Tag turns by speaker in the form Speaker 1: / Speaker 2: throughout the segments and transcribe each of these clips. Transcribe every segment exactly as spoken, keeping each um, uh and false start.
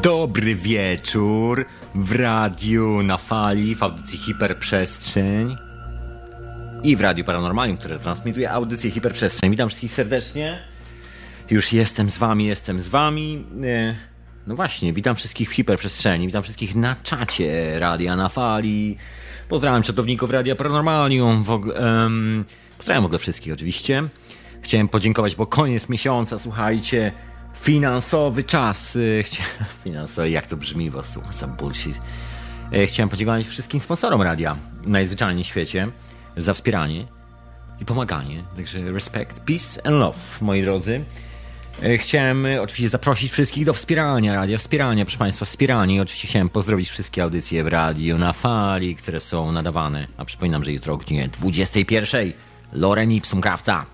Speaker 1: Dobry wieczór w radiu na fali, w audycji Hiperprzestrzeń i w Radiu Paranormalium, które transmituje audycję Hiperprzestrzeń. Witam wszystkich serdecznie. Już jestem z wami, jestem z wami. No właśnie, witam wszystkich w Hiperprzestrzeni, witam wszystkich na czacie Radia na Fali. Pozdrawiam czatowników Radia Paranormalium. W ogóle, um, pozdrawiam w ogóle wszystkich oczywiście. Chciałem podziękować, bo koniec miesiąca, słuchajcie, finansowy czas. Chcia... Finansowy, jak to brzmi, bo są bullshit. Chciałem podziękować wszystkim sponsorom radia najzwyczajniej w świecie za wspieranie i pomaganie. Także respect, peace and love, moi drodzy. Chciałem oczywiście zaprosić wszystkich do wspierania radia, wspierania, proszę Państwa, wspieranie. I oczywiście chciałem pozdrowić wszystkie audycje w radiu na fali, które są nadawane. A przypominam, że jutro o godzinie dwudziestej pierwszej Lorem Ipsum Krawca.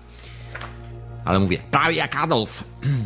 Speaker 1: Ale mówię, prawie jak Adolf.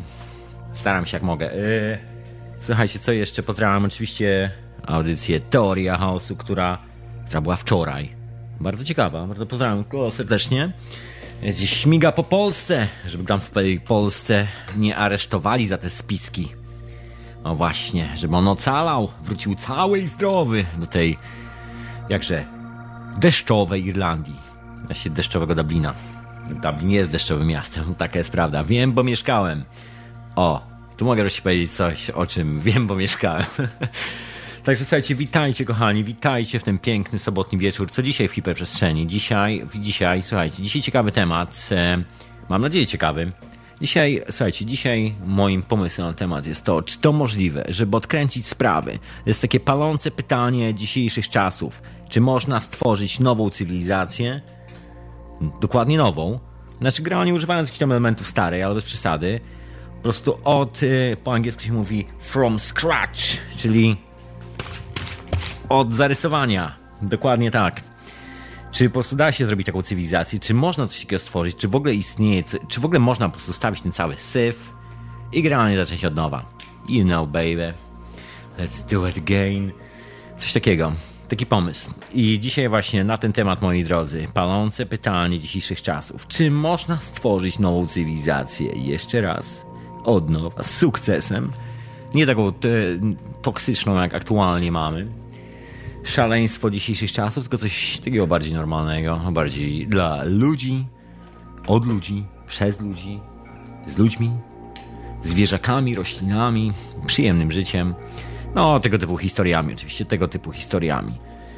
Speaker 1: Staram się jak mogę. Słuchajcie, co jeszcze? Pozdrawiam oczywiście audycję Teoria Chaosu, która, która była wczoraj. Bardzo ciekawa, bardzo pozdrawiam go serdecznie. Gdzieś śmiga po Polsce, żeby tam w tej Polsce nie aresztowali za te spiski. No właśnie, żeby on ocalał, wrócił cały i zdrowy do tej, jakże, deszczowej Irlandii. Właśnie deszczowego Dublina. Dublin jest deszczowym miastem, taka jest prawda. Wiem, bo mieszkałem. O, tu mogę wreszcie powiedzieć coś, o czym wiem, bo mieszkałem. Także słuchajcie, witajcie kochani, witajcie w ten piękny sobotni wieczór. Co dzisiaj w Hiperprzestrzeni? Dzisiaj, dzisiaj, słuchajcie, dzisiaj ciekawy temat. E, mam nadzieję ciekawy. Dzisiaj, słuchajcie, dzisiaj moim pomysłem na temat jest to, czy to możliwe, żeby odkręcić sprawy. To jest takie palące pytanie dzisiejszych czasów. Czy można stworzyć nową cywilizację? Dokładnie nową. Znaczy gra nie używając jakichś tam elementów starej, ale bez przesady. Po prostu od, po angielsku się mówi from scratch, czyli od zarysowania. Dokładnie tak. Czy po prostu da się zrobić taką cywilizację? Czy można coś takiego stworzyć? Czy w ogóle istnieje? Czy w ogóle można po prostu stawić ten cały syf i generalnie zacząć od nowa? You know, baby. Let's do it again. Coś takiego. Taki pomysł. I dzisiaj właśnie na ten temat, moi drodzy, palące pytanie dzisiejszych czasów. Czy można stworzyć nową cywilizację? Jeszcze raz. Od nowa. Z sukcesem. Nie taką te, toksyczną, jak aktualnie mamy. Szaleństwo dzisiejszych czasów, tylko coś takiego bardziej normalnego. Bardziej dla ludzi. Od ludzi. Przez ludzi. Z ludźmi. Zwierzakami, roślinami. Przyjemnym życiem. No, tego typu historiami, oczywiście, tego typu historiami.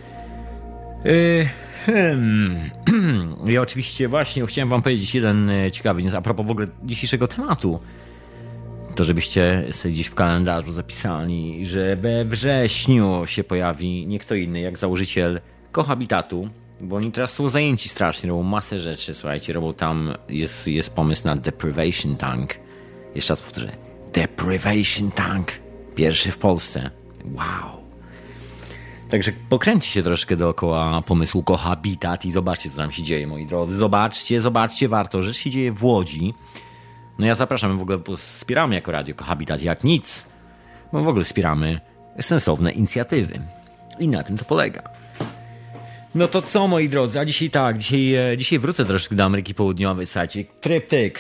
Speaker 1: Yy, hmm. Ja oczywiście właśnie chciałem wam powiedzieć jeden ciekawy news a propos w ogóle dzisiejszego tematu. To żebyście sobie gdzieś w kalendarzu zapisali, że we wrześniu się pojawi nie kto inny jak założyciel Cohabitatu, bo oni teraz są zajęci strasznie, robią masę rzeczy, słuchajcie, robią tam, jest, jest pomysł na Deprivation Tank. Jeszcze raz powtórzę, Deprivation Tank. Pierwszy w Polsce. Wow. Także pokręćcie się troszkę dookoła pomysłu Cohabitat i zobaczcie, co tam się dzieje, moi drodzy. Zobaczcie, zobaczcie, warto. Rzecz się dzieje w Łodzi. No ja zapraszam, w ogóle wspieramy jako Radio Cohabitat jak nic. Bo w ogóle wspieramy sensowne inicjatywy. I na tym to polega. No to co, moi drodzy? A dzisiaj tak, dzisiaj, dzisiaj wrócę troszkę do Ameryki Południowej, słuchajcie. Tryptyk.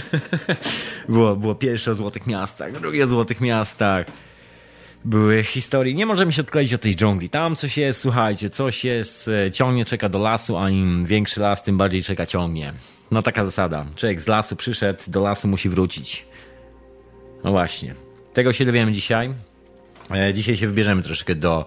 Speaker 1: było, było pierwsze o Złotych Miastach, drugie o Złotych Miastach. Były historie. Nie możemy się odkleić od tej dżungli. Tam coś jest, słuchajcie, coś jest, ciągnie, czeka do lasu, a im większy las, tym bardziej czeka, ciągnie. No taka zasada. Człowiek z lasu przyszedł, do lasu musi wrócić. No właśnie. Tego się dowiemy dzisiaj. Dzisiaj się wybierzemy troszkę do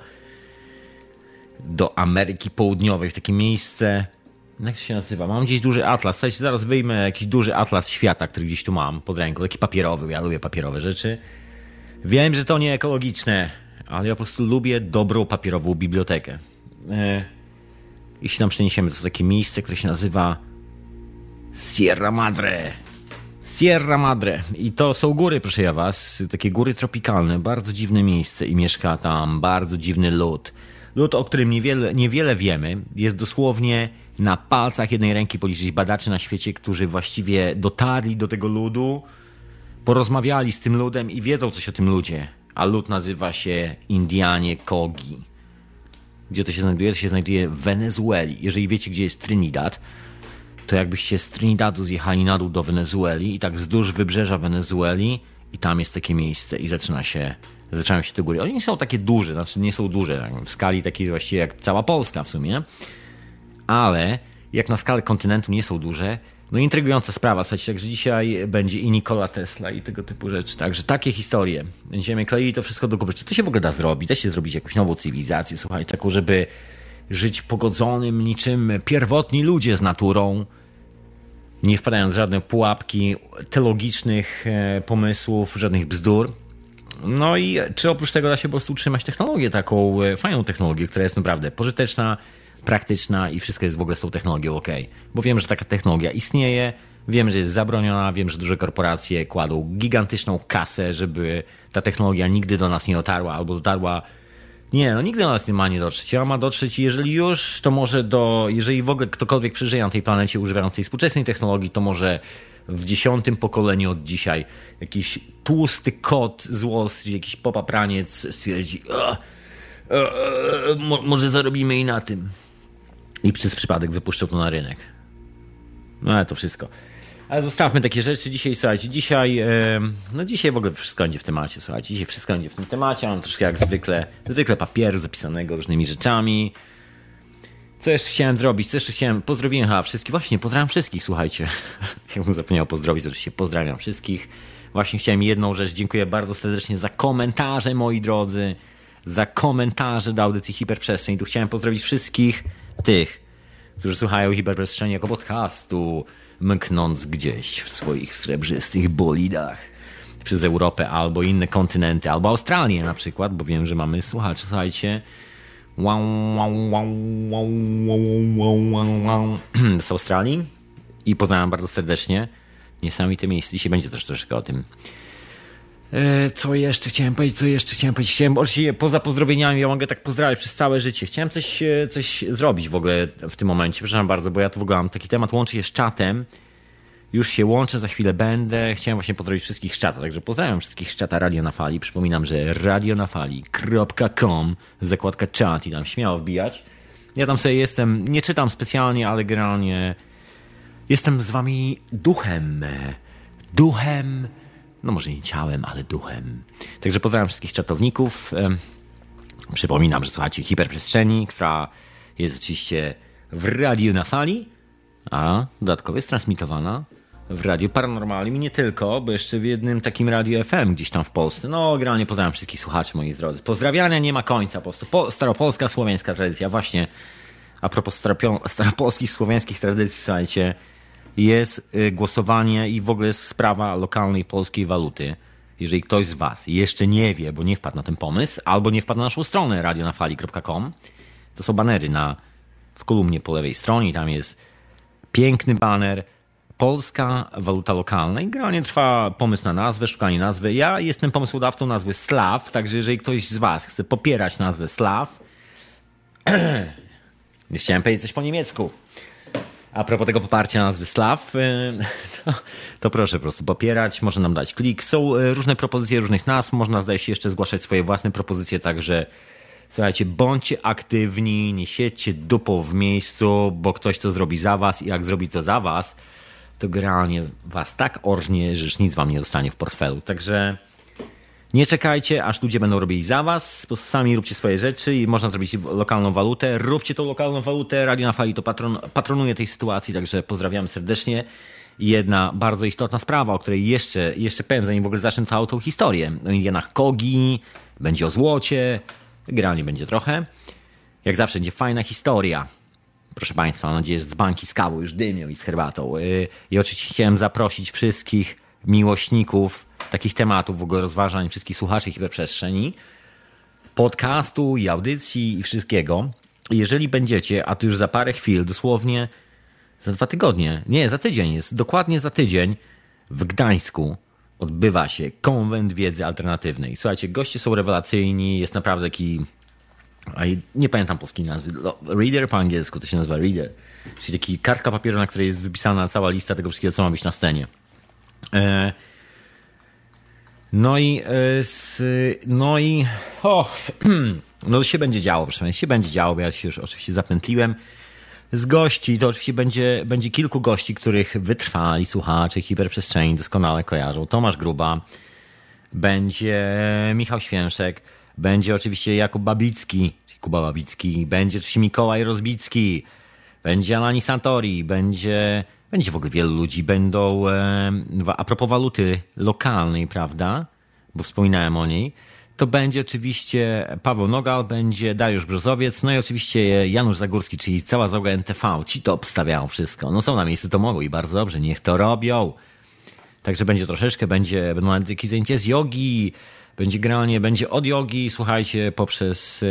Speaker 1: do Ameryki Południowej, w takie miejsce, jak to się nazywa? Mam gdzieś duży atlas, słuchajcie, zaraz wyjmę jakiś duży atlas świata, który gdzieś tu mam pod ręką, taki papierowy, ja lubię papierowe rzeczy. Wiem, że to nie ekologiczne, ale ja po prostu lubię dobrą papierową bibliotekę. E, I się tam przeniesiemy, to jest takie miejsce, które się nazywa Sierra Madre. Sierra Madre. I to są góry, proszę ja was, takie góry tropikalne, bardzo dziwne miejsce i mieszka tam bardzo dziwny lud. Lud, o którym niewiele, niewiele wiemy, jest dosłownie na palcach jednej ręki policzyć badaczy na świecie, którzy właściwie dotarli do tego ludu, porozmawiali z tym ludem i wiedzą coś o tym ludzie. A lud nazywa się Indianie Kogi. Gdzie to się znajduje? To się znajduje w Wenezueli. Jeżeli wiecie, gdzie jest Trinidad, to jakbyście z Trinidadu zjechali na dół do Wenezueli i tak wzdłuż wybrzeża Wenezueli i tam jest takie miejsce i zaczyna się zaczynają się te góry. Oni nie są takie duże, znaczy nie są duże, w skali takiej właściwie jak cała Polska w sumie, ale jak na skalę kontynentu nie są duże. No intrygująca sprawa, słuchajcie, także dzisiaj będzie i Nikola Tesla i tego typu rzeczy, także takie historie. Będziemy kleili to wszystko do kupy. Czy to się w ogóle da zrobić? Da się zrobić jakąś nową cywilizację, słuchajcie, taką, żeby żyć pogodzonym niczym pierwotni ludzie z naturą, nie wpadając w żadne pułapki teologicznych pomysłów, żadnych bzdur. No i czy oprócz tego da się po prostu utrzymać technologię, taką fajną technologię, która jest naprawdę pożyteczna, praktyczna i wszystko jest w ogóle z tą technologią ok. Bo wiem, że taka technologia istnieje, wiem, że jest zabroniona, wiem, że duże korporacje kładą gigantyczną kasę, żeby ta technologia nigdy do nas nie dotarła, albo dotarła... Nie, no nigdy do nas nie ma nie dotrzeć. Ja ma dotrzeć, jeżeli już, to może do... Jeżeli w ogóle ktokolwiek przeżyje na tej planecie używając tej współczesnej technologii, to może w dziesiątym pokoleniu od dzisiaj jakiś tłusty kot z Wall Street, jakiś popapraniec stwierdzi a, a, a, mo, może zarobimy i na tym. I przez przypadek wypuszczą to na rynek. No ale to wszystko. Ale zostawmy takie rzeczy. Dzisiaj, słuchajcie, dzisiaj, no dzisiaj w ogóle wszystko będzie w temacie, słuchajcie. Dzisiaj wszystko będzie w tym temacie. Mam troszkę jak zwykle, zwykle papieru zapisanego różnymi rzeczami. Co jeszcze chciałem zrobić? Co jeszcze chciałem? Pozdrowiłem chyba wszystkich. Właśnie, pozdrawiam wszystkich, słuchajcie. Jakbym zapomniał pozdrowić, to oczywiście pozdrawiam wszystkich. Właśnie chciałem jedną rzecz. Dziękuję bardzo serdecznie za komentarze, moi drodzy. Za komentarze do audycji Hiperprzestrzeń. Tu chciałem pozdrowić wszystkich tych, którzy słuchają Hiperprzestrzeni jako podcastu, mknąc gdzieś w swoich srebrzystych bolidach przez Europę albo inne kontynenty, albo Australię na przykład, bo wiem, że mamy słuchaczy, słuchajcie, z Australii i pozdrawiam bardzo serdecznie. Niesamowite miejsce. Dzisiaj będzie też troszeczkę o tym. Co jeszcze chciałem powiedzieć, co jeszcze chciałem powiedzieć? Chciałem, oczywiście poza pozdrowieniami, ja mogę tak pozdrawiać przez całe życie. Chciałem coś, coś zrobić w ogóle w tym momencie. Przepraszam bardzo, bo ja tu w ogóle mam taki temat, łączy się z czatem. Już się łączę, za chwilę będę. Chciałem właśnie pozdrowić wszystkich z czata, także pozdrawiam wszystkich z czata Radio na Fali. Przypominam, że radionafali kropka com, zakładka czat i tam śmiało wbijać. Ja tam sobie jestem, nie czytam specjalnie, ale generalnie jestem z wami duchem. Duchem. No może nie ciałem, ale duchem. Także pozdrawiam wszystkich czatowników. Przypominam, że słuchacie Hiperprzestrzeni, która jest oczywiście w Radiu na Fali, a dodatkowo jest transmitowana w Radiu Paranormalnym i nie tylko, bo jeszcze w jednym takim Radiu F M gdzieś tam w Polsce. No generalnie pozdrawiam wszystkich słuchaczy, moi drodzy. Pozdrawiania nie ma końca po prostu. Po, staropolska, słowiańska tradycja. Właśnie a propos staropio- staropolskich, słowiańskich tradycji, słuchajcie, jest głosowanie i w ogóle jest sprawa lokalnej polskiej waluty. Jeżeli ktoś z was jeszcze nie wie, bo nie wpadł na ten pomysł, albo nie wpadł na naszą stronę radionafali kropka com, to są banery na, w kolumnie po lewej stronie. Tam jest piękny baner Polska waluta lokalna i generalnie trwa pomysł na nazwę, szukanie nazwy. Ja jestem pomysłodawcą nazwy Slav, także jeżeli ktoś z was chce popierać nazwę Slav, chciałem powiedzieć coś po niemiecku. A propos tego poparcia nazwy Slav, to, to proszę po prostu popierać, można nam dać klik. Są różne propozycje różnych nazw, można zdaje się jeszcze zgłaszać swoje własne propozycje, także słuchajcie, bądźcie aktywni, nie siedźcie dupą w miejscu, bo ktoś to zrobi za was i jak zrobi to za was, to generalnie was tak orżnie, że już nic wam nie zostanie w portfelu. Także nie czekajcie, aż ludzie będą robili za was, po prostu sami róbcie swoje rzeczy i można zrobić lokalną walutę. Róbcie tą lokalną walutę, Radio na Fali to patron, patronuje tej sytuacji, także pozdrawiamy serdecznie. I jedna bardzo istotna sprawa, o której jeszcze, jeszcze powiem, zanim w ogóle zacznę całą tą historię. O Indianach Kogi, będzie o złocie, generalnie będzie trochę. Jak zawsze będzie fajna historia. Proszę państwa, mam nadzieję, że z banki z kawą już dymią i z herbatą. I oczywiście chciałem zaprosić wszystkich miłośników takich tematów, w ogóle rozważań, wszystkich słuchaczy Hiperprzestrzeni, podcastu i audycji i wszystkiego. Jeżeli będziecie, a to już za parę chwil, dosłownie za dwa tygodnie, nie, za tydzień jest, dokładnie za tydzień w Gdańsku odbywa się konwent wiedzy alternatywnej. Słuchajcie, goście są rewelacyjni, jest naprawdę taki, nie pamiętam polskiej nazwy, Reader po angielsku to się nazywa Reader, czyli taki kartka papieru, na której jest wypisana cała lista tego wszystkiego, co ma być na scenie. No i no i o, no to się będzie działo, proszę Państwa, się będzie działo, bo ja się już oczywiście zapętliłem. Z gości, to oczywiście będzie, będzie kilku gości, których wytrwali słuchacze Hiperprzestrzeni doskonale kojarzą. Tomasz Gruba, będzie Michał Święszek, będzie oczywiście Jakub Babicki, czyli Kuba Babicki, będzie oczywiście Mikołaj Rozbicki, będzie Alani Santori, będzie, będzie w ogóle wielu ludzi, będą, e, a propos waluty lokalnej, prawda, bo wspominałem o niej, to będzie oczywiście Paweł Nogal, będzie Dariusz Brzozowiec, no i oczywiście Janusz Zagórski, czyli cała załoga N T V. Ci to obstawiają wszystko. No są na miejscu, to mogą i bardzo dobrze, niech to robią. Także będzie troszeczkę, będzie, będą nawet jakieś zajęcia z jogi, będzie granie, będzie od jogi, słuchajcie, poprzez,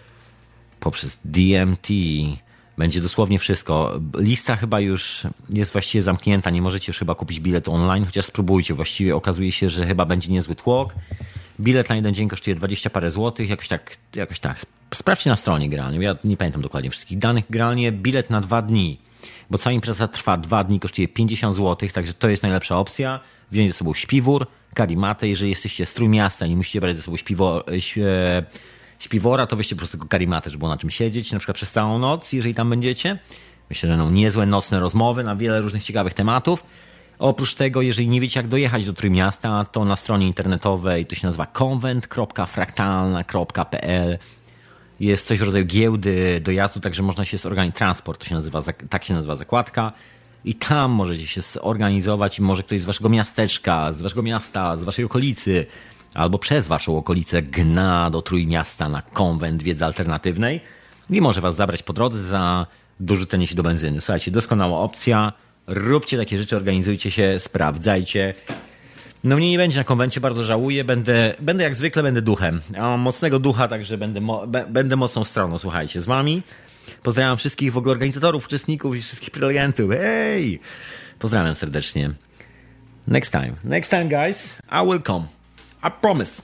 Speaker 1: poprzez D M T. Będzie dosłownie wszystko. Lista chyba już jest właściwie zamknięta, nie możecie już chyba kupić biletu online, chociaż spróbujcie. Właściwie okazuje się, że chyba będzie niezły tłok. Bilet na jeden dzień kosztuje dwadzieścia parę złotych, jakoś tak, jakoś tak. Sprawdźcie na stronie gralnie, ja nie pamiętam dokładnie wszystkich danych. Gralnie bilet na dwa dni, bo cała impreza trwa dwa dni, kosztuje pięćdziesiąt złotych, także to jest najlepsza opcja. Wziąć ze sobą śpiwór, karimatę, jeżeli jesteście z Trójmiasta i musicie brać ze sobą śpiwo, śpiwora, to weźcie po prostu tylko karimatę, żeby było na czym siedzieć, na przykład przez całą noc, jeżeli tam będziecie. Myślę, że no, niezłe nocne rozmowy na wiele różnych ciekawych tematów. Oprócz tego, jeżeli nie wiecie jak dojechać do Trójmiasta, to na stronie internetowej, to się nazywa konwent kropka fraktalna kropka p l, jest coś w rodzaju giełdy dojazdu, także można się zorganizować, transport, to się nazywa, tak się nazywa zakładka i tam możecie się zorganizować i może ktoś z waszego miasteczka, z waszego miasta, z waszej okolicy albo przez waszą okolicę gna do Trójmiasta na konwent wiedzy alternatywnej i może was zabrać po drodze za dorzucenie się do benzyny. Słuchajcie, doskonała opcja. Róbcie takie rzeczy, organizujcie się, sprawdzajcie. No mnie nie będzie na konwencie, bardzo żałuję. Będę, będę jak zwykle, będę duchem. Ja mam mocnego ducha, także będę, mo- b- będę mocną stroną, słuchajcie, z wami. Pozdrawiam wszystkich w ogóle organizatorów, uczestników i wszystkich prelegentów. Hej! Pozdrawiam serdecznie. Next time. Next time, guys. I will come. I promise.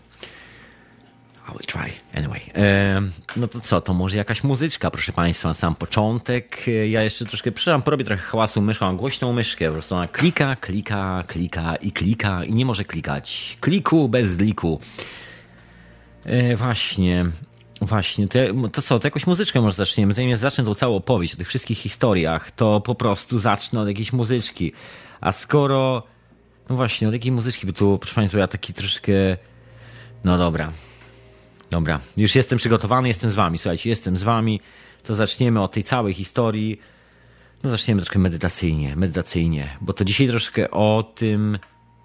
Speaker 1: I will try. Anyway. E, no to co, to może jakaś muzyczka, proszę państwa, na sam początek. Ja jeszcze troszkę przyszłam, porobię trochę hałasu myszką, mam głośną myszkę, po prostu ona klika, klika, klika i klika i nie może klikać. Kliku bez liku. E, właśnie, właśnie, to, to co, to jakąś muzyczkę może zaczniemy. Zanim ja zacznę tą całą opowieść o tych wszystkich historiach, to po prostu zacznę od jakiejś muzyczki. A skoro, no właśnie, od jakiej muzyczki by tu, proszę państwa, ja taki troszkę, no dobra. Dobra, już jestem przygotowany, jestem z wami, słuchajcie, jestem z wami, to zaczniemy od tej całej historii, no zaczniemy troszkę medytacyjnie, medytacyjnie, bo to dzisiaj troszkę o tym,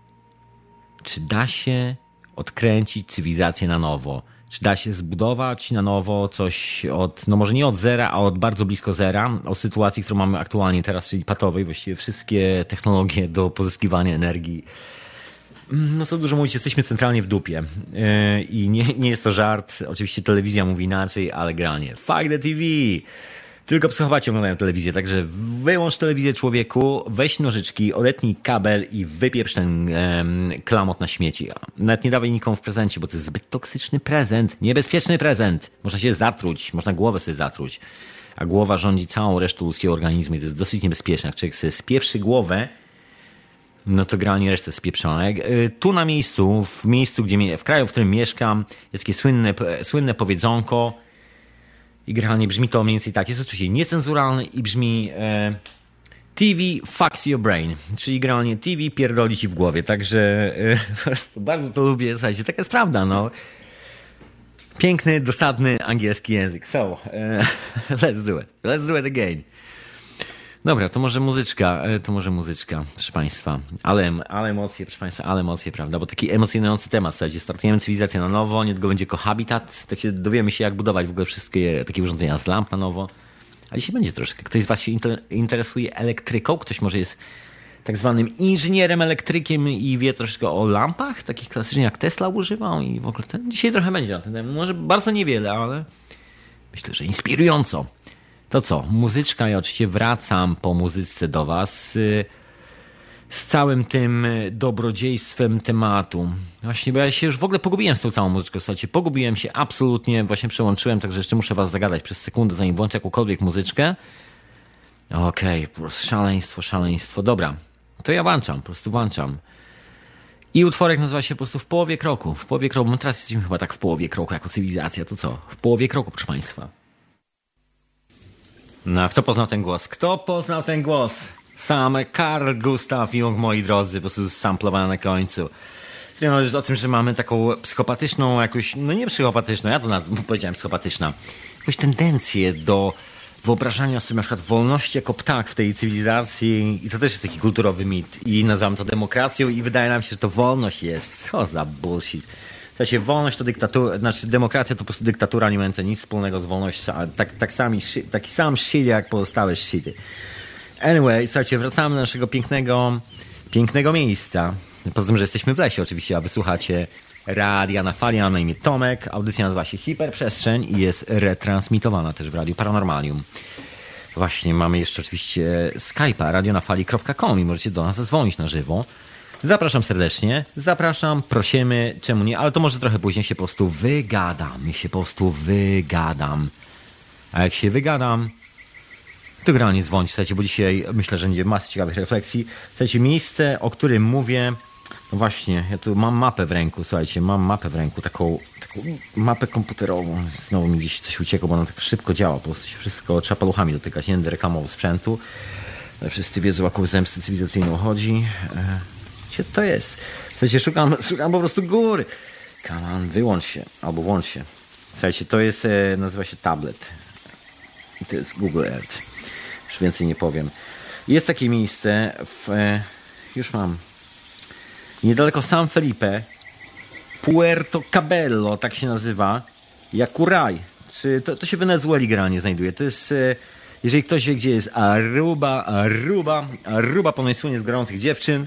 Speaker 1: czy da się odkręcić cywilizację na nowo, czy da się zbudować na nowo coś od, no może nie od zera, a od bardzo blisko zera, o sytuacji, którą mamy aktualnie teraz, czyli patowej, właściwie wszystkie technologie do pozyskiwania energii. No co dużo mówić, jesteśmy centralnie w dupie yy, i nie, nie jest to żart, oczywiście telewizja mówi inaczej, ale granie. Fuck the T V! Tylko psychopaci oglądają telewizję, także wyłącz telewizję, człowieku, weź nożyczki, odetnij kabel i wypieprz ten yy, klamot na śmieci. Nawet nie dawaj nikomu w prezencie, bo to jest zbyt toksyczny prezent, niebezpieczny prezent. Można się zatruć, można głowę sobie zatruć, a głowa rządzi całą resztą ludzkiego organizmu i to jest dosyć niebezpieczne. Jak człowiek sobie spieprzy głowę, no to generalnie resztę spieprzone. Tu na miejscu, w miejscu, gdzie, w kraju, w którym mieszkam, jest takie słynne, słynne powiedzonko i generalnie brzmi to mniej więcej tak. Jest oczywiście niecenzuralne i brzmi e, T V fucks your brain, czyli generalnie T V pierdoli ci w głowie. Także e, bardzo to lubię, słuchajcie, taka jest prawda, no. Piękny, dosadny angielski język. So, e, let's do it. Let's do it again. Dobra, to może muzyczka, to może muzyczka, proszę państwa, ale, ale emocje, proszę państwa, ale emocje, prawda, bo taki emocjonujący temat, słuchajcie, startujemy cywilizację na nowo, niedługo będzie kohabitat, tak się dowiemy się jak budować w ogóle wszystkie takie urządzenia z lamp na nowo, a dzisiaj będzie troszkę, ktoś z was się interesuje elektryką, ktoś może jest tak zwanym inżynierem elektrykiem i wie troszkę o lampach, takich klasycznych jak Tesla używał i w ogóle ten, dzisiaj trochę będzie na ten temat, może bardzo niewiele, ale myślę, że inspirująco. To co, muzyczka, ja oczywiście wracam po muzyce do was z, z całym tym dobrodziejstwem tematu. Właśnie, bo ja się już w ogóle pogubiłem z tą całą muzyczką, słuchajcie, pogubiłem się absolutnie, właśnie przełączyłem, także jeszcze muszę was zagadać przez sekundę, zanim włączę jakąkolwiek muzyczkę. Okej, okay, po prostu szaleństwo, szaleństwo, dobra, to ja włączam, po prostu włączam. I utworek nazywa się po prostu W połowie kroku, w połowie kroku, teraz jesteśmy chyba tak w połowie kroku jako cywilizacja, to co, w połowie kroku, proszę państwa. No, a kto poznał ten głos? Kto poznał ten głos? Sam Carl Gustav Jung, moi drodzy, po prostu samplowany na końcu. No, o tym, że mamy taką psychopatyczną jakoś, no nie psychopatyczną, ja to naz- powiedziałem psychopatyczna, jakąś tendencję do wyobrażania sobie na przykład wolności jako ptak w tej cywilizacji i to też jest taki kulturowy mit i nazywam to demokracją i wydaje nam się, że to wolność jest. Co za bullshit. W sensie wolność to dyktatura, znaczy demokracja to po prostu dyktatura nie mająca nic wspólnego z wolnością, a tak, tak sami, taki sam shit jak pozostałe shity. Anyway, słuchajcie, wracamy do naszego pięknego, pięknego miejsca. Poza tym, że jesteśmy w lesie oczywiście, a wysłuchacie radia na fali, mam na imię Tomek. Audycja nazywa się Hiperprzestrzeń i jest retransmitowana też w Radiu Paranormalium. Właśnie, mamy jeszcze oczywiście Skype'a, radionafali kropka com i możecie do nas zadzwonić na żywo. Zapraszam serdecznie, zapraszam, prosimy, czemu nie, ale to może trochę później się po prostu wygadam, ja się po prostu wygadam. A jak się wygadam, to generalnie dzwonić, słuchajcie, bo dzisiaj myślę, że będzie masę ciekawych refleksji. Słuchajcie, miejsce, o którym mówię, no właśnie, ja tu mam mapę w ręku, słuchajcie, mam mapę w ręku, taką, taką mapę komputerową. Znowu mi gdzieś coś uciekło, bo ona tak szybko działa, po prostu się wszystko trzeba paluchami dotykać, nie będę reklamował sprzętu, ale wszyscy wiedzą, jaką zemstę cywilizacyjną chodzi. Gdzie to jest? Słuchajcie, szukam, szukam po prostu góry. Come on, wyłącz się, albo włącz się. Słuchajcie, to jest, nazywa się tablet. I to jest Google Earth. Już więcej nie powiem. Jest takie miejsce w... Już mam. Niedaleko San Felipe. Puerto Cabello, tak się nazywa. Yacuray. Czy to, to się w Wenezueli generalnie znajduje. To jest... Jeżeli ktoś wie, gdzie jest Aruba, Aruba, Aruba ponoć słynie z gorących dziewczyn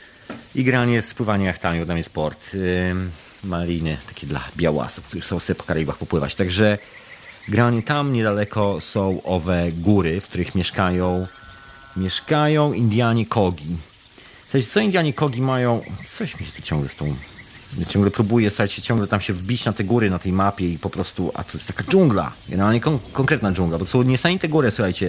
Speaker 1: i granie z pływania jachtami, tam jest port. Yy, maliny, takie dla białasów, których chcą sobie po Karaibach popływać. Także granie tam niedaleko są owe góry, w których mieszkają mieszkają Indianie Kogi. Słuchajcie, co Indianie Kogi mają? Coś mi się tu ciągle z tą... Ja ciągle próbuję, słuchajcie, ciągle tam się wbić na te góry na tej mapie i po prostu... A to jest taka dżungla. Generalnie kon- konkretna dżungla, bo to są niesamowite góry, słuchajcie.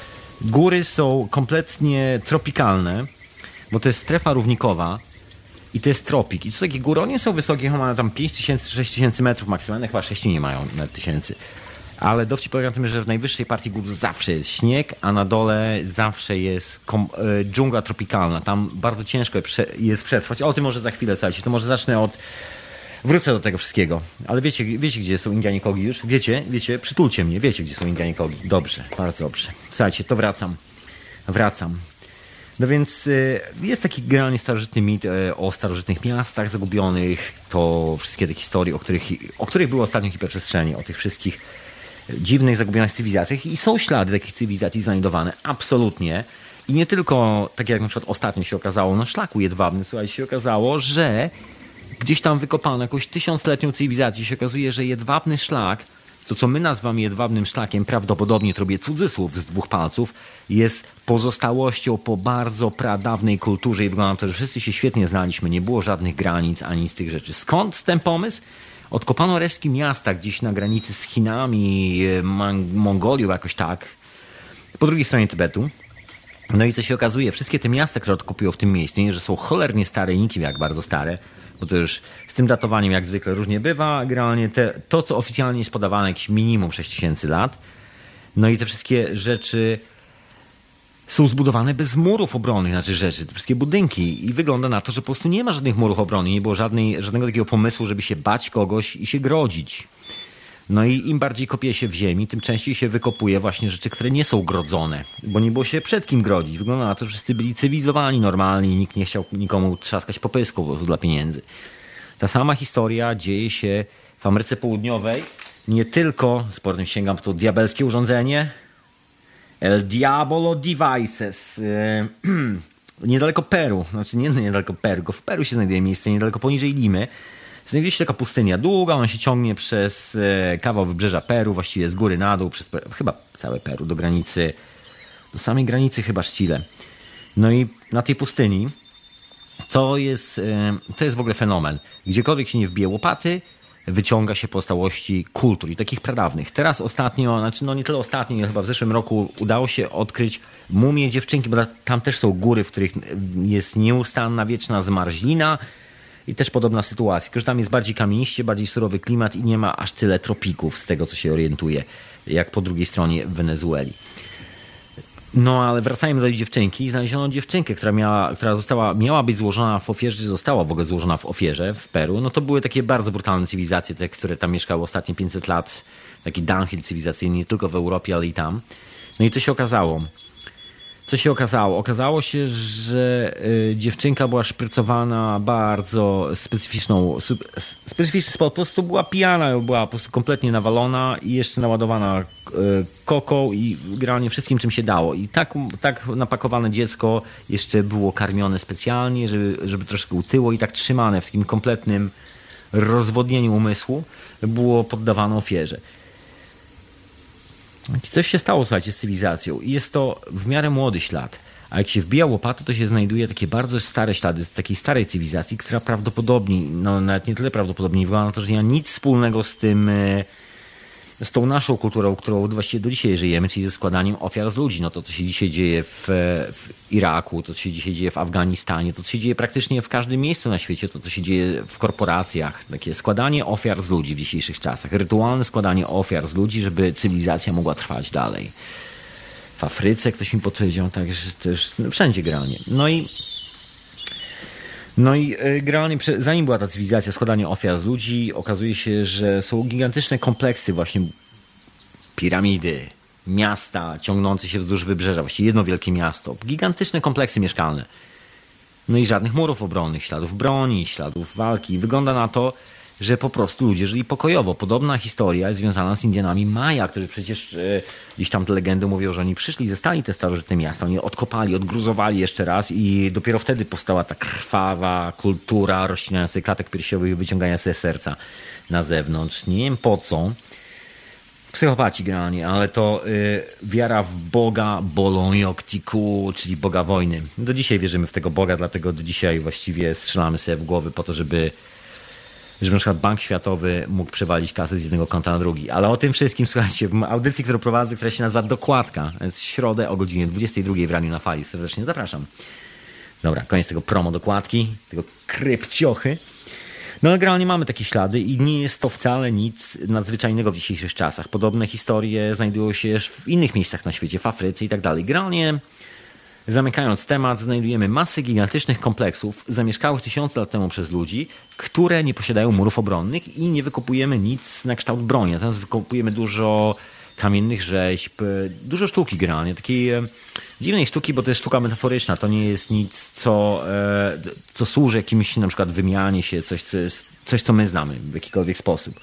Speaker 1: Góry są kompletnie tropikalne, bo to jest strefa równikowa i to jest tropik. I to są takie góry, one nie są wysokie, mają tam pięć tysięcy, sześć tysięcy metrów maksymalnie, chyba sześć nie mają nawet tysięcy. Ale dowcip polega na tym, że w najwyższej partii gór zawsze jest śnieg, a na dole zawsze jest kom- e, dżungla tropikalna. Tam bardzo ciężko jest przetrwać. O tym może za chwilę, słuchajcie. To może zacznę od... Wrócę do tego wszystkiego. Ale wiecie, wiecie gdzie są Indianie Kogi już? Wiecie? Wiecie? Przytulcie mnie. Wiecie, gdzie są Indianie Kogi. Dobrze, bardzo dobrze. Słuchajcie, to wracam. Wracam. No więc e, jest taki generalnie starożytny mit e, o starożytnych miastach zagubionych. To wszystkie te historie, o których, o których było ostatnio Hiperprzestrzeni. O tych wszystkich dziwnych, zagubionych cywilizacjach i są ślady takich cywilizacji znajdowane, absolutnie. I nie tylko, tak jak na przykład ostatnio się okazało na szlaku jedwabnym, słuchajcie, się okazało, że gdzieś tam wykopano jakąś tysiącletnią cywilizację. Się okazuje, że jedwabny szlak, to co my nazywamy jedwabnym szlakiem, prawdopodobnie to robię cudzysłów z dwóch palców, jest pozostałością po bardzo pradawnej kulturze i wygląda na to, że wszyscy się świetnie znaliśmy, nie było żadnych granic ani z tych rzeczy. Skąd ten pomysł? Odkopano resztki miasta gdzieś na granicy z Chinami, Mongolią jakoś tak, po drugiej stronie Tybetu. No i co się okazuje, wszystkie te miasta, które odkopują w tym miejscu, nie, że są cholernie stare i nikim jak bardzo stare, bo to już z tym datowaniem jak zwykle różnie bywa, generalnie te, to co oficjalnie jest podawane jakieś minimum sześć tysięcy lat, no i te wszystkie rzeczy są zbudowane bez murów obronnych, znaczy rzeczy, te wszystkie budynki i wygląda na to, że po prostu nie ma żadnych murów obrony, nie było żadnej, żadnego takiego pomysłu, żeby się bać kogoś i się grodzić. No i im bardziej kopie się w ziemi, tym częściej się wykopuje właśnie rzeczy, które nie są grodzone, bo nie było się przed kim grodzić. Wygląda na to, że wszyscy byli cywilizowani, normalni, nikt nie chciał nikomu trzaskać po pysku po prostu dla pieniędzy. Ta sama historia dzieje się w Ameryce Południowej, nie tylko, z portem sięgam to diabelskie urządzenie, El Diabolo Devices. Niedaleko Peru, znaczy nie niedaleko Peru, tylko w Peru się znajduje miejsce niedaleko poniżej Limy. Znajduje się taka pustynia długa, ona się ciągnie przez kawał wybrzeża Peru, właściwie z góry na dół, przez chyba całe Peru, do granicy, do samej granicy chyba z Chile. No i na tej pustyni to jest, to jest w ogóle fenomen. Gdziekolwiek się nie wbije łopaty, wyciąga się pozostałości kultur i takich pradawnych. Teraz ostatnio, znaczy no nie tyle ostatnio, chyba w zeszłym roku udało się odkryć mumię dziewczynki, bo tam też są góry, w których jest nieustanna, wieczna zmarzlina i też podobna sytuacja. Tylko że tam jest bardziej kamieniście, bardziej surowy klimat i nie ma aż tyle tropików z tego, co się orientuje, jak po drugiej stronie Wenezueli. No ale wracajmy do tej dziewczynki. Znaleziono dziewczynkę, która, miała, która została, miała być złożona w ofierze, czy została w ogóle złożona w ofierze w Peru. No to były takie bardzo brutalne cywilizacje, te, które tam mieszkały ostatnie pięćset lat. Taki downhill cywilizacyjny, nie tylko w Europie, ale i tam. No i co się okazało? Co się okazało? Okazało się, że y, dziewczynka była szprycowana bardzo specyficzną, specyficzny sposób. Po prostu była pijana, była po prostu kompletnie nawalona i jeszcze naładowana y, koką i generalnie wszystkim, czym się dało. I tak, tak napakowane dziecko jeszcze było karmione specjalnie, żeby, żeby troszkę utyło i tak trzymane w takim kompletnym rozwodnieniu umysłu było poddawane ofierze. Coś się stało, słuchajcie, z cywilizacją i jest to w miarę młody ślad. A jak się wbija łopatę, to się znajduje takie bardzo stare ślady z takiej starej cywilizacji, która prawdopodobnie, no nawet nie tyle prawdopodobnie, wygląda na to, że nie ma nic wspólnego z tym, z tą naszą kulturą, którą właściwie do dzisiaj żyjemy, czyli ze składaniem ofiar z ludzi. No to, co się dzisiaj dzieje w, w Iraku, to, co się dzisiaj dzieje w Afganistanie, to, co się dzieje praktycznie w każdym miejscu na świecie, to, co się dzieje w korporacjach. Takie składanie ofiar z ludzi w dzisiejszych czasach. Rytualne składanie ofiar z ludzi, żeby cywilizacja mogła trwać dalej. W Afryce ktoś mi potwierdził, także też no, wszędzie granie. No i No i generalnie zanim była ta cywilizacja, składanie ofiar z ludzi, okazuje się, że są gigantyczne kompleksy właśnie piramidy, miasta ciągnące się wzdłuż wybrzeża, właściwie jedno wielkie miasto, gigantyczne kompleksy mieszkalne. No i żadnych murów obronnych, śladów broni, śladów walki. Wygląda na to, że po prostu ludzie żyli pokojowo. Podobna historia jest związana z Indianami Maja, którzy przecież e, gdzieś tam te legendy mówią, że oni przyszli, zastali te starożytne miasta, oni odkopali, odgruzowali jeszcze raz i dopiero wtedy powstała ta krwawa kultura rozcinania sobie klatek piersiowych i wyciągania sobie serca na zewnątrz. Nie wiem po co. Psychopaci generalnie, ale to y, wiara w Boga Bolonjoktiku, czyli Boga wojny. Do dzisiaj wierzymy w tego Boga, dlatego do dzisiaj właściwie strzelamy sobie w głowy po to, żeby żeby na przykład Bank Światowy mógł przewalić kasę z jednego konta na drugi. Ale o tym wszystkim, słuchajcie, w audycji, którą prowadzę, która się nazywa Dokładka. Jest w środę o godzinie dwudziestej drugiej w Radiu na Fali. Serdecznie zapraszam. Dobra, koniec tego promo Dokładki, tego krypciochy. No ale generalnie mamy takie ślady i nie jest to wcale nic nadzwyczajnego w dzisiejszych czasach. Podobne historie znajdują się w innych miejscach na świecie, w Afryce i tak dalej. Generalnie zamykając temat, znajdujemy masę gigantycznych kompleksów zamieszkałych tysiące lat temu przez ludzi, które nie posiadają murów obronnych i nie wykopujemy nic na kształt broni. Natomiast wykopujemy dużo kamiennych rzeźb, dużo sztuki generalnie, takiej e, dziwnej sztuki, bo to jest sztuka metaforyczna, to nie jest nic, co, e, co służy jakimś na przykład wymianie się, coś co, jest, coś, co my znamy w jakikolwiek sposób.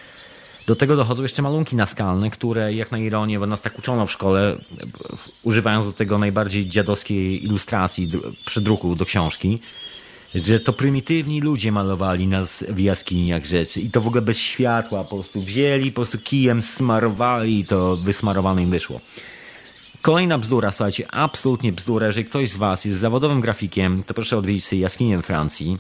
Speaker 1: Do tego dochodzą jeszcze malunki naskalne, które jak na ironię, bo nas tak uczono w szkole, używając do tego najbardziej dziadowskiej ilustracji, przedruku do książki, że to prymitywni ludzie malowali nas w jaskiniach rzeczy i to w ogóle bez światła, po prostu wzięli, po prostu kijem smarowali i to wysmarowane im wyszło. Kolejna bzdura, słuchajcie, absolutnie bzdura. Jeżeli ktoś z was jest zawodowym grafikiem, to proszę odwiedzić sobie jaskinię w Francji.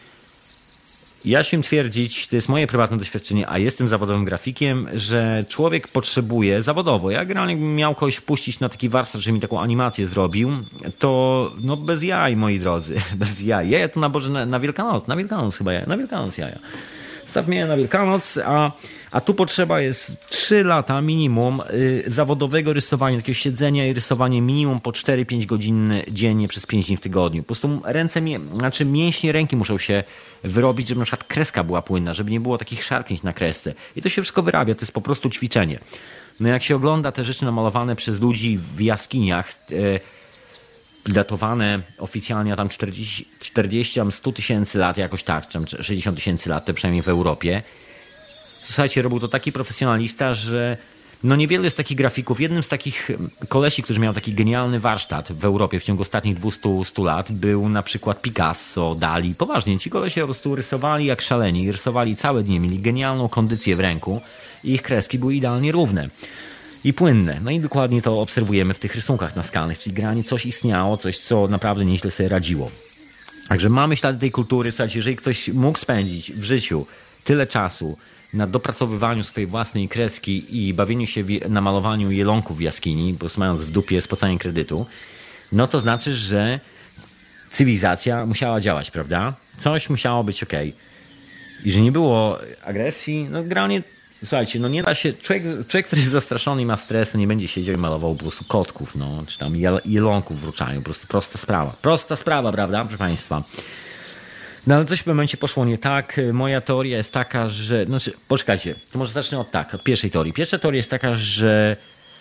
Speaker 1: Ja śmiem twierdzić, to jest moje prywatne doświadczenie, a jestem zawodowym grafikiem, że człowiek potrzebuje zawodowo. Ja generalnie miał kogoś wpuścić na taki warsztat, że mi taką animację zrobił, to no bez jaj, moi drodzy, bez jaj. Jaja to na Boże, na, na Wielkanoc, na Wielkanoc chyba jaja, na Wielkanoc jaja. Staw mnie na Wielkanoc, a, a tu potrzeba jest trzy lata minimum y, zawodowego rysowania, takiego siedzenia i rysowania minimum po cztery pięć godzin dziennie przez pięć dni w tygodniu. Po prostu ręce, znaczy mięśnie ręki muszą się wyrobić, żeby na przykład kreska była płynna, żeby nie było takich szarpnięć na kresce. I to się wszystko wyrabia, to jest po prostu ćwiczenie. No jak się ogląda te rzeczy namalowane przez ludzi w jaskiniach, y, datowane oficjalnie tam czterdzieści, czterdzieści sto tysięcy lat, jakoś tak, czy sześćdziesiąt tysięcy lat, to przynajmniej w Europie. Słuchajcie, robił to taki profesjonalista, że no niewiele jest takich grafików. Jednym z takich kolesi, którzy miał taki genialny warsztat w Europie w ciągu ostatnich dwieście lat, był na przykład Picasso, Dali. Poważnie, ci kolesie po prostu rysowali jak szaleni, rysowali całe dnie, mieli genialną kondycję w ręku i ich kreski były idealnie równe i płynne. No i dokładnie to obserwujemy w tych rysunkach naskalnych, czyli granie coś istniało, coś, co naprawdę nieźle sobie radziło. Także mamy ślady tej kultury. Słuchajcie, jeżeli ktoś mógł spędzić w życiu tyle czasu na dopracowywaniu swojej własnej kreski i bawieniu się na malowaniu jelonków w jaskini, bo mając w dupie spłacanie kredytu, no to znaczy, że cywilizacja musiała działać, prawda? Coś musiało być okej. I że nie było agresji, no generalnie słuchajcie, no nie da się, człowiek, człowiek, który jest zastraszony i ma stres, to nie będzie siedział i malował po prostu kotków, no, czy tam jel, jelonków w ruczaniu, po prostu prosta sprawa. Prosta sprawa, prawda, proszę Państwa. No ale coś w pewnym momencie poszło nie tak. Moja teoria jest taka, że, znaczy, poczekajcie, to może zacznę od tak, od pierwszej teorii. Pierwsza teoria jest taka, że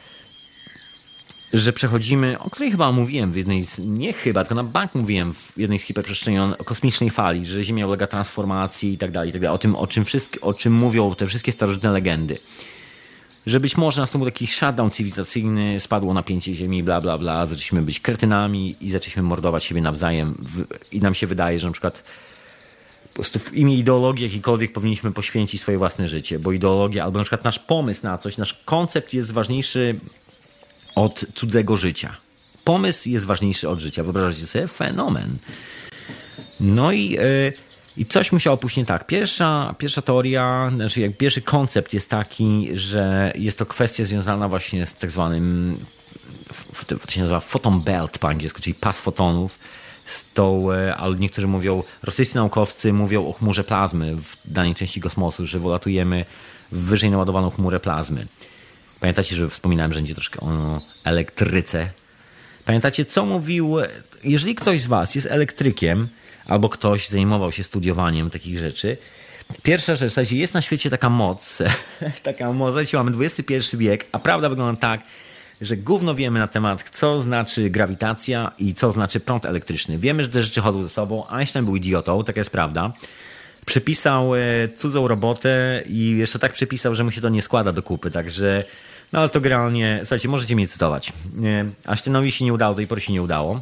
Speaker 1: że przechodzimy, o której chyba mówiłem w jednej z, nie chyba, tylko na bank mówiłem w jednej z hiperprzestrzeni o kosmicznej fali, że Ziemia ulega transformacji i tak dalej, i tak dalej. O tym, o czym, wszystkie, o czym mówią te wszystkie starożytne legendy. Że być może nastąpił taki shutdown cywilizacyjny, spadło napięcie Ziemi, bla, bla, bla, zaczęliśmy być kretynami i zaczęliśmy mordować siebie nawzajem w, i nam się wydaje, że na przykład po prostu w imię ideologii jakikolwiek powinniśmy poświęcić swoje własne życie, bo ideologia, albo na przykład nasz pomysł na coś, nasz koncept jest ważniejszy od cudzego życia. Pomysł jest ważniejszy od życia. Wyobrażacie sobie? Fenomen. No i, yy, i coś musiało pójść nie tak. Pierwsza, pierwsza teoria, znaczy jak pierwszy koncept jest taki, że jest to kwestia związana właśnie z tak zwanym, to się nazywa photon belt po angielsku, czyli pas fotonów. Z tą, ale niektórzy mówią, rosyjscy naukowcy mówią o chmurze plazmy w danej części kosmosu, że wylatujemy w wyżej naładowaną chmurę plazmy. Pamiętacie, że wspominałem, że będzie troszkę o elektryce. Pamiętacie, co mówił, jeżeli ktoś z was jest elektrykiem, albo ktoś zajmował się studiowaniem takich rzeczy, pierwsza rzecz, w zasadzie jest na świecie taka moc, taka moc, słuchajcie, mamy dwudziesty pierwszy wiek, a prawda wygląda tak, że gówno wiemy na temat, co znaczy grawitacja i co znaczy prąd elektryczny. Wiemy, że te rzeczy chodzą ze sobą. Einstein był idiotą, taka jest prawda. Przepisał cudzą robotę i jeszcze tak przepisał, że mu się to nie składa do kupy, także no ale to generalnie, słuchajcie, możecie mnie cytować. Einsteinowi się nie udało, do tej pory się nie udało.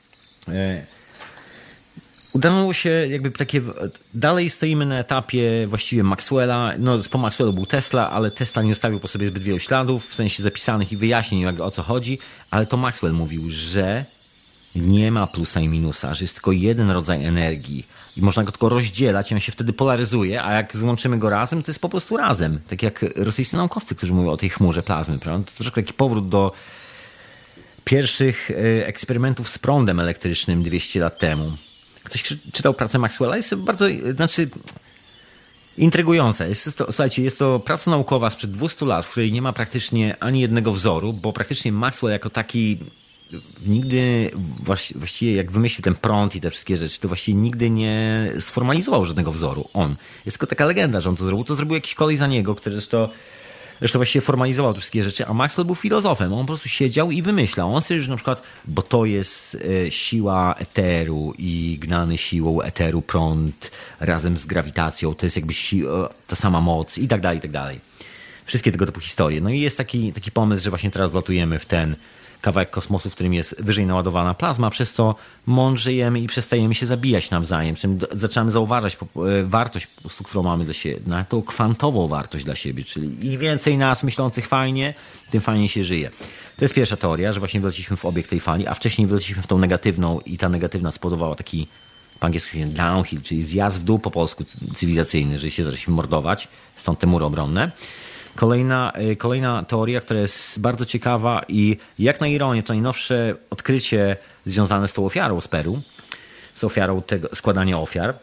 Speaker 1: Udało się jakby takie, dalej stoimy na etapie właściwie Maxwella, no po Maxwellu był Tesla, ale Tesla nie zostawił po sobie zbyt wielu śladów, w sensie zapisanych i wyjaśnień jakby o co chodzi, ale to Maxwell mówił, że nie ma plusa i minusa, że jest tylko jeden rodzaj energii i można go tylko rozdzielać i on się wtedy polaryzuje, a jak złączymy go razem, to jest po prostu razem. Tak jak rosyjscy naukowcy, którzy mówią o tej chmurze plazmy, prawda? To troszkę taki powrót do pierwszych eksperymentów z prądem elektrycznym dwieście lat temu. Ktoś czytał pracę Maxwella? Jest bardzo, znaczy intrygująca. Jest to, słuchajcie, jest to praca naukowa sprzed dwustu lat, w której nie ma praktycznie ani jednego wzoru, bo praktycznie Maxwell jako taki nigdy, właściwie jak wymyślił ten prąd i te wszystkie rzeczy, to właściwie nigdy nie sformalizował żadnego wzoru. On. Jest tylko taka legenda, że on to zrobił. To zrobił jakiś kolej za niego, który zresztą, zresztą właściwie formalizował te wszystkie rzeczy, a Maxwell był filozofem. On po prostu siedział i wymyślał. On sobie już na przykład, bo to jest e, siła eteru i gnany siłą eteru prąd razem z grawitacją, to jest jakby siła, ta sama moc i tak dalej, i tak dalej. Wszystkie tego typu historie. No i jest taki, taki pomysł, że właśnie teraz latujemy w ten kawałek kosmosu, w którym jest wyżej naładowana plazma, przez co mądrzejemy i przestajemy się zabijać nawzajem. Czym zaczynamy zauważać wartość, po prostu, którą mamy dla siebie, na tą kwantową wartość dla siebie, czyli im więcej nas myślących fajnie, tym fajniej się żyje. To jest pierwsza teoria, że właśnie wyleciliśmy w obieg tej fali, a wcześniej wyleciliśmy w tą negatywną i ta negatywna spowodowała taki, po angielsku się downhill, czyli zjazd w dół po polsku cywilizacyjny, że się zaczęliśmy mordować, stąd te mury obronne. Kolejna, kolejna teoria, która jest bardzo ciekawa i jak na ironię, to najnowsze odkrycie związane z tą ofiarą z Peru, z ofiarą tego składania ofiar,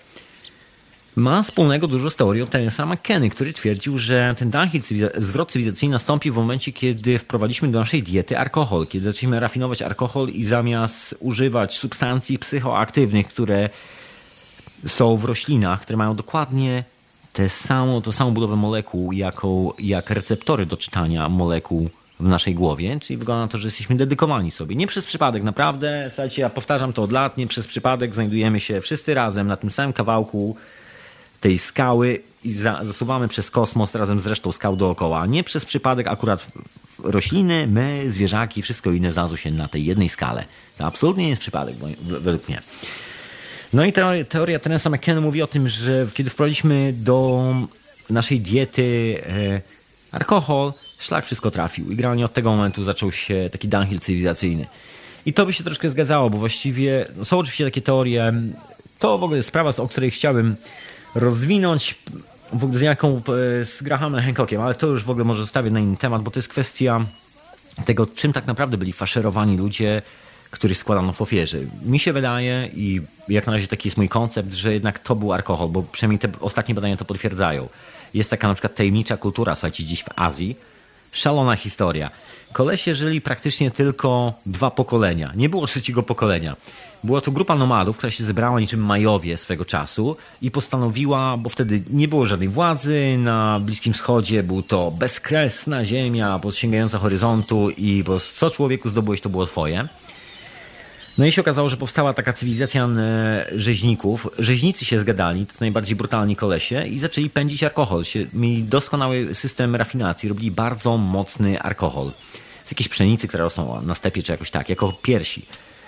Speaker 1: ma wspólnego dużo z teorią Terence'a McKenny, który twierdził, że ten downhill, zwrot cywilizacyjny nastąpi w momencie, kiedy wprowadziliśmy do naszej diety alkohol, kiedy zaczęliśmy rafinować alkohol i zamiast używać substancji psychoaktywnych, które są w roślinach, które mają dokładnie tę samą, tą samą budowę molekuł, jaką, jak receptory do czytania molekuł w naszej głowie, czyli wygląda na to, że jesteśmy dedykowani sobie. Nie przez przypadek, naprawdę, słuchajcie, ja powtarzam to od lat, nie przez przypadek znajdujemy się wszyscy razem na tym samym kawałku tej skały i za, zasuwamy przez kosmos razem z resztą skał dookoła. Nie przez przypadek akurat rośliny, my, zwierzaki, wszystko inne znalazło się na tej jednej skale. To absolutnie nie jest przypadek, według mnie. No i teoria, teoria Terence'a McKenna mówi o tym, że kiedy wprowadziliśmy do naszej diety e, alkohol, szlak wszystko trafił. I generalnie od tego momentu zaczął się taki downhill cywilizacyjny. I to by się troszkę zgadzało, bo właściwie no są oczywiście takie teorie. To w ogóle jest sprawa, o której chciałbym rozwinąć w ogóle z jaką z Grahamem Hancockiem, ale to już w ogóle może zostawię na inny temat, bo to jest kwestia tego, czym tak naprawdę byli faszerowani ludzie, których składano w ofierze. Mi się wydaje, i jak na razie taki jest mój koncept, że jednak to był alkohol, bo przynajmniej te ostatnie badania to potwierdzają. Jest taka na przykład tajemnicza kultura, słuchajcie, dziś w Azji. Szalona historia. Kolesie żyli praktycznie tylko dwa pokolenia. Nie było trzeciego pokolenia. Była to grupa nomadów, która się zebrała niczym Majowie swego czasu i postanowiła, bo wtedy nie było żadnej władzy na Bliskim Wschodzie, był to bezkresna ziemia, sięgająca horyzontu i po co człowieku zdobyłeś, to było twoje. No i się okazało, że powstała taka cywilizacja rzeźników. Rzeźnicy się zgadali, to najbardziej brutalni kolesie, i zaczęli pędzić alkohol. Mieli doskonały system rafinacji, robili bardzo mocny alkohol. Z jakiejś pszenicy, które rosną na stepie, czy jakoś tak, jako piersi.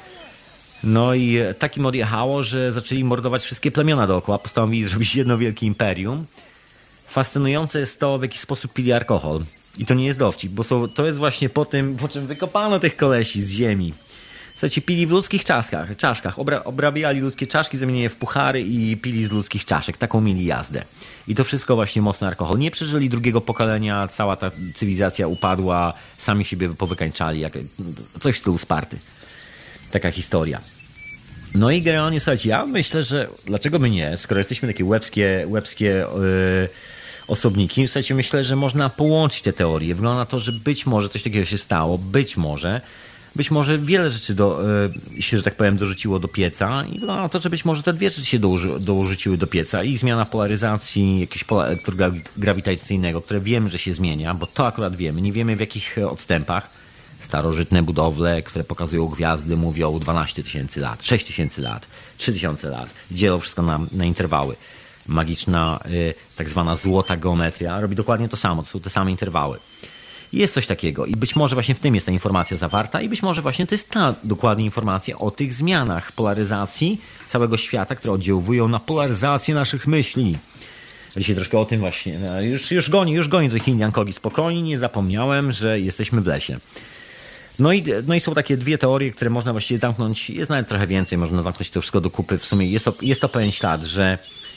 Speaker 1: No i takim odjechało, że zaczęli mordować wszystkie plemiona dookoła, postanowili zrobić jedno wielkie imperium. Fascynujące jest to, w jaki sposób pili alkohol. I to nie jest dowcip, bo są, to jest właśnie po tym, po czym wykopano tych kolesi z ziemi. Słuchajcie, pili w ludzkich czaszkach, czaszkach. Obra, obrabiali ludzkie czaszki, zamienili je w puchary i pili z ludzkich czaszek. Taką mieli jazdę. I to wszystko właśnie mocny alkohol. Nie przeżyli drugiego pokolenia, cała ta cywilizacja upadła, sami siebie powykańczali, jak, coś w stylu Sparty. Taka historia. No i generalnie, słuchajcie, ja myślę, że dlaczego by nie, skoro jesteśmy takie łebskie, łebskie yy, osobniki, słuchajcie, myślę, że można połączyć te teorie. Wygląda na to, że być może coś takiego się stało, być może, być może wiele rzeczy do, yy, się, że tak powiem, dorzuciło do pieca i wygląda na to, że być może te dwie rzeczy się dołoży, dorzuciły do pieca i zmiana polaryzacji jakiegoś pola elektrograwitacyjnego, które wiemy, że się zmienia, bo to akurat wiemy, nie wiemy w jakich odstępach. Starożytne budowle, które pokazują gwiazdy, mówią dwanaście tysięcy lat, sześć tysięcy lat, trzy tysiące lat. Dzielą wszystko na, na interwały. Magiczna, y, tak zwana złota geometria robi dokładnie to samo. To są te same interwały. Jest coś takiego i być może właśnie w tym jest ta informacja zawarta i być może właśnie to jest ta dokładnie informacja o tych zmianach polaryzacji całego świata, które oddziałują na polaryzację naszych myśli. Dzisiaj troszkę o tym właśnie. No, już, już goni, już goni do tych Indian Kogi. Spokojnie, nie zapomniałem, że jesteśmy w lesie. No i, no i są takie dwie teorie, które można właściwie zamknąć. Jest nawet trochę więcej, można zamknąć to wszystko do kupy. W sumie jest to, jest to pewien ślad, że,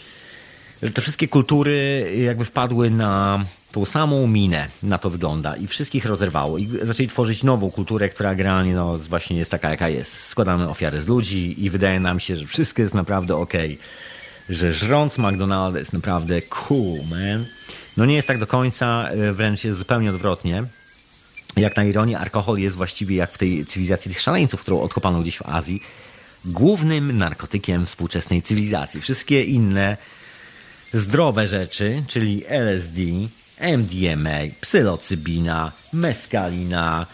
Speaker 1: że te wszystkie kultury jakby wpadły na tą samą minę, na to wygląda i wszystkich rozerwało. I zaczęli tworzyć nową kulturę, która generalnie no, właśnie jest taka, jaka jest. Składamy ofiary z ludzi i wydaje nam się, że wszystko jest naprawdę okej. Że żrąc McDonalda jest naprawdę cool, man. No nie jest tak do końca, wręcz jest zupełnie odwrotnie. Jak na ironię, alkohol jest właściwie jak w tej cywilizacji tych szaleńców, którą odkopano gdzieś w Azji, głównym narkotykiem współczesnej cywilizacji. Wszystkie inne zdrowe rzeczy, czyli L S D, M D M A, psylocybina, meskalina,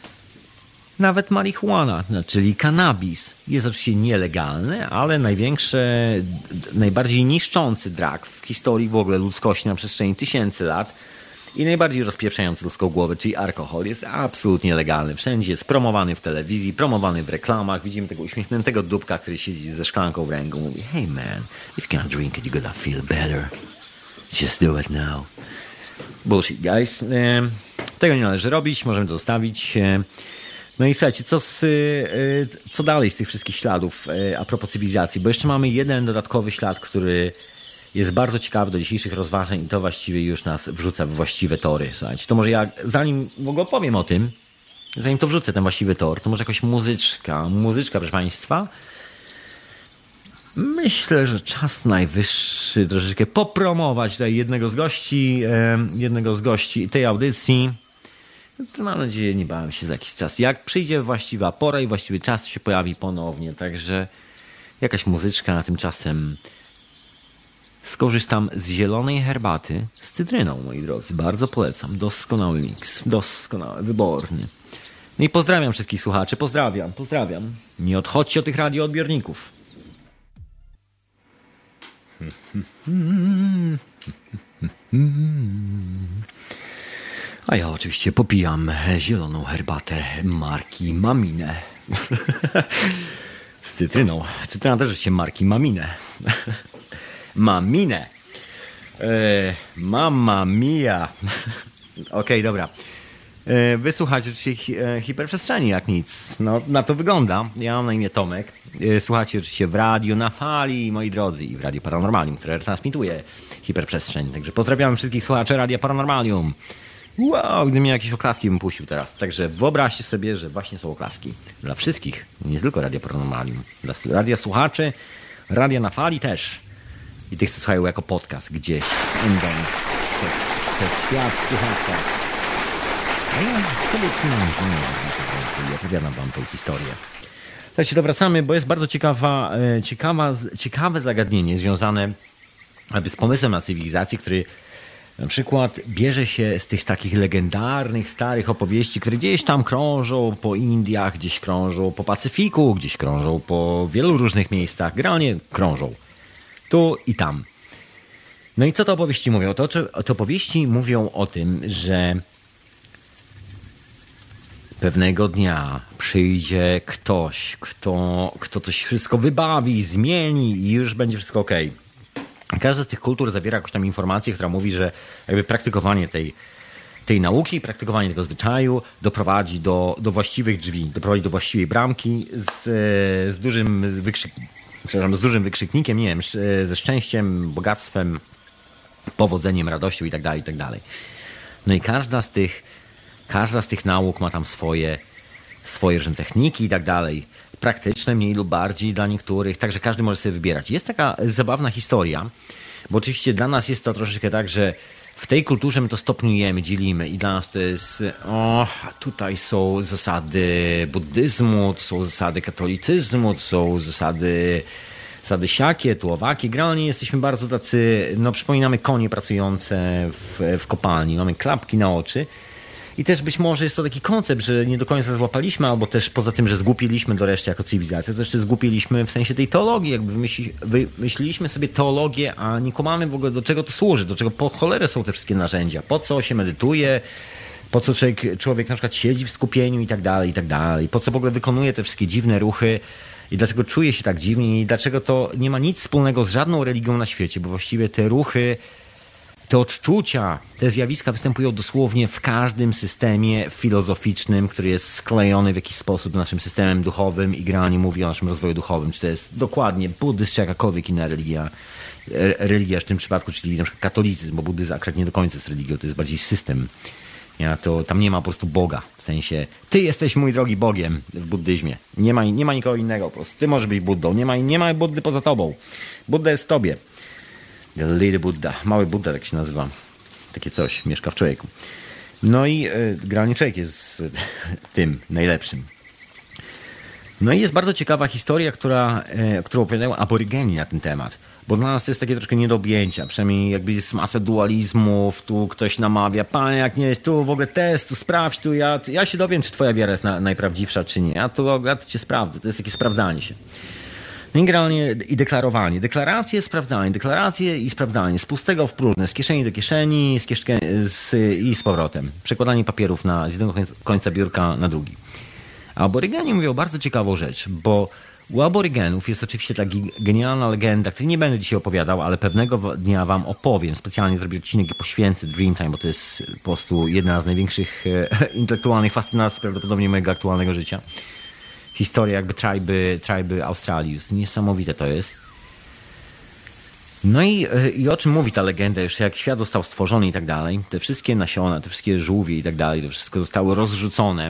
Speaker 1: nawet marihuana, czyli kanabis, jest oczywiście nielegalny, ale największe, najbardziej niszczący drag w historii w ogóle ludzkości na przestrzeni tysięcy lat i najbardziej rozpieprzający ludzką głowę, czyli alkohol, jest absolutnie legalny. Wszędzie jest promowany w telewizji, promowany w reklamach. Widzimy tego uśmiechniętego dupka, który siedzi ze szklanką w ręku. Mówi, hey man, if you can't drink it, you're gonna feel better. Just do it now. Bullshit, guys. Tego nie należy robić, możemy to zostawić. No i słuchajcie, co, z, co dalej z tych wszystkich śladów a propos cywilizacji? Bo jeszcze mamy jeden dodatkowy ślad, który jest bardzo ciekawy do dzisiejszych rozważań i to właściwie już nas wrzuca w właściwe tory. Słuchajcie, to może ja, zanim w ogóle opowiem o tym, zanim to wrzucę ten właściwy tor, to może jakoś muzyczka. Muzyczka, proszę Państwa. Myślę, że czas najwyższy troszeczkę popromować tutaj jednego z gości, jednego z gości tej audycji. To mam nadzieję, nie bałem się za jakiś czas. Jak przyjdzie właściwa pora i właściwy czas, się pojawi ponownie. Także jakaś muzyczka, a tymczasem skorzystam z zielonej herbaty z cytryną, moi drodzy. Bardzo polecam. Doskonały miks. Doskonały, wyborny. No i pozdrawiam wszystkich słuchaczy. Pozdrawiam, pozdrawiam. Nie odchodźcie od tych radioodbiorników. A ja oczywiście popijam zieloną herbatę marki Mamine. Z cytryną. Cytryna też się marki Mamine. Mamine. E, Mamma mia. Okej, okay, dobra. E, wysłuchajcie oczywiście hiperprzestrzeni jak nic. No, na to wygląda. Ja mam na imię Tomek. E, słuchajcie oczywiście w radiu na fali, moi drodzy, i w Radiu Paranormalium, które transmituje hiperprzestrzeń. Także pozdrawiam wszystkich słuchaczy Radia Paranormalium. Wow, gdybym miał jakieś oklaski, bym puścił teraz. Także wyobraźcie sobie, że właśnie są oklaski. Dla wszystkich, nie tylko Radia Paranormalium. Dla radia słuchaczy, Radia na fali też. I tych, co słuchają jako podcast gdzieś. Świat, słuchawka. A ja sobie trzymam, nie opowiadam wam tą historię. Słuchajcie, to wracamy, bo jest bardzo ciekawa, ciekawa, ciekawe zagadnienie związane jakby z pomysłem na cywilizację, który na przykład bierze się z tych takich legendarnych, starych opowieści, które gdzieś tam krążą po Indiach, gdzieś krążą po Pacyfiku, gdzieś krążą po wielu różnych miejscach. Generalnie krążą. Tu i tam. No i co te opowieści mówią? To, to opowieści mówią o tym, że pewnego dnia przyjdzie ktoś, kto, kto coś wszystko wybawi, zmieni i już będzie wszystko okej. Każda z tych kultur zawiera jakąś tam informację, która mówi, że jakby praktykowanie tej, tej nauki, praktykowanie tego zwyczaju doprowadzi do, do właściwych drzwi, doprowadzi do właściwej bramki z, z, dużym, wykrzyk, przepraszam, z dużym wykrzyknikiem, nie wiem, ze szczęściem, bogactwem, powodzeniem, radością i tak dalej, i tak dalej. No i każda z tych, każda z tych nauk ma tam swoje, swoje różne techniki i tak dalej. Praktyczne, mniej lub bardziej dla niektórych, także każdy może sobie wybierać. Jest taka zabawna historia, bo oczywiście dla nas jest to troszeczkę tak, że w tej kulturze my to stopniujemy, dzielimy i dla nas to jest, o, tutaj są zasady buddyzmu, to są zasady katolicyzmu, to są zasady, zasady siakie, tu owakie. Generalnie jesteśmy bardzo tacy, no przypominamy konie pracujące w, w kopalni, mamy klapki na oczy. I też być może jest to taki koncept, że nie do końca złapaliśmy, albo też poza tym, że zgłupiliśmy do reszty jako cywilizacja, to jeszcze zgłupiliśmy w sensie tej teologii, jakby wymyśli, wymyśliliśmy sobie teologię, a nie kumamy w ogóle do czego to służy, do czego po cholerę są te wszystkie narzędzia, po co się medytuje, po co człowiek, człowiek na przykład siedzi w skupieniu i tak dalej, i tak dalej, po co w ogóle wykonuje te wszystkie dziwne ruchy i dlaczego czuje się tak dziwnie i dlaczego to nie ma nic wspólnego z żadną religią na świecie, bo właściwie te ruchy, te odczucia, te zjawiska występują dosłownie w każdym systemie filozoficznym, który jest sklejony w jakiś sposób z naszym systemem duchowym i generalnie mówi o naszym rozwoju duchowym. Czy to jest dokładnie buddyzm, czy jakakolwiek inna religia, religia w tym przypadku, czyli na przykład katolicyzm, bo buddyzm akurat nie do końca jest religią, to jest bardziej system. Ja, to tam nie ma po prostu Boga, w sensie ty jesteś mój drogi Bogiem w buddyzmie. Nie ma, nie ma nikogo innego po prostu. Ty możesz być Buddą, nie ma, nie ma Buddy poza tobą. Budda jest w tobie. The Little Buddha, mały Buddha tak się nazywa. Takie coś, mieszka w człowieku. No i y, generalnie człowiek jest y, tym najlepszym. No i jest bardzo ciekawa historia, która, y, którą opowiadają aborygeni na ten temat. Bo dla nas to jest takie troszkę nie do objęcia. Przynajmniej jakby jest masę dualizmów, tu ktoś namawia, panie, jak nie jest tu w ogóle test, tu sprawdź, tu ja, ja się dowiem, czy twoja wiara jest na, najprawdziwsza, czy nie. Ja tu, ja tu cię sprawdzę. To jest takie sprawdzanie się. No i generalnie i deklarowanie. Deklaracje, sprawdzanie. Deklaracje i sprawdzanie. Z pustego w próżne. Z kieszeni do kieszeni z kieszkę, z, i z powrotem. Przekładanie papierów na, z jednego końca biurka na drugi. A aborygeni mówią bardzo ciekawą rzecz, bo u aborygenów jest oczywiście taka genialna legenda, której nie będę dzisiaj opowiadał, ale pewnego dnia wam opowiem. Specjalnie zrobię odcinek i poświęcę Dreamtime, bo to jest po prostu jedna z największych e, intelektualnych fascynacji prawdopodobnie mojego aktualnego życia. Historia jakby triby, triby Australii. Niesamowite to jest. No i, i o czym mówi ta legenda, jeszcze jak świat został stworzony i tak dalej. Te wszystkie nasiona, te wszystkie żółwie i tak dalej, to wszystko zostało rozrzucone.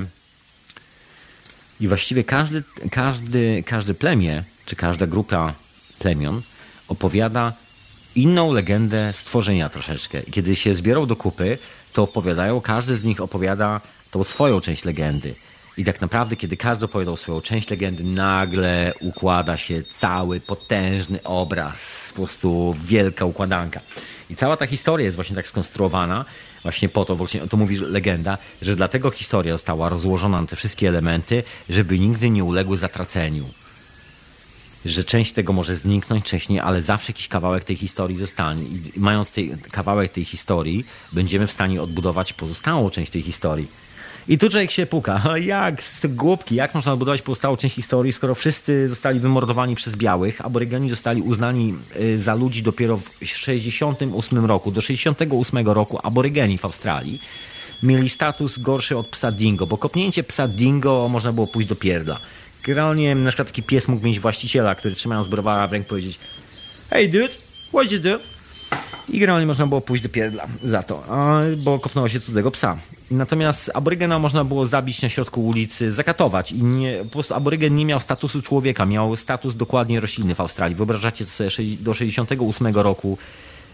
Speaker 1: I właściwie każdy, każdy, każde plemię, czy każda grupa plemion opowiada inną legendę stworzenia troszeczkę. I kiedy się zbiorą do kupy, to opowiadają, każdy z nich opowiada tą swoją część legendy. I tak naprawdę, kiedy każdy opowiadał swoją część legendy, nagle układa się cały potężny obraz. Po prostu wielka układanka. I cała ta historia jest właśnie tak skonstruowana, właśnie po to, właśnie to mówi legenda, że dlatego historia została rozłożona na te wszystkie elementy, żeby nigdy nie uległy zatraceniu. Że część tego może zniknąć, część nie, ale zawsze jakiś kawałek tej historii zostanie. I mając tej, kawałek tej historii, będziemy w stanie odbudować pozostałą część tej historii. I tu człowiek się puka. Jak? Z tych głupki, jak można odbudować pozostałą część historii, skoro wszyscy zostali wymordowani przez białych? Aborygeni zostali uznani za ludzi dopiero w sześćdziesiątym ósmym roku. Do sześćdziesiątego ósmego roku aborygeni w Australii mieli status gorszy od psa dingo, bo kopnięcie psa dingo można było pójść do pierdla. Generalnie na przykład taki pies mógł mieć właściciela, który trzymając browara w ręku powiedzieć: "Hey dude, what you do?" I generalnie można było pójść do pierdla za to, bo kopnęło się cudzego psa. Natomiast aborygena można było zabić na środku ulicy, zakatować. I nie, po prostu aborygen nie miał statusu człowieka, miał status dokładnie rośliny w Australii. Wyobrażacie sobie, do sześćdziesiątego ósmego roku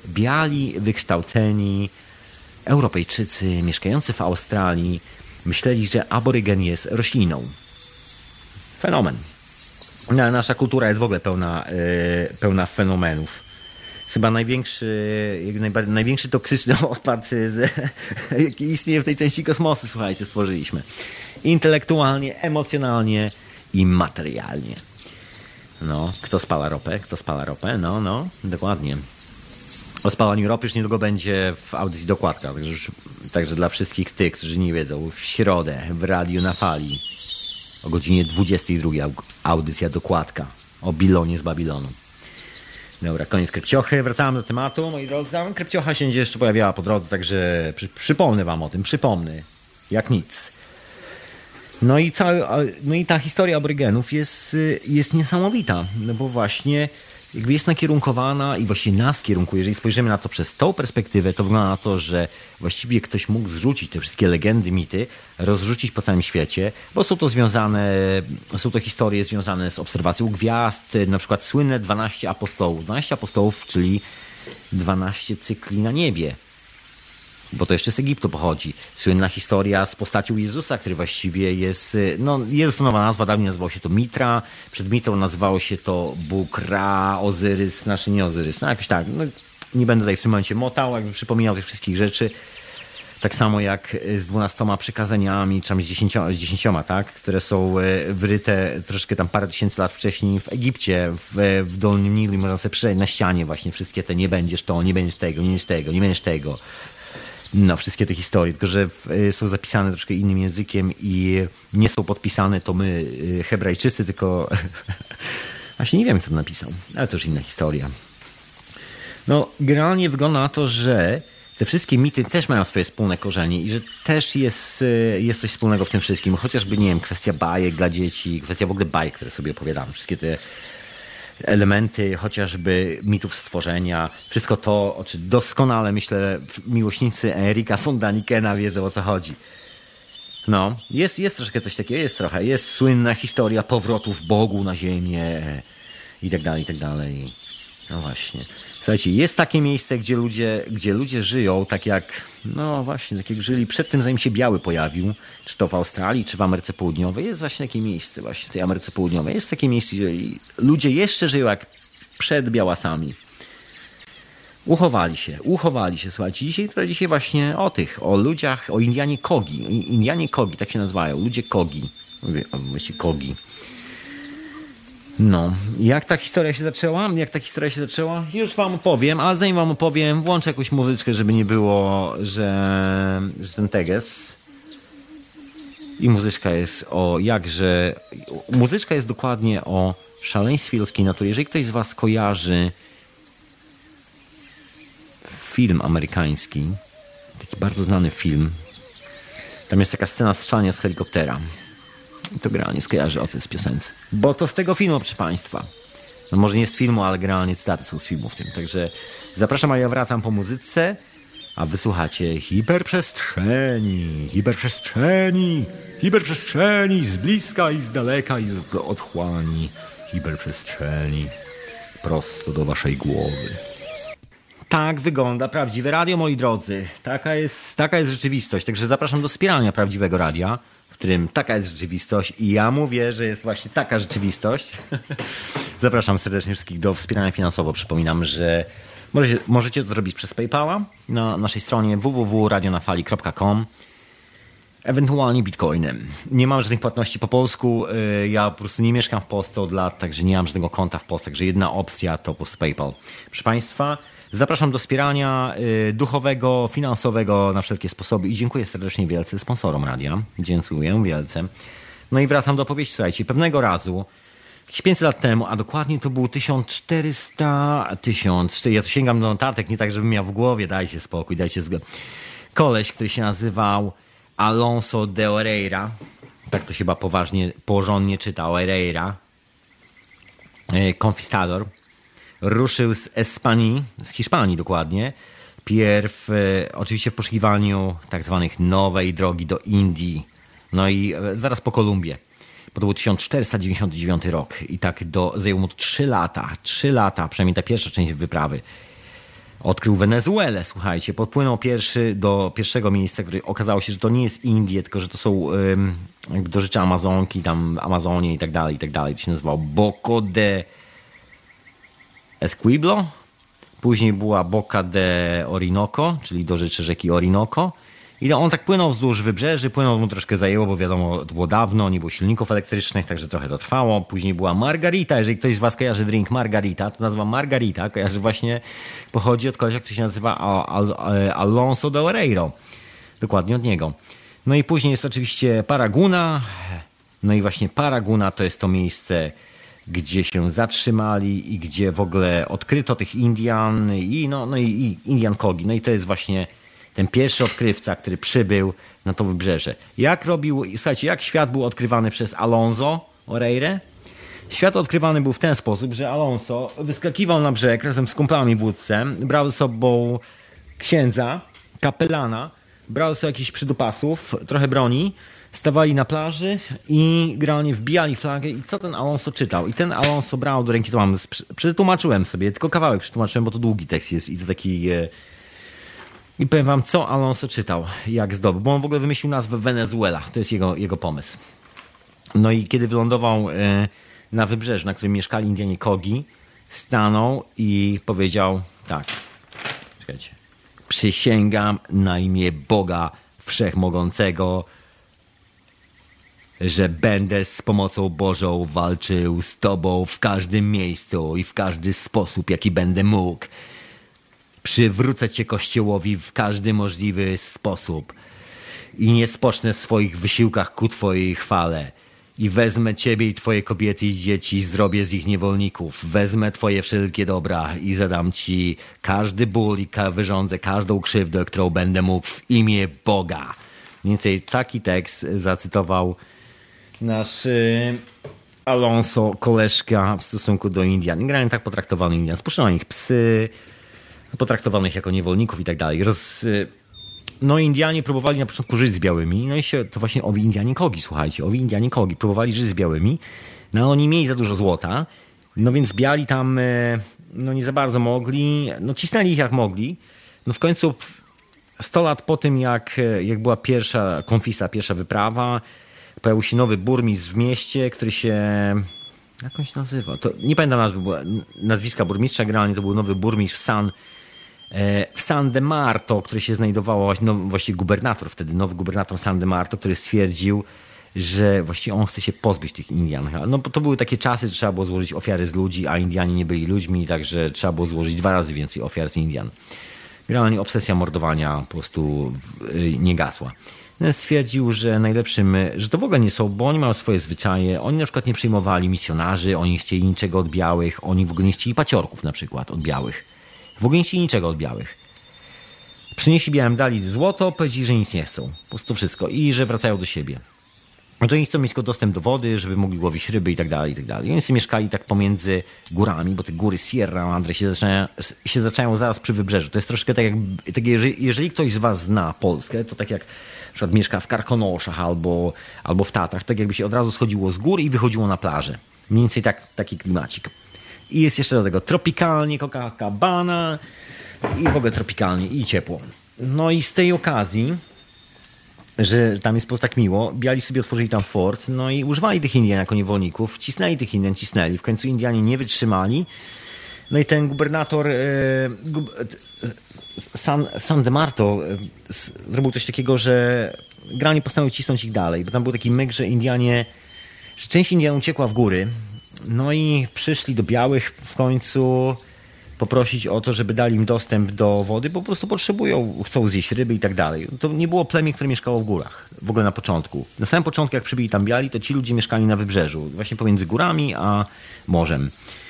Speaker 1: biali, wykształceni Europejczycy mieszkający w Australii myśleli, że aborygen jest rośliną. Fenomen. No, nasza kultura jest w ogóle pełna, yy, pełna fenomenów. Chyba największy, największy toksyczny odpad, z, jaki istnieje w tej części kosmosu, słuchajcie, stworzyliśmy. Intelektualnie, emocjonalnie i materialnie. No, kto spala ropę? Kto spala ropę? No, no, dokładnie. O spalaniu ropy już niedługo będzie w audycji Dokładka. Także, także dla wszystkich tych, którzy nie wiedzą, w środę w Radiu na Fali o godzinie dwudziestej drugiej audycja Dokładka o Bilonie z Babilonu. Dobra, koniec krypciochy. Wracamy do tematu, moi drodzy. Krypciocha się będzie jeszcze pojawiała po drodze, także przy, przypomnę wam o tym, przypomnę. Jak nic. No i, cały, no i ta historia aborygenów jest, jest niesamowita, no bo właśnie jakby jest nakierunkowana i właściwie nas kierunkuje. Jeżeli spojrzymy na to przez tą perspektywę, to wygląda na to, że właściwie ktoś mógł zrzucić te wszystkie legendy, mity, rozrzucić po całym świecie, bo są to związane, są to historie związane z obserwacją gwiazd, na przykład słynne dwanaście apostołów. dwanaście apostołów, czyli dwanaście cykli na niebie. Bo to jeszcze z Egiptu pochodzi. Słynna historia z postacią Jezusa, który właściwie jest, no Jezus to nowa nazwa, dawniej nazywało się to Mitra, przed Mitrą nazywało się to Bóg Ra, Ozyrys, znaczy nie Ozyrys, no jakoś tak. No, nie będę tutaj w tym momencie motał, jakby przypominał tych wszystkich rzeczy. Tak samo jak z dwunastoma przykazaniami, czy tam z dziesięcioma, z dziesięcioma, tak? Które są wyryte troszkę tam parę tysięcy lat wcześniej w Egipcie, w, w Dolnym Nilu i można sobie przeczytać na ścianie właśnie wszystkie te nie będziesz to, nie będziesz tego, nie będziesz tego, nie będziesz tego. No, wszystkie te historie, tylko że są zapisane troszkę innym językiem i nie są podpisane to my, Hebrajczycy, tylko właśnie nie wiem, kto to napisał, ale to już inna historia. No, generalnie wygląda na to, że te wszystkie mity też mają swoje wspólne korzenie i że też jest, jest coś wspólnego w tym wszystkim. Chociażby, nie wiem, kwestia bajek dla dzieci, kwestia w ogóle bajek, które sobie opowiadamy, wszystkie te elementy chociażby mitów stworzenia, wszystko to, o czym doskonale, myślę, miłośnicy Erika von Danikena wiedzą, o co chodzi. No, jest, jest troszkę coś takiego, jest trochę, jest słynna historia powrotów Bogu na ziemię i tak dalej, i tak dalej. No właśnie. Słuchajcie, jest takie miejsce, gdzie ludzie, gdzie ludzie żyją tak jak, no właśnie, tak jak żyli przed tym, zanim się biały pojawił, czy to w Australii, czy w Ameryce Południowej. Jest właśnie takie miejsce, właśnie w tej Ameryce Południowej. Jest takie miejsce, gdzie ludzie jeszcze żyją jak przed białasami. Uchowali się, uchowali się, słuchajcie. Dzisiaj, to dzisiaj właśnie o tych, o ludziach, o Indianie Kogi. Indianie Kogi, tak się nazywają, ludzie Kogi. Mówię, właściwie Kogi. No, jak ta historia się zaczęła? Jak ta historia się zaczęła? Już wam opowiem, ale zanim wam opowiem, włączę jakąś muzyczkę, żeby nie było, że, że ten teges. I muzyczka jest o jakże... Muzyczka jest dokładnie o szaleństwie ludzkiej natury. Jeżeli ktoś z was kojarzy film amerykański, taki bardzo znany film, tam jest taka scena strzelania z helikoptera. I to generalnie skojarzy o tym z piosence. Bo to z tego filmu, proszę państwa. No może nie z filmu, ale generalnie cytaty są z filmu w tym. Także zapraszam, a ja wracam po muzyce, a wysłuchacie hiperprzestrzeni, hiperprzestrzeni, hiperprzestrzeni, z bliska i z daleka i z otchłani hiperprzestrzeni, prosto do waszej głowy. Tak wygląda prawdziwe radio, moi drodzy. Taka jest, taka jest rzeczywistość. Także zapraszam do wspierania prawdziwego radia, w którym taka jest rzeczywistość i ja mówię, że jest właśnie taka rzeczywistość. Zapraszam serdecznie wszystkich do wspierania finansowo. Przypominam, że możecie, możecie to zrobić przez PayPala na naszej stronie w w w kropka radionafali kropka com, ewentualnie bitcoinem. Nie mam żadnych płatności po polsku. Ja po prostu nie mieszkam w Polsce od lat, także nie mam żadnego konta w Polsce. Także jedna opcja to po prostu PayPal. Proszę państwa, zapraszam do wspierania duchowego, finansowego na wszelkie sposoby i dziękuję serdecznie wielce sponsorom radia. Dziękuję wielce. No i wracam do opowieści. Słuchajcie, pewnego razu, jakieś pięćset lat temu, a dokładnie to był tysiąc czterysta, tysiąc, ja to sięgam do notatek, nie tak, żebym miał w głowie, dajcie spokój, dajcie zgodę. Koleś, który się nazywał Alonso de Oreira, tak to się chyba poważnie, porządnie czyta, Oreira, konfistador, ruszył z Espanii, z Hiszpanii dokładnie, pierw e, oczywiście w poszukiwaniu tak zwanych nowej drogi do Indii, no i e, zaraz po Kolumbię, bo to był tysiąc czterysta dziewięćdziesiąty dziewiąty rok i tak do, zajęło mu trzy lata, trzy lata, przynajmniej ta pierwsza część wyprawy. Odkrył Wenezuelę, słuchajcie. Podpłynął pierwszy do pierwszego miejsca, które okazało się, że to nie jest Indie, tylko że to są ym, jakby do rzeczy Amazonki, tam Amazonie i tak dalej, i tak dalej. To się nazywało Boca de Esquible. Później była Boca de Orinoco, czyli do rzeczy rzeki Orinoco. I on tak płynął wzdłuż wybrzeży, płynął mu troszkę zajęło, bo wiadomo, to było dawno, nie było silników elektrycznych, także trochę to trwało. Później była Margarita, jeżeli ktoś z was kojarzy drink Margarita, to nazwa Margarita kojarzy właśnie, pochodzi od kogoś, który się nazywa Al- Al- Alonso de Oreiro. Dokładnie od niego. No i później jest oczywiście Paraguna. No i właśnie Paraguna to jest to miejsce, gdzie się zatrzymali i gdzie w ogóle odkryto tych Indian i, no, no i, i Indian Kogi. No i to jest właśnie ten pierwszy odkrywca, który przybył na to wybrzeże. Jak robił, słuchajcie, jak świat był odkrywany przez Alonso Oreire? Świat odkrywany był w ten sposób, że Alonso wyskakiwał na brzeg razem z kumplami w łódce, brał ze sobą księdza, kapelana, brał sobie jakichś przydupasów, trochę broni, stawali na plaży i generalnie wbijali flagę i co ten Alonso czytał? I ten Alonso brał do ręki, to mam, przetłumaczyłem sobie, tylko kawałek przetłumaczyłem, bo to długi tekst jest i to taki... I powiem wam, co Alonso czytał, jak zdobył, bo on w ogóle wymyślił nazwę Wenezuela, to jest jego, jego pomysł. No i kiedy wylądował na wybrzeżu, na którym mieszkali Indianie Kogi, stanął i powiedział tak, czekajcie, przysięgam na imię Boga Wszechmogącego, że będę z pomocą Bożą walczył z tobą w każdym miejscu i w każdy sposób, jaki będę mógł. Przywrócę cię Kościołowi w każdy możliwy sposób i nie spocznę w swoich wysiłkach ku twojej chwale. I wezmę ciebie i twoje kobiety i dzieci i zrobię z ich niewolników. Wezmę twoje wszelkie dobra i zadam ci każdy ból i wyrządzę każdą krzywdę, którą będę mógł w imię Boga. Mniej więcej taki tekst zacytował nasz y, Alonso, koleżka w stosunku do Indian. Generalnie tak potraktowano Indian. Spuszczono ich psy, potraktowano ich jako niewolników i tak dalej. Roz, no Indianie próbowali na początku żyć z białymi, no i się, to właśnie owi Indianie Kogi, słuchajcie, owi Indianie Kogi próbowali żyć z białymi, no ale oni mieli za dużo złota, no więc biali tam no nie za bardzo mogli, no cisnęli ich jak mogli, no w końcu sto lat po tym jak, jak była pierwsza konkwista, pierwsza wyprawa, pojawił się nowy burmistrz w mieście, który się... Jak on się nazywa? To, nie pamiętam nazwy, nazwiska burmistrza, generalnie to był nowy burmistrz w San, w San de Marto, który się znajdował, no, właściwie gubernator wtedy, nowy gubernator San de Marto, który stwierdził, że właściwie on chce się pozbyć tych Indian. No to były takie czasy, że trzeba było złożyć ofiary z ludzi, a Indianie nie byli ludźmi, także trzeba było złożyć dwa razy więcej ofiar z Indian. Generalnie obsesja mordowania po prostu nie gasła. Stwierdził, że najlepszym, że to w ogóle nie są, bo oni mają swoje zwyczaje, oni na przykład nie przyjmowali misjonarzy, oni nie chcieli niczego od białych, oni w ogóle nie chcieli paciorków na przykład od białych. W ogóle nie chcieli niczego od białych. Przynieśli białym, dali złoto, powiedzieli, że nic nie chcą. Po prostu wszystko. I że wracają do siebie. Że oni chcą mieć tylko dostęp do wody, żeby mogli łowić ryby i tak dalej, i tak dalej. I oni sobie mieszkali tak pomiędzy górami, bo te góry Sierra Madre się zaczynają, się zaczynają zaraz przy wybrzeżu. To jest troszkę tak jak, tak jeżeli, jeżeli ktoś z was zna Polskę, to tak jak na przykład mieszka w Karkonoszach albo, albo w Tatrach, tak jakby się od razu schodziło z gór i wychodziło na plażę. Mniej więcej tak, taki klimacik. I jest jeszcze do tego tropikalnie, Copacabana i w ogóle tropikalnie i ciepło. No i z tej okazji, że tam jest po prostu tak miło, biali sobie otworzyli tam fort, no i używali tych Indian jako niewolników, cisnęli tych Indian, cisnęli. W końcu Indianie nie wytrzymali. No i ten gubernator e, gub, San, San de Marto e, zrobił coś takiego, że generalnie postanowił cisnąć ich dalej, bo tam był taki myk, że Indianie, że część Indian uciekła w góry, no i przyszli do białych w końcu poprosić o to, żeby dali im dostęp do wody, bo po prostu potrzebują, chcą zjeść ryby i tak dalej. To nie było plemię, które mieszkało w górach, w ogóle na początku. Na samym początku, jak przybyli tam biali, to ci ludzie mieszkali na wybrzeżu, właśnie pomiędzy górami a morzem.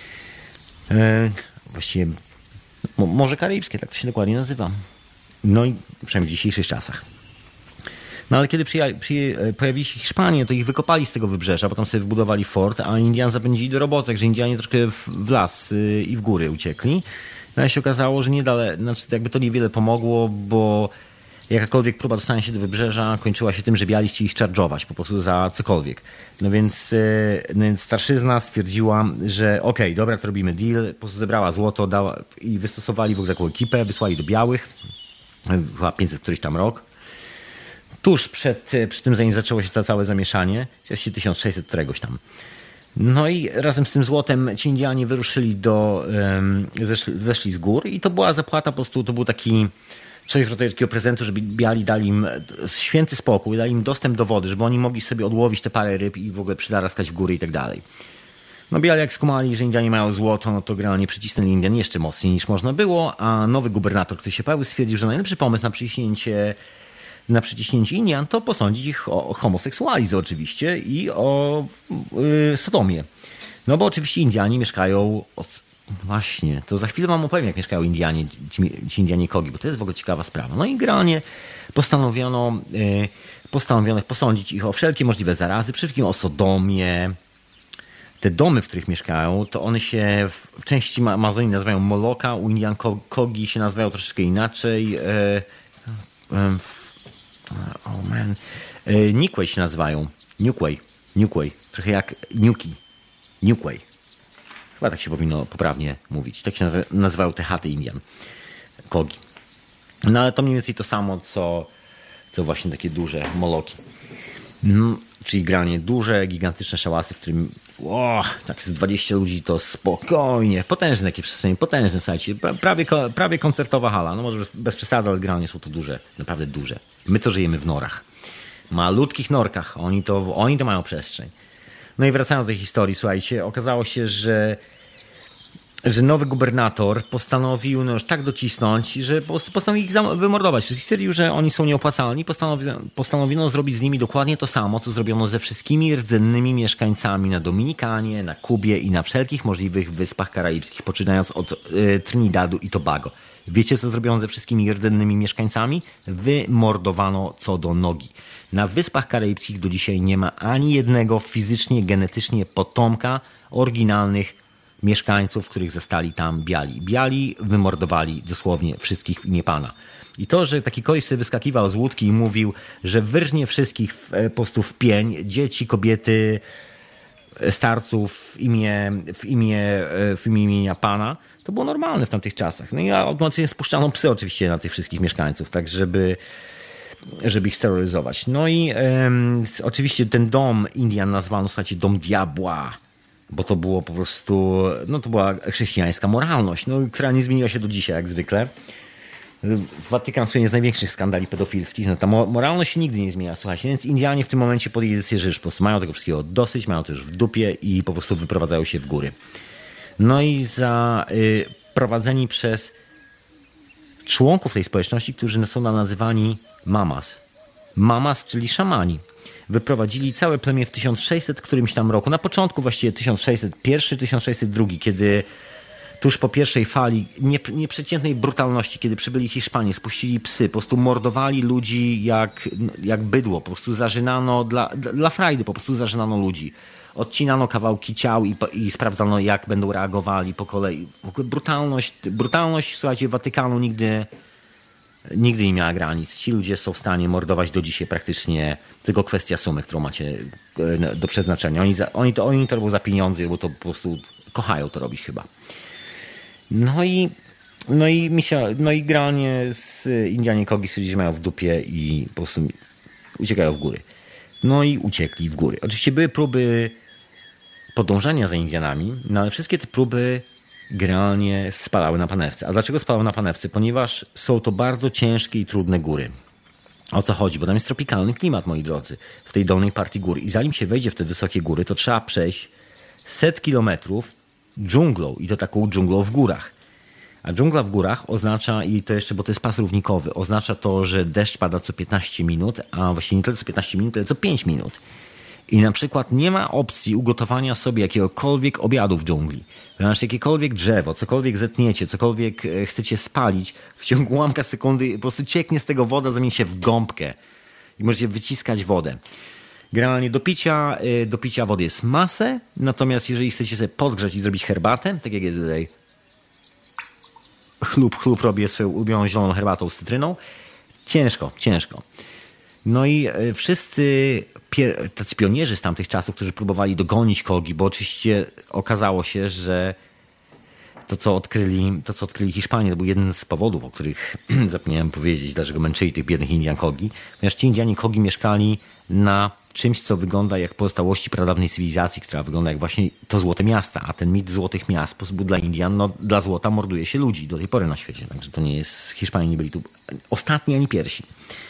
Speaker 1: E, właściwie no, Morze Karibskie, tak to się dokładnie nazywa. No i przynajmniej w dzisiejszych czasach. No ale kiedy przyja- przyje- pojawili się Hiszpanie, to ich wykopali z tego wybrzeża, potem sobie wybudowali fort, a Indian zapędzili do roboty, także Indianie troszkę w, w las yy, i w góry uciekli. No ale się okazało, że nie dalej, znaczy jakby to niewiele pomogło, bo jakakolwiek próba dostania się do wybrzeża kończyła się tym, że biali chcieli ich charge'ować po prostu za cokolwiek. No więc, no więc starszyzna stwierdziła, że okej, okay, dobra, to robimy deal, po prostu zebrała złoto dała, i wystosowali w ogóle taką ekipę, wysłali do białych, chyba pięćset któryś tam rok. Tuż przed, przed tym, zanim zaczęło się to całe zamieszanie, tysiąc sześćset któregoś tam. No i razem z tym złotem ci Indianie wyruszyli do, um, zeszli, zeszli z gór i to była zapłata, po prostu to był taki coś w rodzaju takiego prezentu, żeby biali dali im święty spokój, dali im dostęp do wody, żeby oni mogli sobie odłowić te parę ryb i w ogóle przydaraskać w góry i tak dalej. No biali jak skumali, że Indianie mają złoto, no to generalnie przycisnęli Indian jeszcze mocniej niż można było, a nowy gubernator, który się pojawił, stwierdził, że najlepszy pomysł na przyciśnięcie na przyciśnięcie Indian, to posądzić ich o homoseksualizm oczywiście i o yy, sodomię. No bo oczywiście Indianie mieszkają... Od... Właśnie, to za chwilę wam opowiem, jak mieszkają Indianie, ci, ci Indianie Kogi, bo to jest w ogóle ciekawa sprawa. No i generalnie postanowiono, yy, postanowiono posądzić ich o wszelkie możliwe zarazy, przede wszystkim o sodomię. Te domy, w których mieszkają, to one się w, w części Amazonii nazywają Moloka, u Indian Kogi się nazywają troszeczkę inaczej. Yy, yy, Oh man. Nikway się nazywają. Nikway. Nikway. Trochę jak Niuki. Nikway. Chyba tak się powinno poprawnie mówić. Tak się nazywają te chaty Indian. Kogi. No ale to mniej więcej to samo, co, co właśnie takie duże moloki. Mm, czyli granie duże, gigantyczne szałasy, w którym o, tak z dwadzieścia ludzi to spokojnie. Potężne takie przestrzenie, potężne, słuchajcie. Prawie, prawie koncertowa hala. No może bez przesady, ale granie są to duże. Naprawdę duże. My to żyjemy w norach. Malutkich norkach. Oni to, oni to mają przestrzeń. No i wracając do tej historii, słuchajcie, okazało się, że że nowy gubernator postanowił no już tak docisnąć, że po prostu postanowił ich wymordować. Stwierdził, że oni są nieopłacalni. Postanowiono, postanowiono zrobić z nimi dokładnie to samo, co zrobiono ze wszystkimi rdzennymi mieszkańcami na Dominikanie, na Kubie i na wszelkich możliwych wyspach karaibskich, poczynając od y, Trinidadu i Tobago. Wiecie, co zrobiono ze wszystkimi rdzennymi mieszkańcami? Wymordowano co do nogi. Na Wyspach Karaibskich do dzisiaj nie ma ani jednego fizycznie, genetycznie potomka oryginalnych mieszkańców, których zastali tam biali. Biali wymordowali dosłownie wszystkich w imię Pana. I to, że taki koleś sobie wyskakiwał z łódki i mówił, że wyrżnie wszystkich w, po prostu w pień, dzieci, kobiety, starców w imię, w imię, w imię imienia Pana, to było normalne w tamtych czasach. No i automatycznie spuszczano psy oczywiście na tych wszystkich mieszkańców, tak żeby żeby ich steroryzować. No i um, oczywiście ten dom Indian nazwano, słuchajcie, dom diabła, bo to było po prostu, no to była chrześcijańska moralność, no, która nie zmieniła się do dzisiaj, jak zwykle. Watykan słynie z największych skandali pedofilskich, no ta moralność się nigdy nie zmienia, słuchajcie, więc Indianie w tym momencie podjęli decyzję, że już po prostu mają tego wszystkiego dosyć, mają to już w dupie i po prostu wyprowadzają się w góry. No i za y, prowadzeni przez członków tej społeczności, którzy są nazywani mamas. Mamas, czyli szamani. Wyprowadzili całe plemię w tysiąc sześćset którymś tam roku. Na początku właściwie tysiąc sześćset jeden, tysiąc sześćset dwa, kiedy tuż po pierwszej fali nieprzeciętnej brutalności, kiedy przybyli Hiszpanie, spuścili psy, po prostu mordowali ludzi jak, jak bydło, po prostu zarzynano, dla, dla frajdy po prostu zarzynano ludzi. Odcinano kawałki ciał i, i sprawdzano, jak będą reagowali po kolei. W ogóle brutalność, brutalność, słuchajcie, Watykanu nigdy, nigdy nie miała granic. Ci ludzie są w stanie mordować do dzisiaj praktycznie, tylko kwestia sumy, którą macie do przeznaczenia. Oni, za, oni, to, oni to robią za pieniądze, bo to po prostu kochają to robić chyba. No i, no i misja, no i granie z Indianie Kogi stwierdzili, że mają w dupie i po prostu uciekają w góry. No i uciekli w góry. Oczywiście były próby podążania za Indianami, no ale wszystkie te próby generalnie spalały na panewce. A dlaczego spalały na panewce? Ponieważ są to bardzo ciężkie i trudne góry. O co chodzi? Bo tam jest tropikalny klimat, moi drodzy, w tej dolnej partii góry. I zanim się wejdzie w te wysokie góry, to trzeba przejść set kilometrów dżunglą. I to taką dżunglą w górach. A dżungla w górach oznacza, i to jeszcze, bo to jest pas równikowy, oznacza to, że deszcz pada co piętnaście minut, a właściwie nie tyle co piętnaście minut, ale co pięć minut. I na przykład nie ma opcji ugotowania sobie jakiegokolwiek obiadu w dżungli. Ponieważ jakiekolwiek drzewo, cokolwiek zetniecie, cokolwiek chcecie spalić, w ciągu ułamka sekundy po prostu cieknie z tego woda, zamieni się w gąbkę. I możecie wyciskać wodę. Generalnie do picia, do picia wody jest masę, natomiast jeżeli chcecie sobie podgrzać i zrobić herbatę, tak jak jest tutaj, chlub, chlub robię swoją ulubioną zieloną herbatą z cytryną, ciężko, ciężko. No i wszyscy tacy pionierzy z tamtych czasów, którzy próbowali dogonić kogi, bo oczywiście okazało się, że to, co odkryli, to, co odkryli Hiszpanie, to był jeden z powodów, o których zapomniałem powiedzieć, dlaczego męczyli tych biednych Indian kogi. Ponieważ ci Indianie kogi mieszkali na czymś, co wygląda jak pozostałości pradawnej cywilizacji, która wygląda jak właśnie to złote miasta, a ten mit złotych miast po prostu był dla Indian, no dla złota morduje się ludzi do tej pory na świecie, także to nie jest, Hiszpanie nie byli tu ostatni ani pierwsi.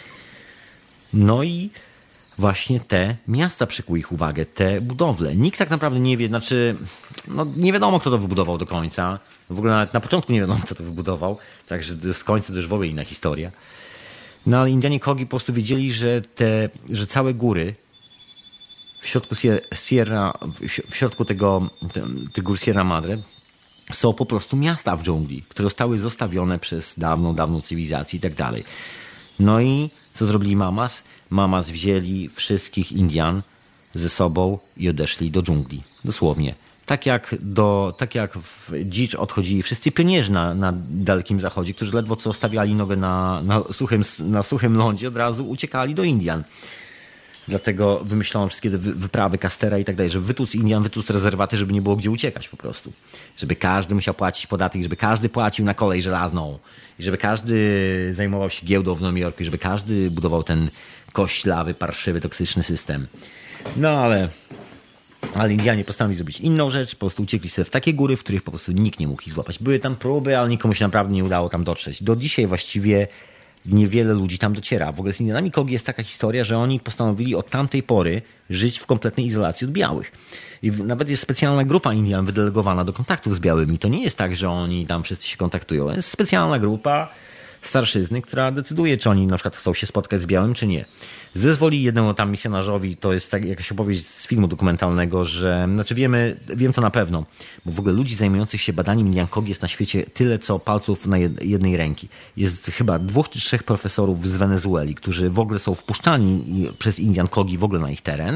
Speaker 1: No i właśnie te miasta przykuły ich uwagę, te budowle. Nikt tak naprawdę nie wie, znaczy, no nie wiadomo, kto to wybudował do końca. W ogóle nawet na początku nie wiadomo, kto to wybudował, także z końca to już w ogóle inna historia. No ale Indianie kogi po prostu wiedzieli, że te, że całe góry w środku Sierra, w środku tego, tych gór Sierra Madre są po prostu miasta w dżungli, które zostały zostawione przez dawną, dawną cywilizację i tak dalej. No i co zrobili Mamas? Mamas wzięli wszystkich Indian ze sobą i odeszli do dżungli. Dosłownie. Tak jak, do, tak jak w dzicz odchodzili wszyscy pionierzy na, na Dalekim Zachodzie, którzy ledwo co stawiali nogę na, na, suchym, na suchym lądzie, od razu uciekali do Indian. Dlatego wymyślono wszystkie te wyprawy Castera i tak dalej, żeby wytłuc Indian, wytłuc rezerwaty, żeby nie było gdzie uciekać po prostu. Żeby każdy musiał płacić podatek, żeby każdy płacił na kolej żelazną. I żeby każdy zajmował się giełdą w Nowym Jorku i żeby każdy budował ten koślawy, parszywy, toksyczny system. No ale, ale Indianie postanowili zrobić inną rzecz, po prostu uciekli sobie w takie góry, w których po prostu nikt nie mógł ich złapać. Były tam próby, ale nikomu się naprawdę nie udało tam dotrzeć. Do dzisiaj właściwie niewiele ludzi tam dociera. W ogóle z Indianami kogi jest taka historia, że oni postanowili od tamtej pory żyć w kompletnej izolacji od białych. I nawet jest specjalna grupa Indian wydelegowana do kontaktów z białymi. To nie jest tak, że oni tam wszyscy się kontaktują. Jest specjalna grupa starszyzny, która decyduje, czy oni na przykład chcą się spotkać z białym, czy nie. Zezwoli jednemu tam misjonarzowi, to jest tak jakaś opowieść z filmu dokumentalnego, że, znaczy wiemy, wiem to na pewno, bo w ogóle ludzi zajmujących się badaniem Indian kogi jest na świecie tyle, co palców na jednej ręki. Jest chyba dwóch czy trzech profesorów z Wenezueli, którzy w ogóle są wpuszczani przez Indian kogi w ogóle na ich teren.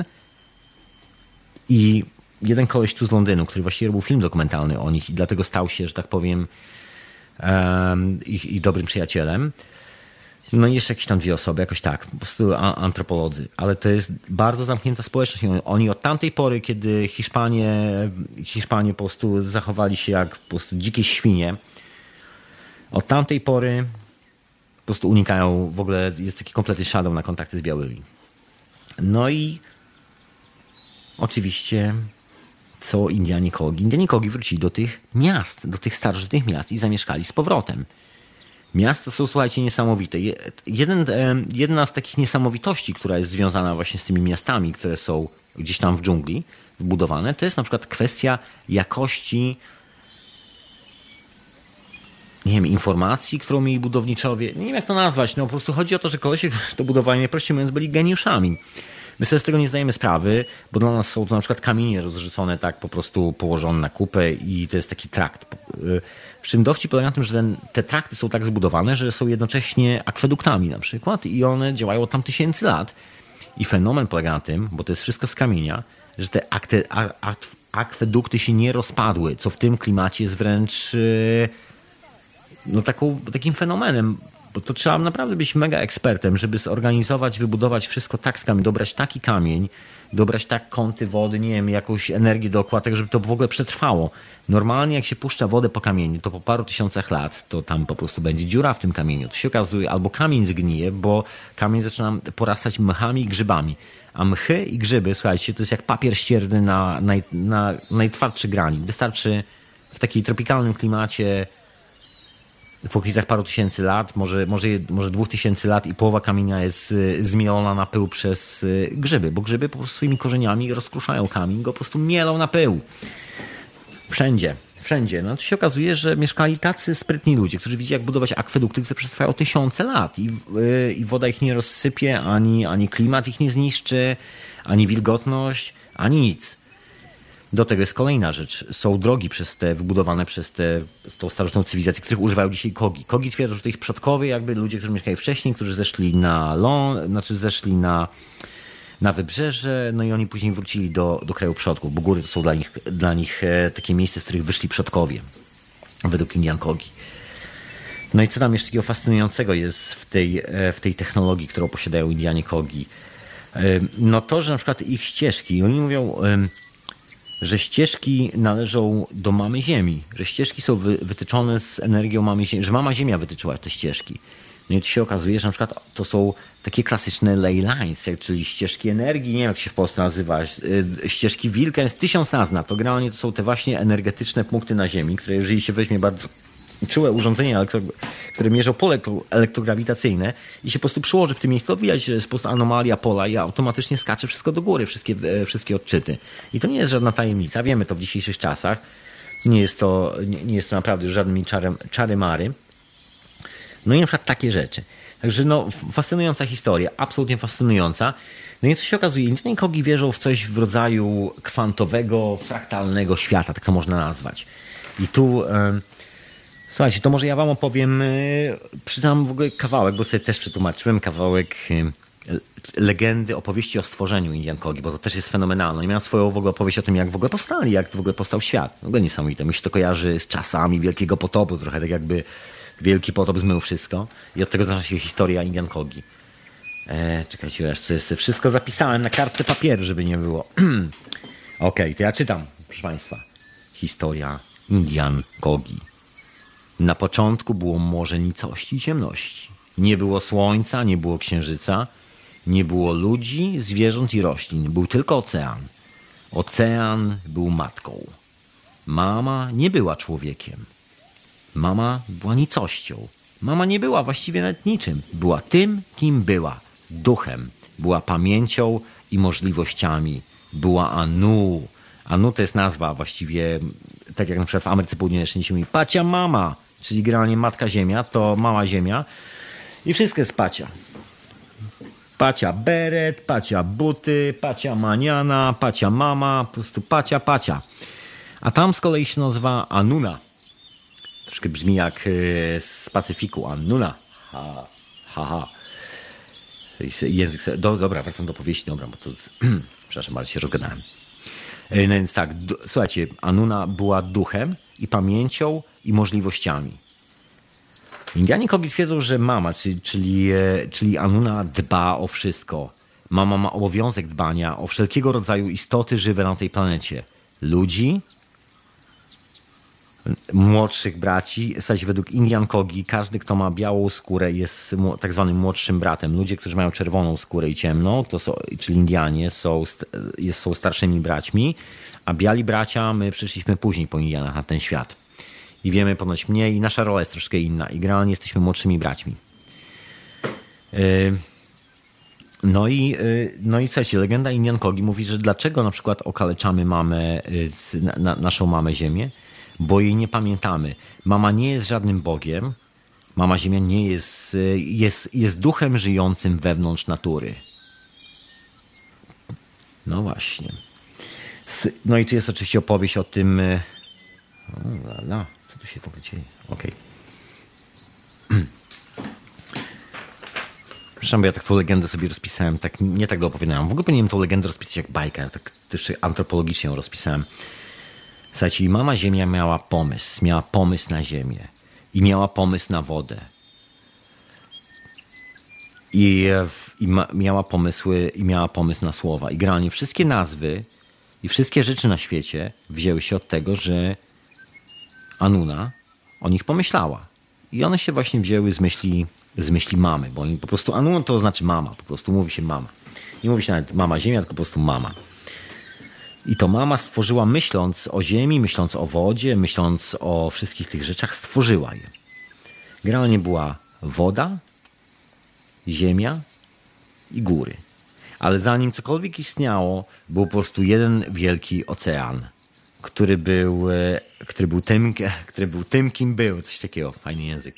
Speaker 1: I jeden koleś tu z Londynu, który właściwie robił film dokumentalny o nich i dlatego stał się, że tak powiem, um, ich, ich dobrym przyjacielem. No i jeszcze jakieś tam dwie osoby, jakoś tak, po prostu antropolodzy. Ale to jest bardzo zamknięta społeczność. Oni od tamtej pory, kiedy Hiszpanie, Hiszpanie po prostu zachowali się jak po prostu dzikie świnie, od tamtej pory po prostu unikają, w ogóle jest taki kompletny shadow na kontakty z białymi. No i oczywiście co Indianie kogi? Indianie kogi wrócili do tych miast, do tych starożytnych miast i zamieszkali z powrotem. Miasta są, słuchajcie, niesamowite. Jeden, jedna z takich niesamowitości, która jest związana właśnie z tymi miastami, które są gdzieś tam w dżungli wbudowane, to jest na przykład kwestia jakości, nie wiem, informacji, którą mieli budowniczowie. Nie wiem, jak to nazwać. No po prostu chodzi o to, że kolesie to budowali, najprościej mówiąc, byli geniuszami. My sobie z tego nie zdajemy sprawy, bo dla nas są to na przykład kamienie rozrzucone tak po prostu położone na kupę i to jest taki trakt. W czym dowcip polega na tym, że ten, te trakty są tak zbudowane, że są jednocześnie akweduktami na przykład i one działają od tam tysięcy lat. I fenomen polega na tym, bo to jest wszystko z kamienia, że te akte, a, a, akwedukty się nie rozpadły, co w tym klimacie jest wręcz no, taką, takim fenomenem. Bo to trzeba naprawdę być mega ekspertem, żeby zorganizować, wybudować wszystko tak z kamienia, dobrać taki kamień, dobrać tak kąty wody, nie wiem, jakąś energię dookoła tego, żeby to w ogóle przetrwało. Normalnie jak się puszcza wodę po kamieniu, to po paru tysiącach lat to tam po prostu będzie dziura w tym kamieniu. To się okazuje, albo kamień zgnije, bo kamień zaczyna porastać mchami i grzybami. A mchy i grzyby, słuchajcie, to jest jak papier ścierny na, na, na najtwardszy granit. Wystarczy w takim tropikalnym klimacie w okolicach paru tysięcy lat, może, może, może dwóch tysięcy lat i połowa kamienia jest zmielona na pył przez grzyby, bo grzyby po prostu swoimi korzeniami rozkruszają kamień, go po prostu mielą na pył. Wszędzie, wszędzie. No to się okazuje, że mieszkali tacy sprytni ludzie, którzy widzieli, jak budować akwedukty, które przetrwają tysiące lat i, yy, i woda ich nie rozsypie, ani, ani klimat ich nie zniszczy, ani wilgotność, ani nic. Do tego jest kolejna rzecz. Są drogi przez te, wybudowane przez tę starożytną cywilizację, których używają dzisiaj kogi. Kogi twierdzą, że to ich przodkowie, jakby ludzie, którzy mieszkali wcześniej, którzy zeszli na ląd, znaczy zeszli na, na wybrzeże, no i oni później wrócili do, do kraju przodków, bo góry to są dla nich, dla nich takie miejsce, z których wyszli przodkowie, według Indian kogi. No i co tam jeszcze takiego fascynującego jest w tej, w tej technologii, którą posiadają Indianie Kogi? No to, że na przykład ich ścieżki, oni mówią, że ścieżki należą do mamy Ziemi, że ścieżki są wy, wytyczone z energią mamy Ziemi, że mama Ziemia wytyczyła te ścieżki. No i tu się okazuje, że na przykład to są takie klasyczne ley lines, czyli ścieżki energii, nie wiem jak się w Polsce nazywa, ścieżki wilka, jest tysiąc nazw na to. Generalnie to są te właśnie energetyczne punkty na Ziemi, które jeżeli się weźmie bardzo czułe urządzenia, które mierzą pole elektrograwitacyjne i się po prostu przyłoży w tym miejscu, to widać, że jest po prostu anomalia pola i automatycznie skacze wszystko do góry, wszystkie, wszystkie odczyty. I to nie jest żadna tajemnica, wiemy to w dzisiejszych czasach. Nie jest to, nie, nie jest to naprawdę już żadnymi czarem, czary-mary. No i na przykład takie rzeczy. Także no, fascynująca historia, absolutnie fascynująca. No i co się okazuje, Indianie Kogi wierzą w coś w rodzaju kwantowego, fraktalnego świata, tak to można nazwać. I tu... Yy, Słuchajcie, to może ja wam opowiem, przytam w ogóle kawałek, bo sobie też przetłumaczyłem kawałek legendy, opowieści o stworzeniu Indian Kogi, bo to też jest fenomenalne. I miałem swoją w ogóle opowieść o tym, jak w ogóle powstali, jak w ogóle powstał świat. W ogóle niesamowite. Mi się to kojarzy z czasami Wielkiego Potopu, trochę tak jakby Wielki Potop zmył wszystko. I od tego zaczyna się historia Indian Kogi. Eee, czekajcie, aż co jest, wszystko zapisałem na kartce papieru, żeby nie było. Okej, okay, to ja czytam, proszę państwa. Historia Indian Kogi. Na początku było morze nicości i ciemności. Nie było słońca, nie było księżyca, nie było ludzi, zwierząt i roślin. Był tylko ocean. Ocean był matką. Mama nie była człowiekiem. Mama była nicością. Mama nie była właściwie nawet niczym. Była tym, kim była. Duchem. Była pamięcią i możliwościami. Była Anu. Anu to jest nazwa właściwie, tak jak na przykład w Ameryce Południowej się mówi Pacia Mama, czyli generalnie Matka Ziemia, to Mała Ziemia i wszystko jest Pacia. Pacia beret, Pacia buty, Pacia maniana, Pacia mama, po prostu Pacia, Pacia. A tam z kolei się nazywa Anuna. Troszkę brzmi jak z Pacyfiku, Anuna. Ha, ha, ha. Język, do, dobra, wracam do powieści, dobra, bo to, przepraszam, ale się rozgadałem. No więc tak, d- słuchajcie, Anuna była duchem i pamięcią i możliwościami. Indianie Kogi twierdzą, że mama, czyli, czyli, czyli Anuna dba o wszystko. Mama ma obowiązek dbania o wszelkiego rodzaju istoty żywe na tej planecie. Ludzi, młodszych braci. Słuchajcie, według Indian Kogi każdy, kto ma białą skórę, jest tak zwanym młodszym bratem. Ludzie, którzy mają czerwoną skórę i ciemną, to są, czyli Indianie, są, są starszymi braćmi, a biali bracia, my przyszliśmy później po Indianach na ten świat. I wiemy ponoć mniej i nasza rola jest troszkę inna. I generalnie jesteśmy młodszymi braćmi. No i, no i słuchajcie, legenda Indian Kogi mówi, że dlaczego na przykład okaleczamy mamę, na, naszą mamę Ziemię, bo jej nie pamiętamy. Mama nie jest żadnym Bogiem. Mama Ziemia nie jest, jest, jest duchem żyjącym wewnątrz natury. No właśnie. No i tu jest oczywiście opowieść o tym... O, la, la. Co tu się w ogóle dzieje? Okej. Okay. Przepraszam, bo ja tak tą legendę sobie rozpisałem, tak nie tak do opowiadania. W ogóle powinienem tą legendę rozpisać jak bajkę. Ja tak też antropologicznie ją rozpisałem. Słuchajcie, i mama Ziemia miała pomysł. Miała pomysł na ziemię. I miała pomysł na wodę. I, i ma, miała pomysły, i miała pomysł na słowa. I generalnie wszystkie nazwy i wszystkie rzeczy na świecie wzięły się od tego, że Anuna o nich pomyślała. I one się właśnie wzięły z myśli, z myśli mamy. Bo po prostu Anuna to znaczy mama. Po prostu mówi się mama. Nie mówi się nawet mama Ziemia, tylko po prostu mama. I to mama stworzyła, myśląc o ziemi, myśląc o wodzie, myśląc o wszystkich tych rzeczach, stworzyła je. Generalnie była woda, ziemia i góry. Ale zanim cokolwiek istniało, był po prostu jeden wielki ocean, który był, który był tym, który był tym, kim był. Coś takiego, fajny język.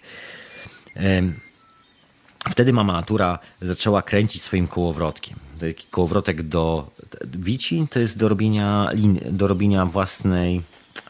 Speaker 1: Wtedy mama natura zaczęła kręcić swoim kołowrotkiem. Taki kołowrotek do wici to jest do robienia, do robienia własnej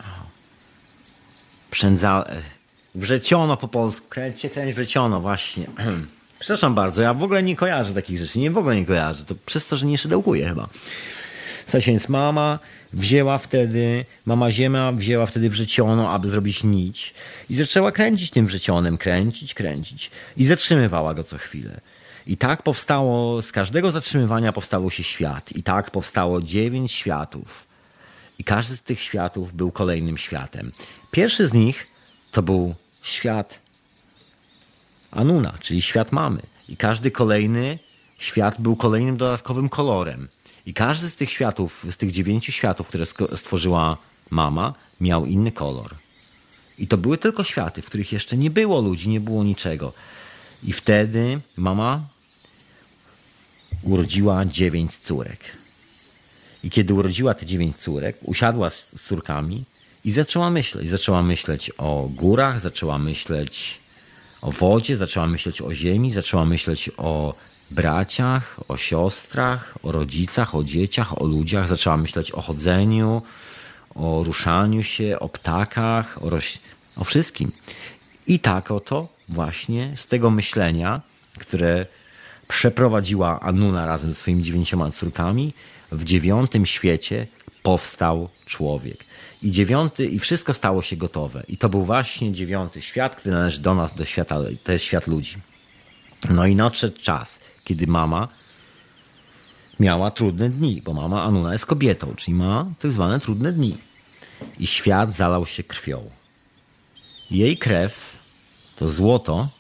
Speaker 1: przędza... Wrzeciono po polsku. Kręć się, kręć wrzeciono, właśnie. Przepraszam bardzo, ja w ogóle nie kojarzę takich rzeczy. Nie, w ogóle nie kojarzę. To przez to, że nie szydełkuję chyba. Słuchajcie, więc mama wzięła wtedy, mama Ziemia wzięła wtedy wrzeciono, aby zrobić nić i zaczęła kręcić tym wrzecionem, kręcić, kręcić i zatrzymywała go co chwilę. I tak powstało, z każdego zatrzymywania powstało się świat. I tak powstało dziewięć światów. I każdy z tych światów był kolejnym światem. Pierwszy z nich to był świat Anuna, czyli świat mamy. I każdy kolejny świat był kolejnym dodatkowym kolorem. I każdy z tych światów, z tych dziewięciu światów, które stworzyła mama, miał inny kolor. I to były tylko światy, w których jeszcze nie było ludzi, nie było niczego. I wtedy mama urodziła dziewięć córek. I kiedy urodziła te dziewięć córek, usiadła z córkami i zaczęła myśleć. Zaczęła myśleć o górach, zaczęła myśleć o wodzie, zaczęła myśleć o ziemi, zaczęła myśleć o braciach, o siostrach, o rodzicach, o dzieciach, o ludziach. Zaczęła myśleć o chodzeniu, o ruszaniu się, o ptakach, o, roś... o wszystkim. I tak oto właśnie z tego myślenia, które przeprowadziła Anuna razem ze swoimi dziewięcioma córkami, w dziewiątym świecie powstał człowiek. I dziewiąty, i wszystko stało się gotowe. I to był właśnie dziewiąty świat, który należy do nas, do świata, to jest świat ludzi. No i nadszedł czas, kiedy mama miała trudne dni, bo mama Anuna jest kobietą, czyli ma tak zwane trudne dni. I świat zalał się krwią. Jej krew to złoto.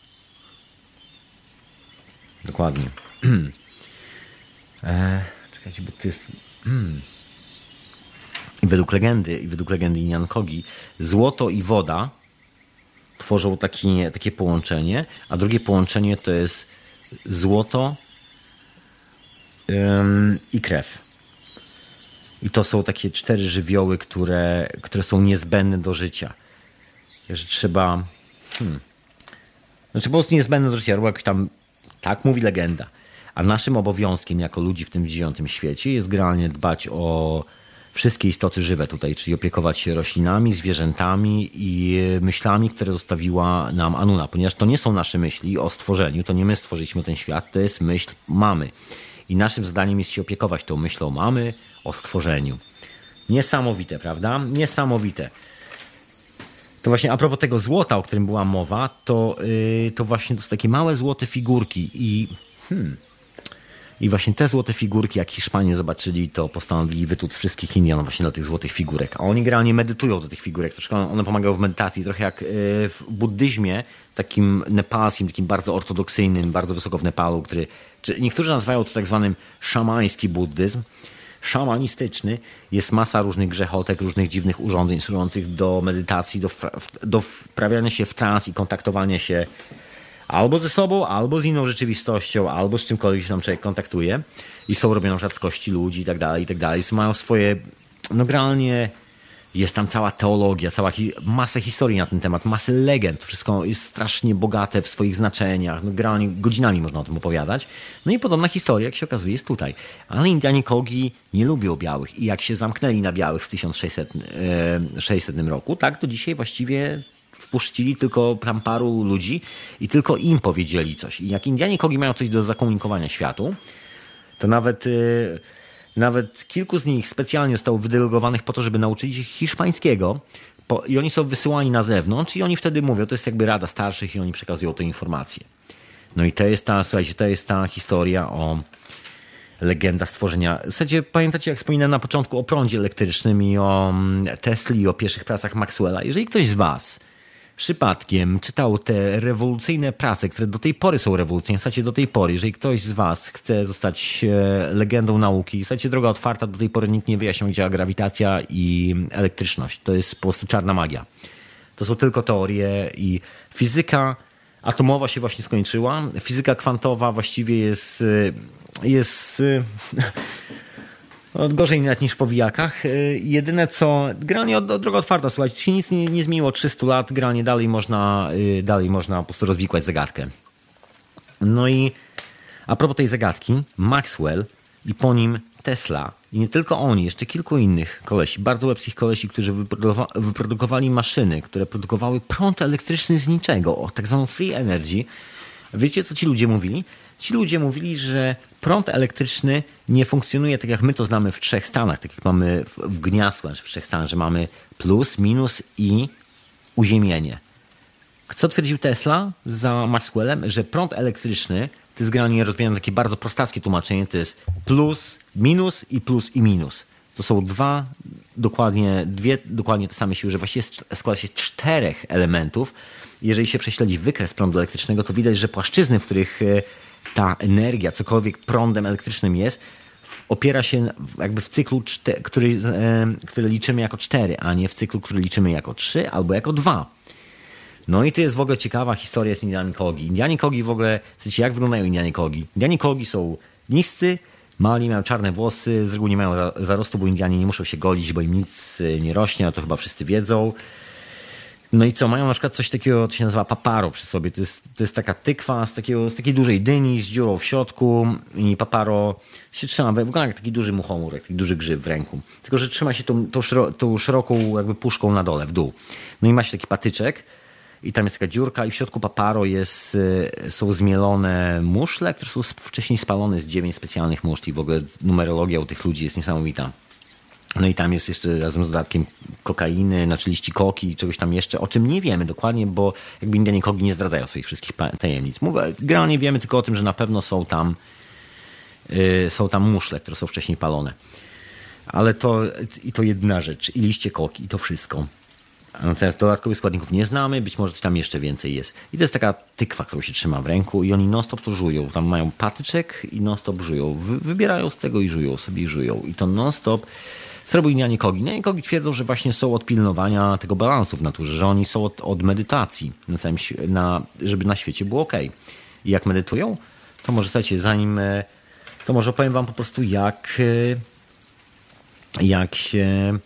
Speaker 1: Dokładnie. e, czekajcie, bo to jest... Hmm. I według legendy, i według legendy Inyan Kogi, złoto i woda tworzą takie, takie połączenie, a drugie połączenie to jest złoto ym, i krew. I to są takie cztery żywioły, które, które są niezbędne do życia. Że trzeba... Hmm, znaczy po prostu niezbędne do życia. Albo jakoś tam, tak mówi legenda. A naszym obowiązkiem jako ludzi w tym dziewiątym świecie jest generalnie dbać o wszystkie istoty żywe tutaj, czyli opiekować się roślinami, zwierzętami i myślami, które zostawiła nam Anuna. Ponieważ to nie są nasze myśli o stworzeniu, to nie my stworzyliśmy ten świat, to jest myśl mamy. I naszym zadaniem jest się opiekować tą myślą mamy o stworzeniu. Niesamowite, prawda? Niesamowite. To właśnie a propos tego złota, o którym była mowa, to, yy, to właśnie to są takie małe złote figurki i... Hmm, I właśnie te złote figurki, jak Hiszpanie zobaczyli, to postanowili wytłuc wszystkich Indian właśnie do tych złotych figurek. A oni generalnie medytują do tych figurek. Troszkę one pomagają w medytacji. Trochę jak w buddyzmie, takim nepalskim, takim bardzo ortodoksyjnym, bardzo wysoko w Nepalu, który niektórzy nazywają to tak zwanym szamański buddyzm. Szamanistyczny. Jest masa różnych grzechotek, różnych dziwnych urządzeń służących do medytacji, do, do wprawiania się w trans i kontaktowania się albo ze sobą, albo z inną rzeczywistością, albo z czymkolwiek się tam człowiek kontaktuje. I są robione na przykład z kości ludzi i tak dalej, i tak dalej. Mają swoje, no generalnie jest tam cała teologia, cała hi- masa historii na ten temat, masę legend. To wszystko jest strasznie bogate w swoich znaczeniach. No generalnie godzinami można o tym opowiadać. No i podobna historia, jak się okazuje, jest tutaj. Ale Indianie Kogi nie lubią białych. I jak się zamknęli na białych w tysiąc sześćsetnym roku, tak, to dzisiaj właściwie wpuścili tylko tam paru ludzi i tylko im powiedzieli coś. I jak Indianie Kogi mają coś do zakomunikowania światu, to nawet, yy, nawet kilku z nich specjalnie zostało wydelegowanych po to, żeby nauczyć ich hiszpańskiego. Po, I oni są wysyłani na zewnątrz i oni wtedy mówią, to jest jakby Rada Starszych i oni przekazują te informacje. No i to jest ta, słuchajcie, to jest ta historia o legenda stworzenia. W zasadzie pamiętacie, jak wspominałem na początku o prądzie elektrycznym i o Tesli i o pierwszych pracach Maxwella. Jeżeli ktoś z was przypadkiem czytał te rewolucyjne prace, które do tej pory są rewolucyjne, w zasadzie do tej pory, jeżeli ktoś z was chce zostać legendą nauki, w zasadzie droga otwarta, do tej pory nikt nie wyjaśniał, jak działa grawitacja i elektryczność. To jest po prostu czarna magia. To są tylko teorie i fizyka atomowa się właśnie skończyła. Fizyka kwantowa właściwie jest, jest gorzej nawet niż w powijakach. Jedyne co, generalnie droga otwarta, słuchajcie, się nic nie, nie zmieniło od trzystu lat, generalnie dalej można, dalej można po prostu rozwikłać zagadkę. No i a propos tej zagadki, Maxwell i po nim Tesla i nie tylko oni, jeszcze kilku innych kolesi, bardzo łebskich kolesi, którzy wyprodukowa- wyprodukowali maszyny, które produkowały prąd elektryczny z niczego, o tak zwaną free energy. Wiecie, co ci ludzie mówili? Ci ludzie mówili, że prąd elektryczny nie funkcjonuje tak jak my to znamy w trzech stanach, tak jak mamy w gniazdku, znaczy w trzech stanach, że mamy plus, minus i uziemienie. Co twierdził Tesla za Maxwellem? Że prąd elektryczny to jest generalnie rozbijane takie bardzo prostackie tłumaczenie, to jest plus, minus i plus i minus. To są dwa, dokładnie, dwie dokładnie te same siły, że właściwie składa się z czterech elementów. Jeżeli się prześledzi wykres prądu elektrycznego, to widać, że płaszczyzny, w których ta energia, cokolwiek prądem elektrycznym jest, opiera się jakby w cyklu, który, który liczymy jako cztery, a nie w cyklu, który liczymy jako trzy albo jako dwa. No i to jest w ogóle ciekawa historia z Indianami Kogi. Indianie Kogi w ogóle, w sensie jak wyglądają Indianie Kogi? Indianie Kogi są niscy, mali, mają czarne włosy, z reguły nie mają zarostu, bo Indianie nie muszą się golić, bo im nic nie rośnie, a to chyba wszyscy wiedzą. No i co, mają na przykład coś takiego, co się nazywa paparo przy sobie. To jest, to jest taka tykwa z, takiego, z takiej dużej dyni, z dziurą w środku i paparo się trzyma, wygląda jak taki duży muchomór, jak taki duży grzyb w ręku. Tylko, że trzyma się tą, tą, sziro, tą szeroką jakby puszką na dole, w dół. No i ma się taki patyczek i tam jest taka dziurka i w środku paparo jest, są zmielone muszle, które są wcześniej spalone z dziewięć specjalnych muszli. W ogóle numerologia u tych ludzi jest niesamowita. No i tam jest jeszcze razem z dodatkiem kokainy, znaczy liści koki i czegoś tam jeszcze, o czym nie wiemy dokładnie, bo jakby Indianie Kogi nie zdradzają swoich wszystkich tajemnic. Mówię, generalnie wiemy tylko o tym, że na pewno są tam yy, są tam muszle, które są wcześniej palone. Ale to i to jedna rzecz, i liście koki, i to wszystko. Natomiast dodatkowych składników nie znamy, być może coś tam jeszcze więcej jest. I to jest taka tykwa, którą się trzyma w ręku i oni non-stop to żują. Tam mają patyczek i non-stop żują. Wy, wybierają z tego i żują sobie i żują. I to non-stop co robią Indianie Kogi? Indianie Kogi twierdzą, że właśnie są od pilnowania tego balansu w naturze, że oni są od, od medytacji, na całym, na, żeby na świecie było ok. I jak medytują? To może, słuchajcie, zanim, to może opowiem wam po prostu jak, jak się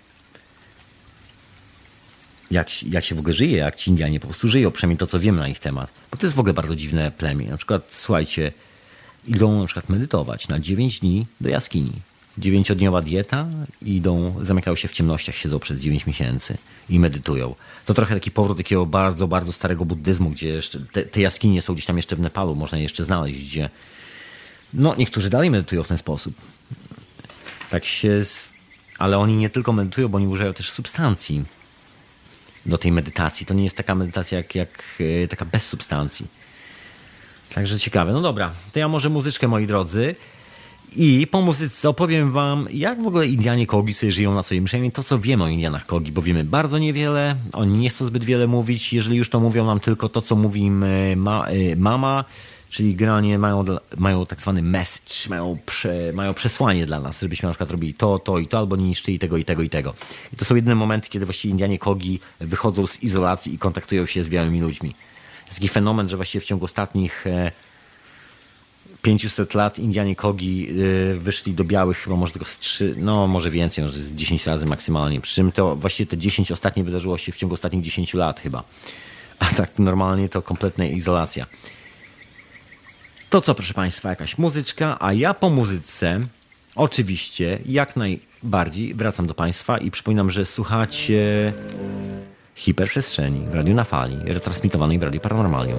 Speaker 1: jak, jak się w ogóle żyje, jak ci Indianie po prostu żyją, przynajmniej to, co wiemy na ich temat. Bo to jest w ogóle bardzo dziwne plemię. Na przykład, słuchajcie, idą na przykład medytować na dziewięć dni do jaskini. Dziewięciodniowa dieta, idą, zamykają się w ciemnościach, siedzą przez dziewięć miesięcy i medytują. To trochę taki powrót takiego bardzo, bardzo starego buddyzmu, gdzie jeszcze te, te jaskinie są gdzieś tam jeszcze w Nepalu, można je jeszcze znaleźć, gdzie no niektórzy dalej medytują w ten sposób. Tak się, ale oni nie tylko medytują, bo oni używają też substancji do tej medytacji. To nie jest taka medytacja jak, jak taka bez substancji. Także ciekawe. No dobra, to ja może muzyczkę, moi drodzy. I po muzyce opowiem wam, jak w ogóle Indianie Kogi sobie żyją na co dzień. Przynajmniej to, co wiemy o Indianach Kogi, bo wiemy bardzo niewiele. Oni nie chcą zbyt wiele mówić. Jeżeli już to mówią nam tylko to, co mówi im ma, mama, czyli generalnie mają, mają tak zwany message, mają, prze, mają przesłanie dla nas, żebyśmy na przykład robili to, to i to, albo nie niszczyli tego i tego i tego. I to są jedyne momenty, kiedy właściwie Indianie Kogi wychodzą z izolacji i kontaktują się z białymi ludźmi. Jest taki fenomen, że właściwie w ciągu ostatnich pięćset lat Indianie Kogi wyszli do białych chyba może tylko z trzy, no może więcej, może z dziesięć razy maksymalnie. Przy czym to właściwie te dziesięć ostatnie wydarzyło się w ciągu ostatnich dziesięciu lat chyba. A tak normalnie to kompletna izolacja. To co, proszę państwa, jakaś muzyczka, a ja po muzyce oczywiście jak najbardziej wracam do państwa i przypominam, że słuchacie Hiperprzestrzeni w Radiu na Fali, retransmitowanej w Radiu Paranormalium.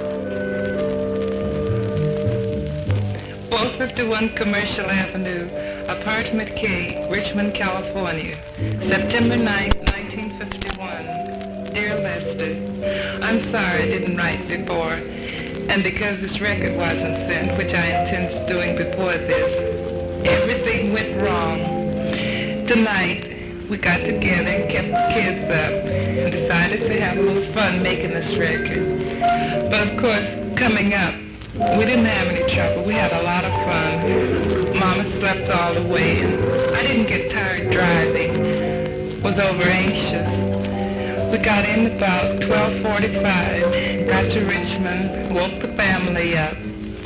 Speaker 2: four fifty-one Commercial Avenue, Apartment K, Richmond, California, September ninth, nineteen fifty-one. Dear Lester, I'm sorry I didn't write before, and because this record wasn't sent, which I intended doing before this, everything went wrong. Tonight, we got together and kept the kids up and decided to have a little fun making this record. But of course, coming up, we didn't have any trouble. We had a lot of fun. Mama slept all the way, and I didn't get tired driving. Was over anxious. We got in about twelve forty-five. Got to Richmond. Woke the family up.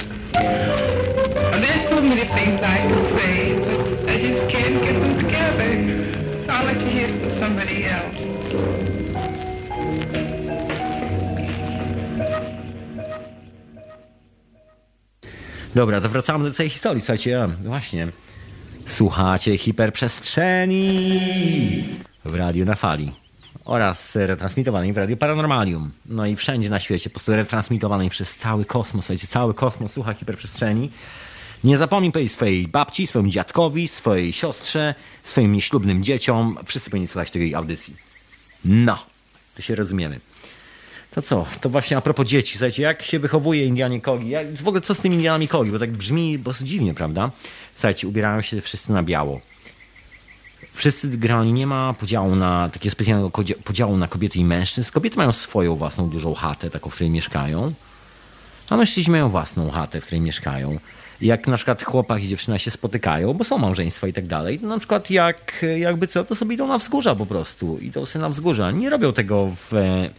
Speaker 2: There's so many things I can say, but I just can't get them together. So I'll let you hear from somebody else.
Speaker 1: Dobra, to wracamy do całej historii. Słuchajcie, właśnie. Słuchacie Hiperprzestrzeni w Radiu na Fali. oraz retransmitowanej w Radiu Paranormalium. No i wszędzie na świecie, po prostu retransmitowanej przez cały kosmos. Słuchajcie, cały kosmos słucha hiperprzestrzeni. Nie zapomnij powiedzieć swojej babci, swojemu dziadkowi, swojej siostrze, swoim nieślubnym dzieciom. Wszyscy powinni słuchać tej audycji. No, to się rozumiemy. To co? To właśnie a propos dzieci. Słuchajcie, jak się wychowuje Indianie Kogi? Jak, w ogóle co z tymi Indianami Kogi? Bo tak brzmi dosyć dziwnie, prawda? Słuchajcie, ubierają się wszyscy na biało. Wszyscy grani, nie ma podziału na takiego specjalnego podziału na kobiety i mężczyzn. Kobiety mają swoją własną dużą chatę, taką, w której mieszkają. A mężczyźni mają własną chatę, w której mieszkają. Jak na przykład chłopak i dziewczyna się spotykają, bo są małżeństwa i tak dalej, to na przykład jak, jakby co, to sobie idą na wzgórza po prostu. Idą sobie na wzgórza. Nie robią tego w,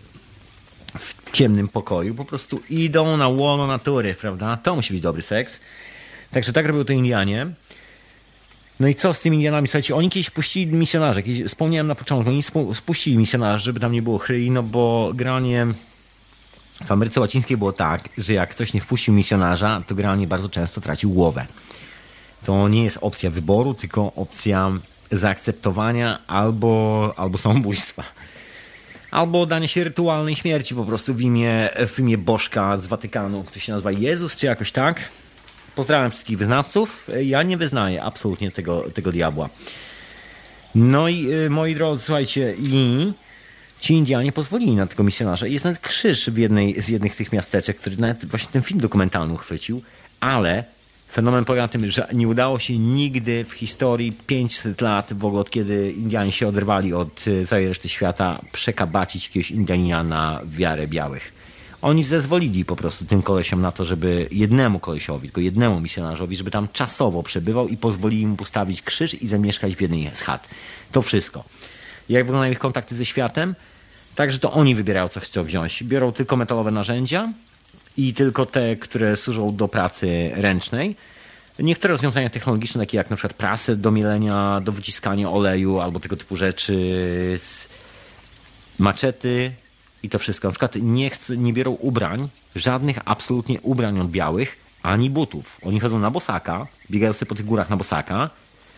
Speaker 1: w ciemnym pokoju. Po prostu idą na łono natury, prawda? To musi być dobry seks. Także tak robią to Indianie. No i co z tymi Indianami? Słuchajcie, oni kiedyś puścili misjonarzy. Kiedyś, wspomniałem na początku, oni spuścili misjonarzy, żeby tam nie było chryi, no bo granie w Ameryce Łacińskiej było tak, że jak ktoś nie wpuścił misjonarza, to granie bardzo często tracił głowę. To nie jest opcja wyboru, tylko opcja zaakceptowania albo, albo samobójstwa. Albo danie się rytualnej śmierci po prostu w imię, w imię bożka z Watykanu, który się nazywa Jezus, czy jakoś tak. Pozdrawiam wszystkich wyznawców. Ja nie wyznaję absolutnie tego, tego diabła. No i yy, moi drodzy, słuchajcie, i ci Indianie pozwolili na tego misjonarza. Jest nawet krzyż w jednej z jednych z tych miasteczek, który nawet właśnie ten film dokumentalny uchwycił, ale fenomen polega na tym, że nie udało się nigdy w historii pięćset lat, w ogóle od kiedy Indianie się oderwali od całej reszty świata, przekabacić jakiegoś Indianina na wiarę białych. Oni zezwolili po prostu tym kolesiom na to, żeby jednemu kolesiowi, tylko jednemu misjonarzowi, żeby tam czasowo przebywał i pozwolili mu postawić krzyż i zamieszkać w jednej z chat. To wszystko. Jak wyglądają ich kontakty ze światem? Także to oni wybierają, co chcą wziąć. Biorą tylko metalowe narzędzia i tylko te, które służą do pracy ręcznej. Niektóre rozwiązania technologiczne, takie jak na przykład prasy do mielenia, do wyciskania oleju albo tego typu rzeczy, maczety i to wszystko. Na przykład nie, chcą, nie biorą ubrań, żadnych absolutnie ubrań od białych, ani butów. Oni chodzą na bosaka, biegają sobie po tych górach na bosaka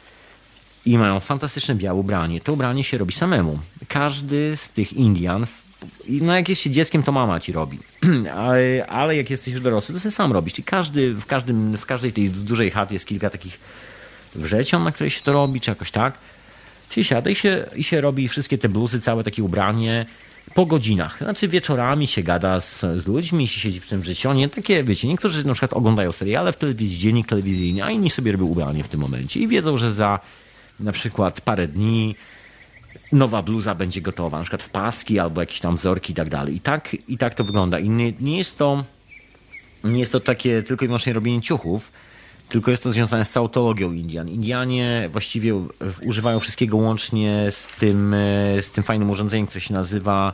Speaker 1: i mają fantastyczne białe ubranie. To ubranie się robi samemu. Każdy z tych Indian, no jak jest się dzieckiem, to mama ci robi. ale, ale jak jesteś już dorosły, to sobie sam robisz. Czyli każdy, w, każdym, w każdej tej dużej chaty jest kilka takich wrzecion, na której się to robi, czy jakoś tak. Się siada i się, i się robi wszystkie te bluzy, całe takie ubranie po godzinach. Znaczy wieczorami się gada z, z ludźmi, się siedzi przy tym wrzecionie. Takie, wiecie, niektórzy na przykład oglądają seriale w telewizji, dziennik telewizyjny, a inni sobie robią ubranie w tym momencie i wiedzą, że za na przykład parę dni nowa bluza będzie gotowa, na przykład w paski albo jakieś tam wzorki i tak dalej. I tak, i tak to wygląda. I nie, nie jest to nie jest to takie tylko i wyłącznie robienie ciuchów, tylko jest to związane z całą teologią Indian. Indianie właściwie używają wszystkiego łącznie z tym, z tym fajnym urządzeniem, które się nazywa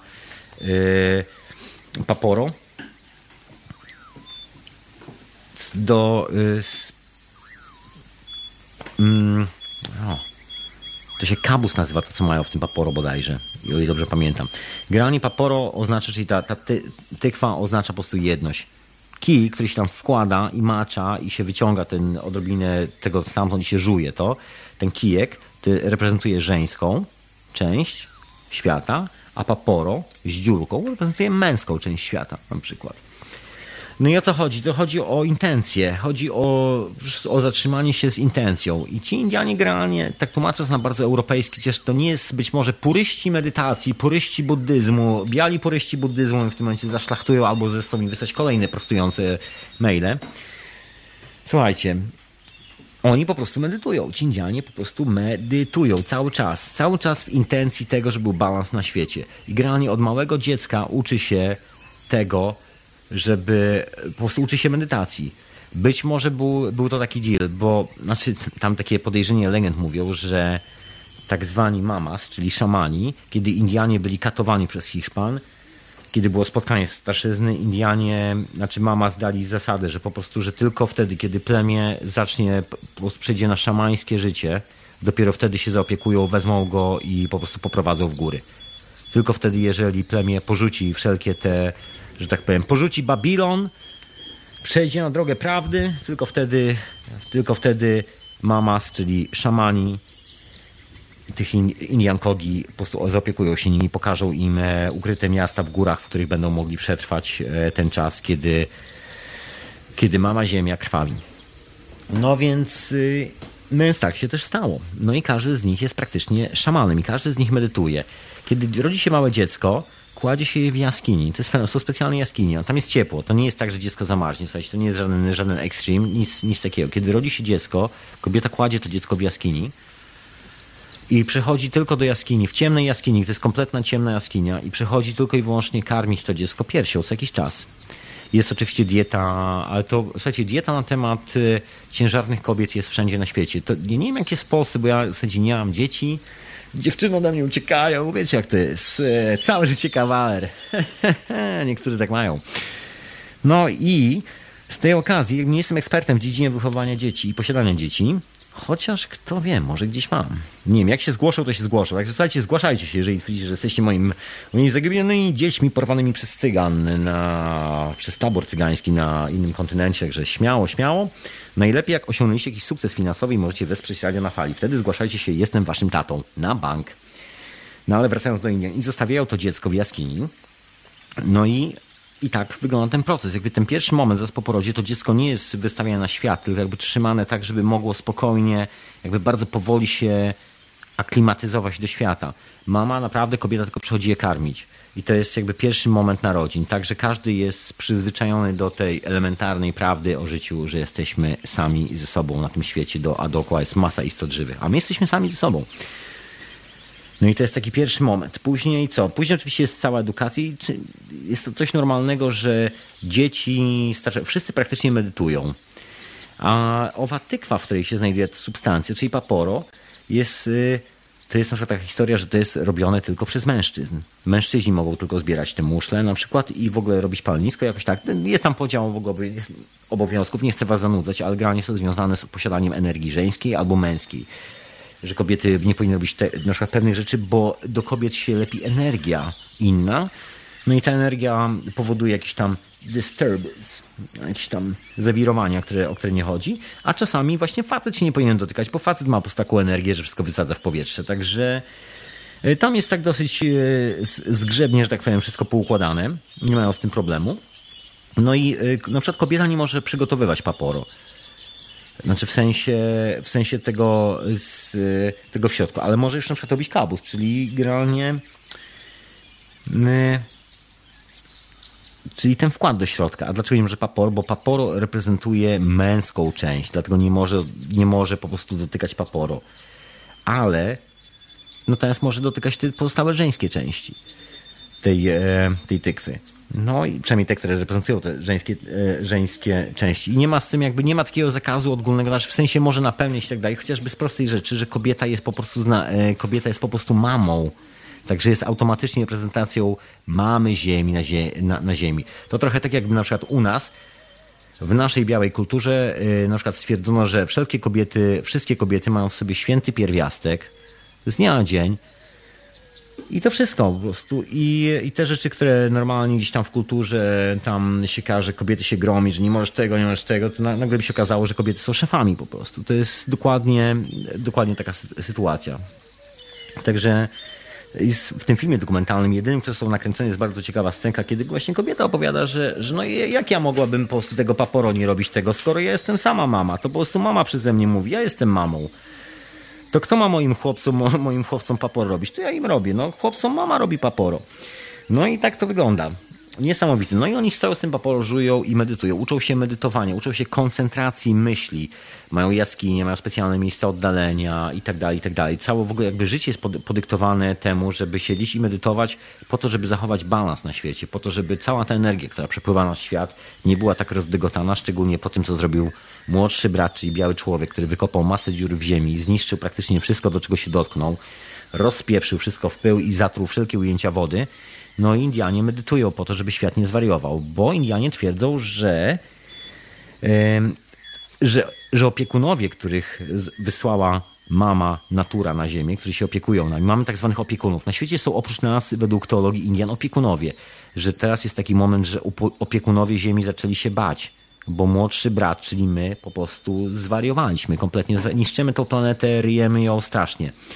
Speaker 1: yy, paporo. Do yy, z, mm, o, to się kabus nazywa, to co mają w tym paporo bodajże, o ile dobrze pamiętam. Generalnie paporo oznacza, czyli ta, ta ty, tykwa oznacza po prostu jedność. Kij, który się tam wkłada i macza i się wyciąga ten odrobinę tego stamtąd i się żuje to, ten kijek reprezentuje żeńską część świata, a paporo z dziurką reprezentuje męską część świata na przykład. No i o co chodzi? To chodzi o intencję, chodzi o, o zatrzymanie się z intencją. I ci Indianie generalnie, tak tłumacząc na bardzo europejski, chociaż to nie jest być może puryści medytacji, puryści buddyzmu, biali puryści buddyzmu w tym momencie zaszlachtują albo zresztą mi wysłać kolejne prostujące maile. Słuchajcie, oni po prostu medytują. Ci Indianie po prostu medytują cały czas. Cały czas w intencji tego, żeby był balans na świecie. I generalnie od małego dziecka uczy się tego, żeby po prostu uczy się medytacji. Być może był, był to taki deal, bo znaczy, tam takie podejrzenie legend mówią, że tak zwani mamas, czyli szamani, kiedy Indianie byli katowani przez Hiszpan, kiedy było spotkanie starszyzny, Indianie, znaczy mamas dali zasadę, że po prostu, że tylko wtedy, kiedy plemię zacznie, po prostu przejdzie na szamańskie życie, dopiero wtedy się zaopiekują, wezmą go i po prostu poprowadzą w góry. Tylko wtedy, jeżeli plemię porzuci wszelkie te, że tak powiem, porzuci Babilon, przejdzie na drogę prawdy, tylko wtedy, tylko wtedy mamas, czyli szamani, tych Indian Kogi po prostu zaopiekują się nimi, pokażą im ukryte miasta w górach, w których będą mogli przetrwać ten czas, kiedy, kiedy mama ziemia krwawi. No więc, no więc tak się też stało. No i każdy z nich jest praktycznie szamanem i każdy z nich medytuje. Kiedy rodzi się małe dziecko, kładzie się je w jaskini. To jest, są specjalne jaskinie. Tam jest ciepło. To nie jest tak, że dziecko zamarznie. Słuchajcie, to nie jest żaden, żaden extreme, nic, nic takiego. Kiedy rodzi się dziecko, kobieta kładzie to dziecko w jaskini i przychodzi tylko do jaskini, w ciemnej jaskini, to jest kompletna ciemna jaskinia i przychodzi tylko i wyłącznie karmić to dziecko piersią co jakiś czas. Jest oczywiście dieta, ale to, słuchajcie, dieta na temat y, ciężarnych kobiet jest wszędzie na świecie. To, ja nie wiem, jaki sposób, bo ja w zasadzie nie mam dzieci. Dziewczyny ode mnie uciekają, wiecie jak to jest. Y, całe życie kawaler. Niektórzy tak mają. No i z tej okazji, nie jestem ekspertem w dziedzinie wychowania dzieci i posiadania dzieci, chociaż kto wie, może gdzieś mam. Nie wiem, jak się zgłoszą, to się zgłoszą. Także słuchajcie, zgłaszajcie się, jeżeli twierdzicie, że jesteście moim, moimi zagubionymi dziećmi porwanymi przez cygan, na, przez tabor cygański na innym kontynencie. Także śmiało, śmiało. Najlepiej jak osiągnęliście jakiś sukces finansowy i możecie wesprzeć Radio na Fali. Wtedy zgłaszajcie się, jestem waszym tatą, na bank. No ale wracając do Indian. I zostawiają to dziecko w jaskini. No i I tak wygląda ten proces. Jakby ten pierwszy moment zaraz po porodzie to dziecko nie jest wystawiane na świat, tylko jakby trzymane tak, żeby mogło spokojnie, jakby bardzo powoli się aklimatyzować do świata. Mama, naprawdę kobieta tylko przychodzi je karmić. I to jest jakby pierwszy moment narodzin. Także każdy jest przyzwyczajony do tej elementarnej prawdy o życiu, że jesteśmy sami ze sobą na tym świecie, do, a dookoła jest masa istot żywych. A my jesteśmy sami ze sobą. No i to jest taki pierwszy moment. Później co? Później oczywiście jest cała edukacja i jest to coś normalnego, że dzieci, starsze, wszyscy praktycznie medytują. A owa tykwa, w której się znajduje ta substancja, czyli paporo, jest, to jest na przykład taka historia, że to jest robione tylko przez mężczyzn. Mężczyźni mogą tylko zbierać te muszle na przykład i w ogóle robić palenisko jakoś tak. Jest tam podział w ogóle obowiązków, nie chcę was zanudzać, ale generalnie są związane z posiadaniem energii żeńskiej albo męskiej. Że kobiety nie powinny robić te, na przykład pewnych rzeczy, bo do kobiet się lepi energia inna. No i ta energia powoduje jakieś tam disturbance, jakieś tam zawirowania, które, o które nie chodzi. A czasami właśnie facet się nie powinien dotykać, bo facet ma po prostu taką energię, że wszystko wysadza w powietrze. Także tam jest tak dosyć zgrzebnie, że tak powiem, wszystko poukładane. Nie mają z tym problemu. No i na przykład kobieta nie może przygotowywać paporo. Znaczy w sensie, w sensie tego, z, tego w środku, ale może już na przykład robić kabus, czyli generalnie my, czyli ten wkład do środka. A dlaczego nie może paporo? Bo paporo reprezentuje męską część, dlatego nie może, nie może po prostu dotykać paporo. Ale natomiast może dotykać te pozostałe żeńskie części tej, tej tykwy. No i przynajmniej te, które reprezentują te żeńskie, e, żeńskie części. I nie ma z tym jakby, nie ma takiego zakazu ogólnego, znaczy w sensie może napełniać i tak dalej, chociażby z prostej rzeczy, że kobieta jest po prostu, zna, e, kobieta jest po prostu mamą. Także jest automatycznie reprezentacją mamy ziemi na, zie, na, na ziemi. To trochę tak jakby na przykład u nas, w naszej białej kulturze e, na przykład stwierdzono, że wszelkie kobiety, wszystkie kobiety mają w sobie święty pierwiastek z dnia na dzień. I to wszystko po prostu. I, I te rzeczy, które normalnie gdzieś tam w kulturze tam się każe, kobiety się gromi, że nie możesz tego, nie możesz tego, to na, nagle by się okazało, że kobiety są szefami po prostu. To jest dokładnie, dokładnie taka sytuacja. Także jest w tym filmie dokumentalnym jedynym, który są nakręcony, jest bardzo ciekawa scenka, kiedy właśnie kobieta opowiada, że, że no jak ja mogłabym po prostu tego paporo nie robić tego, skoro ja jestem sama mama. To po prostu mama przeze mnie mówi, ja jestem mamą. To kto ma moim chłopcom, moim chłopcom paporo robić? To ja im robię. No, chłopcom mama robi paporo. No i tak to wygląda. Niesamowite. No i oni stale z tym paporo żują i medytują. Uczą się medytowania, uczą się koncentracji myśli. Mają jaskinie, mają specjalne miejsca oddalenia i tak dalej, i tak dalej. Całe w ogóle jakby życie jest podyktowane temu, żeby siedzieć i medytować po to, żeby zachować balans na świecie. Po to, żeby cała ta energia, która przepływa na świat, nie była tak rozdygotana, szczególnie po tym, co zrobił młodszy brat, czyli biały człowiek, który wykopał masę dziur w ziemi, zniszczył praktycznie wszystko, do czego się dotknął, rozpieprzył wszystko w pył i zatruł wszelkie ujęcia wody. No i Indianie medytują po to, żeby świat nie zwariował, bo Indianie twierdzą, że, yy, że, że opiekunowie, których wysłała mama natura na ziemię, którzy się opiekują nami, mamy tak zwanych opiekunów. Na świecie są oprócz nas, według teologii Indian, opiekunowie, że teraz jest taki moment, że opiekunowie ziemi zaczęli się bać, bo młodszy brat, czyli my, po prostu zwariowaliśmy kompletnie, niszczymy tą planetę, ryjemy ją strasznie.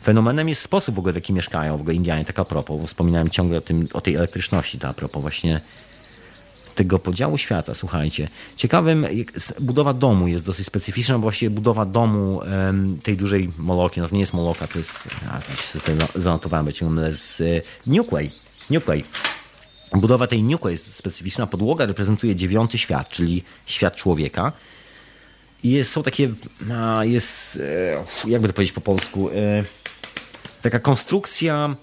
Speaker 1: Fenomenem jest sposób w ogóle, w jaki mieszkają w ogóle Indianie, tak a propos, bo wspominałem ciągle o, tym, o tej elektryczności, to a propos właśnie tego podziału świata, słuchajcie. Ciekawym, budowa domu jest dosyć specyficzna, bo właściwie budowa domu um, tej dużej moloki, no to nie jest moloka, to jest, a, sobie zanotowałem, ciągle z uh, Newquay. Newquay. Budowa tej Newquay jest specyficzna, podłoga reprezentuje dziewiąty świat, czyli świat człowieka. I jest, są takie, a, jest, e, jakby to powiedzieć po polsku, e, taka konstrukcja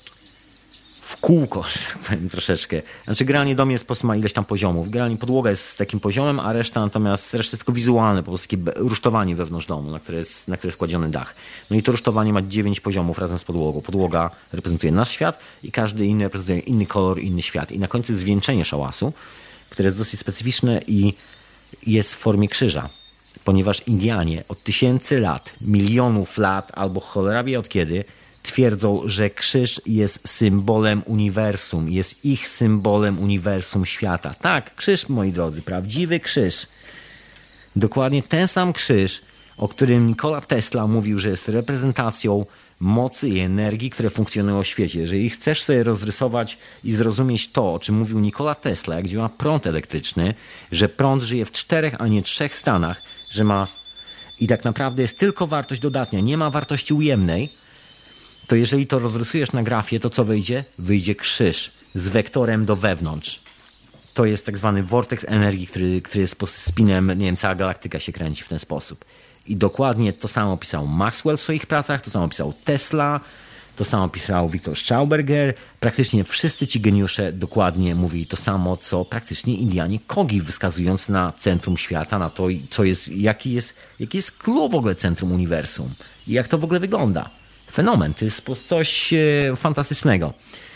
Speaker 1: w kółko, że tak powiem troszeczkę. Znaczy generalnie dom jest po prostu ma ileś tam poziomów. Generalnie podłoga jest takim poziomem, a reszta natomiast reszta jest tylko wizualne, po prostu takie rusztowanie wewnątrz domu, na które jest, na które jest kładziony dach. No i to rusztowanie ma dziewięć poziomów razem z podłogą. Podłoga reprezentuje nasz świat i każdy inny reprezentuje inny kolor, inny świat. I na końcu jest zwieńczenie szałasu, które jest dosyć specyficzne i jest w formie krzyża. Ponieważ Indianie od tysięcy lat, milionów lat albo cholera wie od kiedy twierdzą, że krzyż jest symbolem uniwersum, jest ich symbolem uniwersum świata. Tak, krzyż, moi drodzy, prawdziwy krzyż. Dokładnie ten sam krzyż, o którym Nikola Tesla mówił, że jest reprezentacją mocy i energii, które funkcjonują w świecie. Jeżeli chcesz sobie rozrysować i zrozumieć to, o czym mówił Nikola Tesla, jak działa prąd elektryczny, że prąd żyje w czterech, a nie trzech stanach, że ma i tak naprawdę jest tylko wartość dodatnia, nie ma wartości ujemnej, to jeżeli to rozrysujesz na grafie, to co wyjdzie? Wyjdzie krzyż z wektorem do wewnątrz. To jest tak zwany vortex energii, który, który jest pod spinem, nie wiem, cała galaktyka się kręci w ten sposób. I dokładnie to samo pisał Maxwell w swoich pracach, to samo pisał Tesla, to samo pisał Viktor Schauberger. Praktycznie wszyscy ci geniusze dokładnie mówili to samo, co praktycznie Indianie Kogi, wyskazując na centrum świata, na to, co jest, jaki jest, jaki jest clue w ogóle centrum uniwersum i jak to w ogóle wygląda. Fenomen, to jest po prostu coś e, fantastycznego.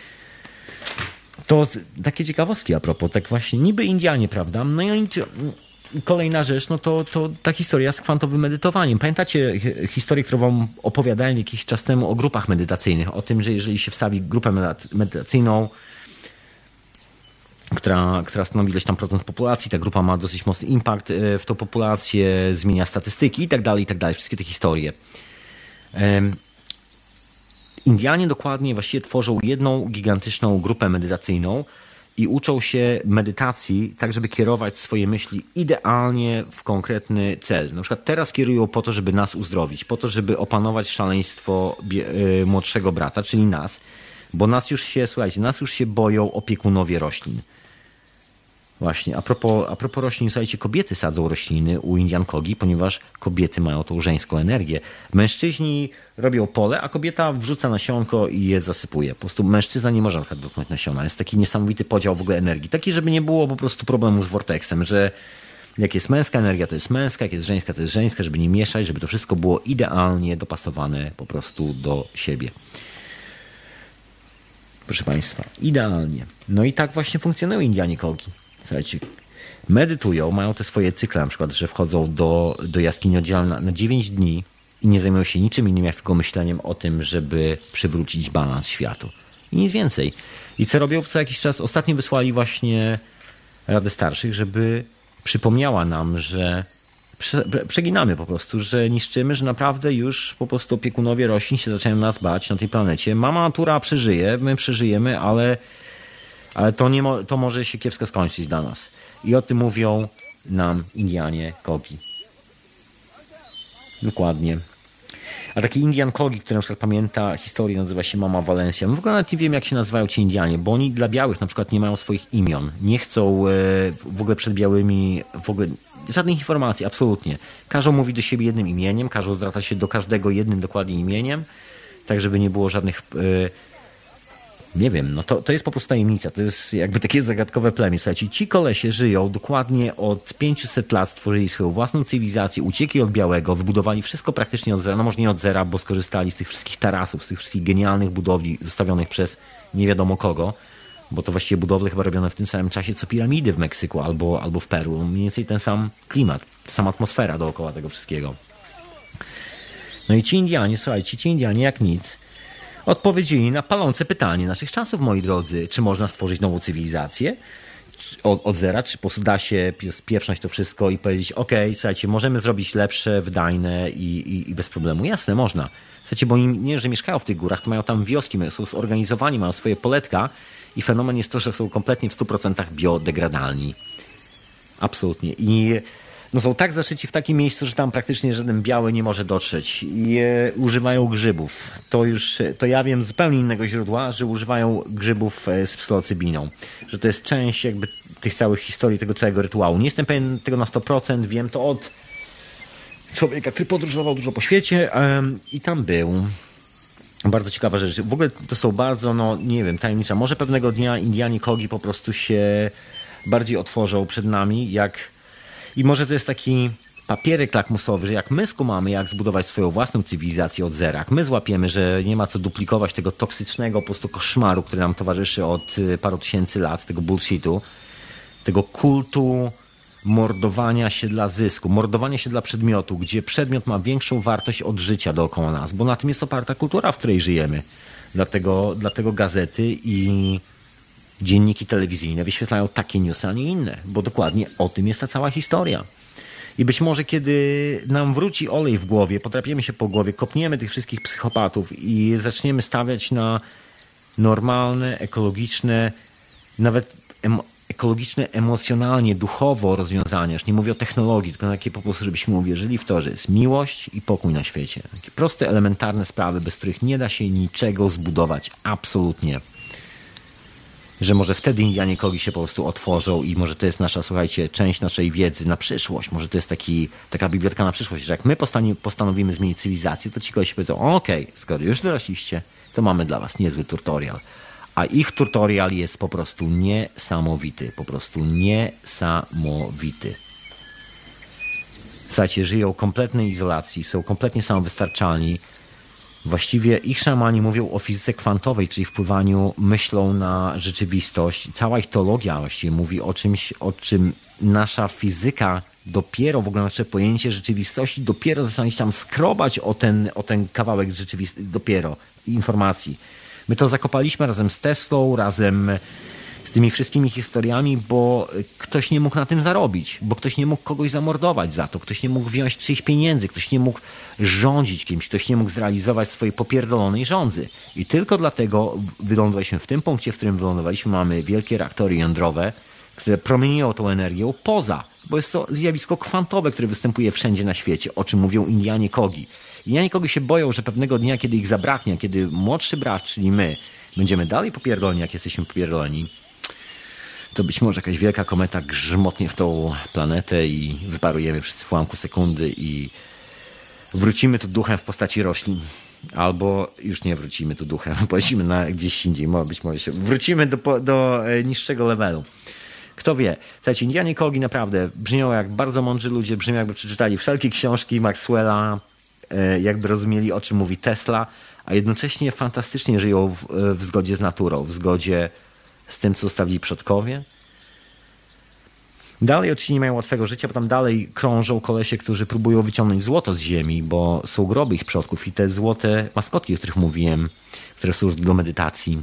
Speaker 1: To takie ciekawostki a propos, tak właśnie niby Indianie, prawda? No i oni, kolejna rzecz, no to, to ta historia z kwantowym medytowaniem. Pamiętacie historię, którą wam opowiadałem jakiś czas temu o grupach medytacyjnych, o tym, że jeżeli się wstawi grupę medytacyjną, która, która stanowi ileś tam procent populacji, ta grupa ma dosyć mocny impact w tą populację, zmienia statystyki i tak dalej, i tak dalej, wszystkie te historie. Indianie dokładnie właściwie tworzą jedną gigantyczną grupę medytacyjną i uczą się medytacji tak, żeby kierować swoje myśli idealnie w konkretny cel. Na przykład teraz kierują po to, żeby nas uzdrowić, po to, żeby opanować szaleństwo yy, młodszego brata, czyli nas, bo nas już się, słuchajcie, nas już się boją opiekunowie roślin. Właśnie, a propos, a propos roślin, słuchajcie, kobiety sadzą rośliny u Indian Kogi, ponieważ kobiety mają tą żeńską energię. Mężczyźni robią pole, a kobieta wrzuca nasionko i je zasypuje. Po prostu mężczyzna nie może na przykład dotknąć nasiona. Jest taki niesamowity podział w ogóle energii. Taki, żeby nie było po prostu problemu z vortexem, że jak jest męska energia, to jest męska, jak jest żeńska, to jest żeńska, żeby nie mieszać, żeby to wszystko było idealnie dopasowane po prostu do siebie. Proszę Państwa, idealnie. No i tak właśnie funkcjonują Indianie Kogi. Słuchajcie, medytują, mają te swoje cykle, na przykład, że wchodzą do, do jaskini oddzielne na dziewięć dni i nie zajmują się niczym innym, jak tylko myśleniem o tym, żeby przywrócić balans światu. I nic więcej. I co robią co jakiś czas? Ostatnio wysłali właśnie Radę Starszych, żeby przypomniała nam, że prze, przeginamy po prostu, że niszczymy, że naprawdę już po prostu opiekunowie roślin się zaczynają nas bać na tej planecie. Mama natura przeżyje, my przeżyjemy, ale Ale to, nie mo- to może się kiepsko skończyć dla nas. I o tym mówią nam Indianie Kogi. Dokładnie. A taki Indian Kogi, który na przykład pamięta historię, nazywa się Mama Valencia. My w ogóle nawet nie wiem, jak się nazywają ci Indianie, bo oni dla białych na przykład nie mają swoich imion. Nie chcą e, w ogóle przed białymi w ogóle żadnych informacji, absolutnie. Każą mówić do siebie jednym imieniem, każą zwracać się do każdego jednym dokładnie imieniem, tak żeby nie było żadnych... E, Nie wiem, no to, to jest po prostu tajemnica, to jest jakby takie zagadkowe plemię. Słuchajcie, ci kolesie żyją dokładnie od pięciuset lat, stworzyli swoją własną cywilizację, uciekli od białego, wybudowali wszystko praktycznie od zera, no może nie od zera, bo skorzystali z tych wszystkich tarasów, z tych wszystkich genialnych budowli zostawionych przez nie wiadomo kogo, bo to właściwie budowle chyba robione w tym samym czasie co piramidy w Meksyku albo, albo w Peru. Mniej więcej ten sam klimat, ta sama atmosfera dookoła tego wszystkiego. No i ci Indianie, słuchajcie, ci Indianie jak nic odpowiedzieli na palące pytanie naszych czasów, moi drodzy. Czy można stworzyć nową cywilizację? od, od zera, czy po prostu da się spieprznąć to wszystko i powiedzieć, okej, słuchajcie, możemy zrobić lepsze, wydajne i, i, i bez problemu. Jasne, można. Słuchajcie, bo oni nie, że mieszkają w tych górach, to mają tam wioski, są zorganizowani, mają swoje poletka i fenomen jest to, że są kompletnie w stu procentach biodegradalni. Absolutnie. I no są tak zaszyci w takim miejscu, że tam praktycznie żaden biały nie może dotrzeć i e, używają grzybów. To już, to ja wiem z zupełnie innego źródła, że używają grzybów e, z psylocybiną. Że to jest część jakby tych całych historii, tego całego rytuału. Nie jestem pewien tego na sto procent, wiem to od człowieka, który podróżował dużo po świecie e, i tam był. Bardzo ciekawa rzecz. W ogóle to są bardzo, no nie wiem, tajemnicza. Może pewnego dnia Indianie Kogi po prostu się bardziej otworzą przed nami, jak i może to jest taki papierek lakmusowy, że jak my skumamy, jak zbudować swoją własną cywilizację od zera, jak my złapiemy, że nie ma co duplikować tego toksycznego po prostu koszmaru, który nam towarzyszy od paru tysięcy lat, tego bullshitu, tego kultu mordowania się dla zysku, mordowania się dla przedmiotu, gdzie przedmiot ma większą wartość od życia dookoła nas, bo na tym jest oparta kultura, w której żyjemy. Dlatego, dlatego gazety i dzienniki telewizyjne wyświetlają takie newsy, a nie inne, bo dokładnie o tym jest ta cała historia. I być może kiedy nam wróci olej w głowie, potrapimy się po głowie, kopniemy tych wszystkich psychopatów i zaczniemy stawiać na normalne, ekologiczne, nawet em- ekologiczne, emocjonalnie, duchowo rozwiązania, już nie mówię o technologii, tylko takie po prostu, żebyśmy uwierzyli w to, że jest miłość i pokój na świecie. Takie proste, elementarne sprawy, bez których nie da się niczego zbudować. Absolutnie. Że może wtedy Indianie Kogi się po prostu otworzą i może to jest nasza, słuchajcie, część naszej wiedzy na przyszłość. Może to jest taki, taka biblioteka na przyszłość, że jak my postanowimy zmienić cywilizację, to ci kogoś powiedzą, okej, okay, skoro już dorośliście, to mamy dla was niezły tutorial. A ich tutorial jest po prostu niesamowity. Po prostu niesamowity. Słuchajcie, żyją w kompletnej izolacji, są kompletnie samowystarczalni. Właściwie ich szamani mówią o fizyce kwantowej, czyli wpływaniu myślą na rzeczywistość. Cała ich teologia właściwie mówi o czymś, o czym nasza fizyka dopiero, w ogóle nasze pojęcie rzeczywistości dopiero zaczyna się tam skrobać o ten, o ten kawałek rzeczywistości, dopiero informacji. My to zakopaliśmy razem z Teslą, razem z tymi wszystkimi historiami, bo ktoś nie mógł na tym zarobić, bo ktoś nie mógł kogoś zamordować za to, ktoś nie mógł wziąć czyichś pieniędzy, ktoś nie mógł rządzić kimś, ktoś nie mógł zrealizować swojej popierdolonej rządzy. I tylko dlatego wylądowaliśmy w tym punkcie, w którym wylądowaliśmy. Mamy wielkie reaktory jądrowe, które promieniują tą energię poza, bo jest to zjawisko kwantowe, które występuje wszędzie na świecie, o czym mówią Indianie Kogi. Indianie Kogi się boją, że pewnego dnia, kiedy ich zabraknie, kiedy młodszy brat, czyli my, będziemy dalej popierdoleni, jak jesteśmy popierdoleni, to być może jakaś wielka kometa grzmotnie w tą planetę i wyparujemy wszyscy w ułamku sekundy i wrócimy tu duchem w postaci roślin. Albo już nie wrócimy tu duchem, polecimy na gdzieś indziej, być może się wrócimy do, do niższego levelu. Kto wie. Słuchajcie, Indianie Kogi naprawdę brzmią jak bardzo mądrzy ludzie, brzmią jakby przeczytali wszelkie książki Maxwella, jakby rozumieli, o czym mówi Tesla, a jednocześnie fantastycznie żyją w, w zgodzie z naturą, w zgodzie z tym, co zostawili przodkowie. Dalej oczywiście nie mają łatwego życia, bo tam dalej krążą kolesie, którzy próbują wyciągnąć złoto z ziemi, bo są groby ich przodków i te złote maskotki, o których mówiłem, które są do medytacji,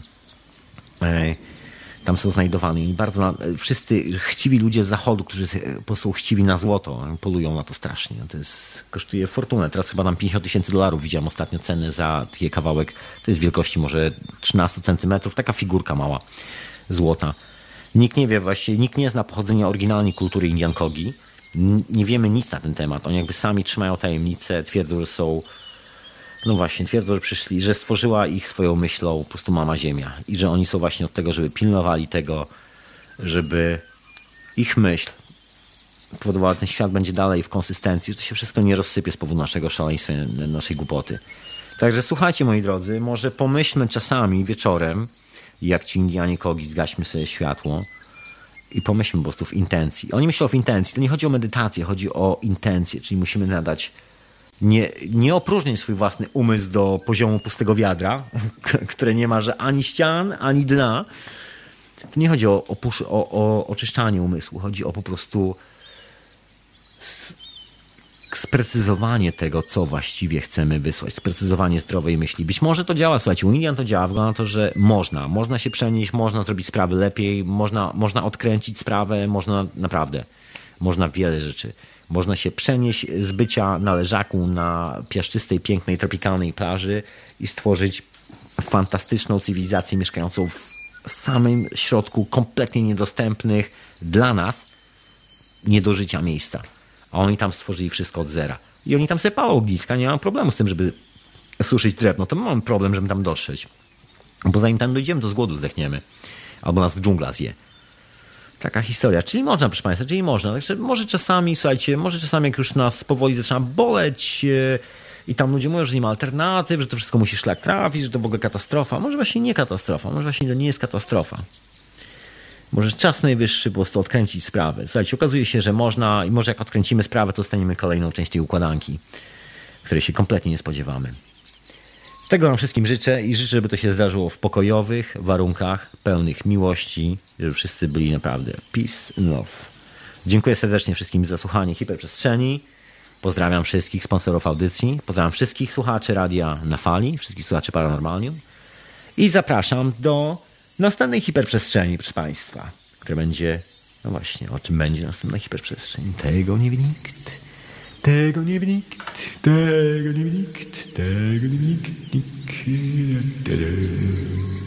Speaker 1: tam są znajdowane. I bardzo na, wszyscy chciwi ludzie z zachodu, którzy po prostu chciwi na złoto, polują na to strasznie. To jest, kosztuje fortunę. Teraz chyba tam pięćdziesiąt tysięcy dolarów widziałem ostatnio cenę za taki kawałek. To jest wielkości może trzynaście centymetrów. Taka figurka mała złota. Nikt nie wie właściwie, nikt nie zna pochodzenia oryginalnej kultury Indian Kogi. Nie wiemy nic na ten temat. Oni jakby sami trzymają tajemnicę, twierdzą, że są, no właśnie, twierdzą, że przyszli, że stworzyła ich swoją myślą po prostu mama Ziemia i że oni są właśnie od tego, żeby pilnowali tego, żeby ich myśl powodowała, że ten świat będzie dalej w konsystencji, że to się wszystko nie rozsypie z powodu naszego szaleństwa, naszej głupoty. Także słuchajcie, moi drodzy, może pomyślmy czasami wieczorem, jak ci Indianie Kogi, zgaśmy sobie światło i pomyślmy po prostu w intencji. Oni myślą w intencji. To nie chodzi o medytację, chodzi o intencję, czyli musimy nadać, nie, nie opróżniać swój własny umysł do poziomu pustego wiadra, które nie ma że ani ścian, ani dna. Tu nie chodzi o, opusz- o, o oczyszczanie umysłu, chodzi o po prostu sprecyzowanie tego, co właściwie chcemy wysłać, sprecyzowanie zdrowej myśli. Być może to działa, słuchajcie, u Indian to działa, wygląda na to, że można, można się przenieść, można zrobić sprawy lepiej, można, można odkręcić sprawę, można naprawdę, można wiele rzeczy. Można się przenieść z bycia na leżaku na piaszczystej, pięknej, tropikalnej plaży i stworzyć fantastyczną cywilizację mieszkającą w samym środku kompletnie niedostępnych dla nas nie do życia miejsca. A oni tam stworzyli wszystko od zera. I oni tam sobie palą ogniska, nie mam problemu z tym, żeby suszyć drewno. To mam problem, żeby tam dotrzeć. Bo zanim tam dojdziemy, to z głodu zdechniemy. Albo nas dżungla zje. Taka historia. Czyli można, proszę Państwa, czyli można. Także może czasami, słuchajcie, może czasami jak już nas powoli zaczyna boleć yy, i tam ludzie mówią, że nie ma alternatyw, że to wszystko musi szlak trafić, że to w ogóle katastrofa. Może właśnie nie katastrofa. Może właśnie to nie jest katastrofa. Może czas najwyższy po prostu odkręcić sprawę. Słuchajcie, okazuje się, że można i może jak odkręcimy sprawę, to dostaniemy kolejną część tej układanki, której się kompletnie nie spodziewamy. Tego wam wszystkim życzę i życzę, żeby to się zdarzyło w pokojowych warunkach, pełnych miłości, żeby wszyscy byli naprawdę peace and love. Dziękuję serdecznie wszystkim za słuchanie Hiperprzestrzeni. Pozdrawiam wszystkich sponsorów audycji. Pozdrawiam wszystkich słuchaczy Radia na Fali, wszystkich słuchaczy Paranormalium. I zapraszam do następnej Hiperprzestrzeni, proszę Państwa, która będzie, no właśnie, o czym będzie następna Hiperprzestrzeń. Tego nie wie nikt. Tego nie wie nikt. Tego nie wie nikt. Tego nie wie nikt.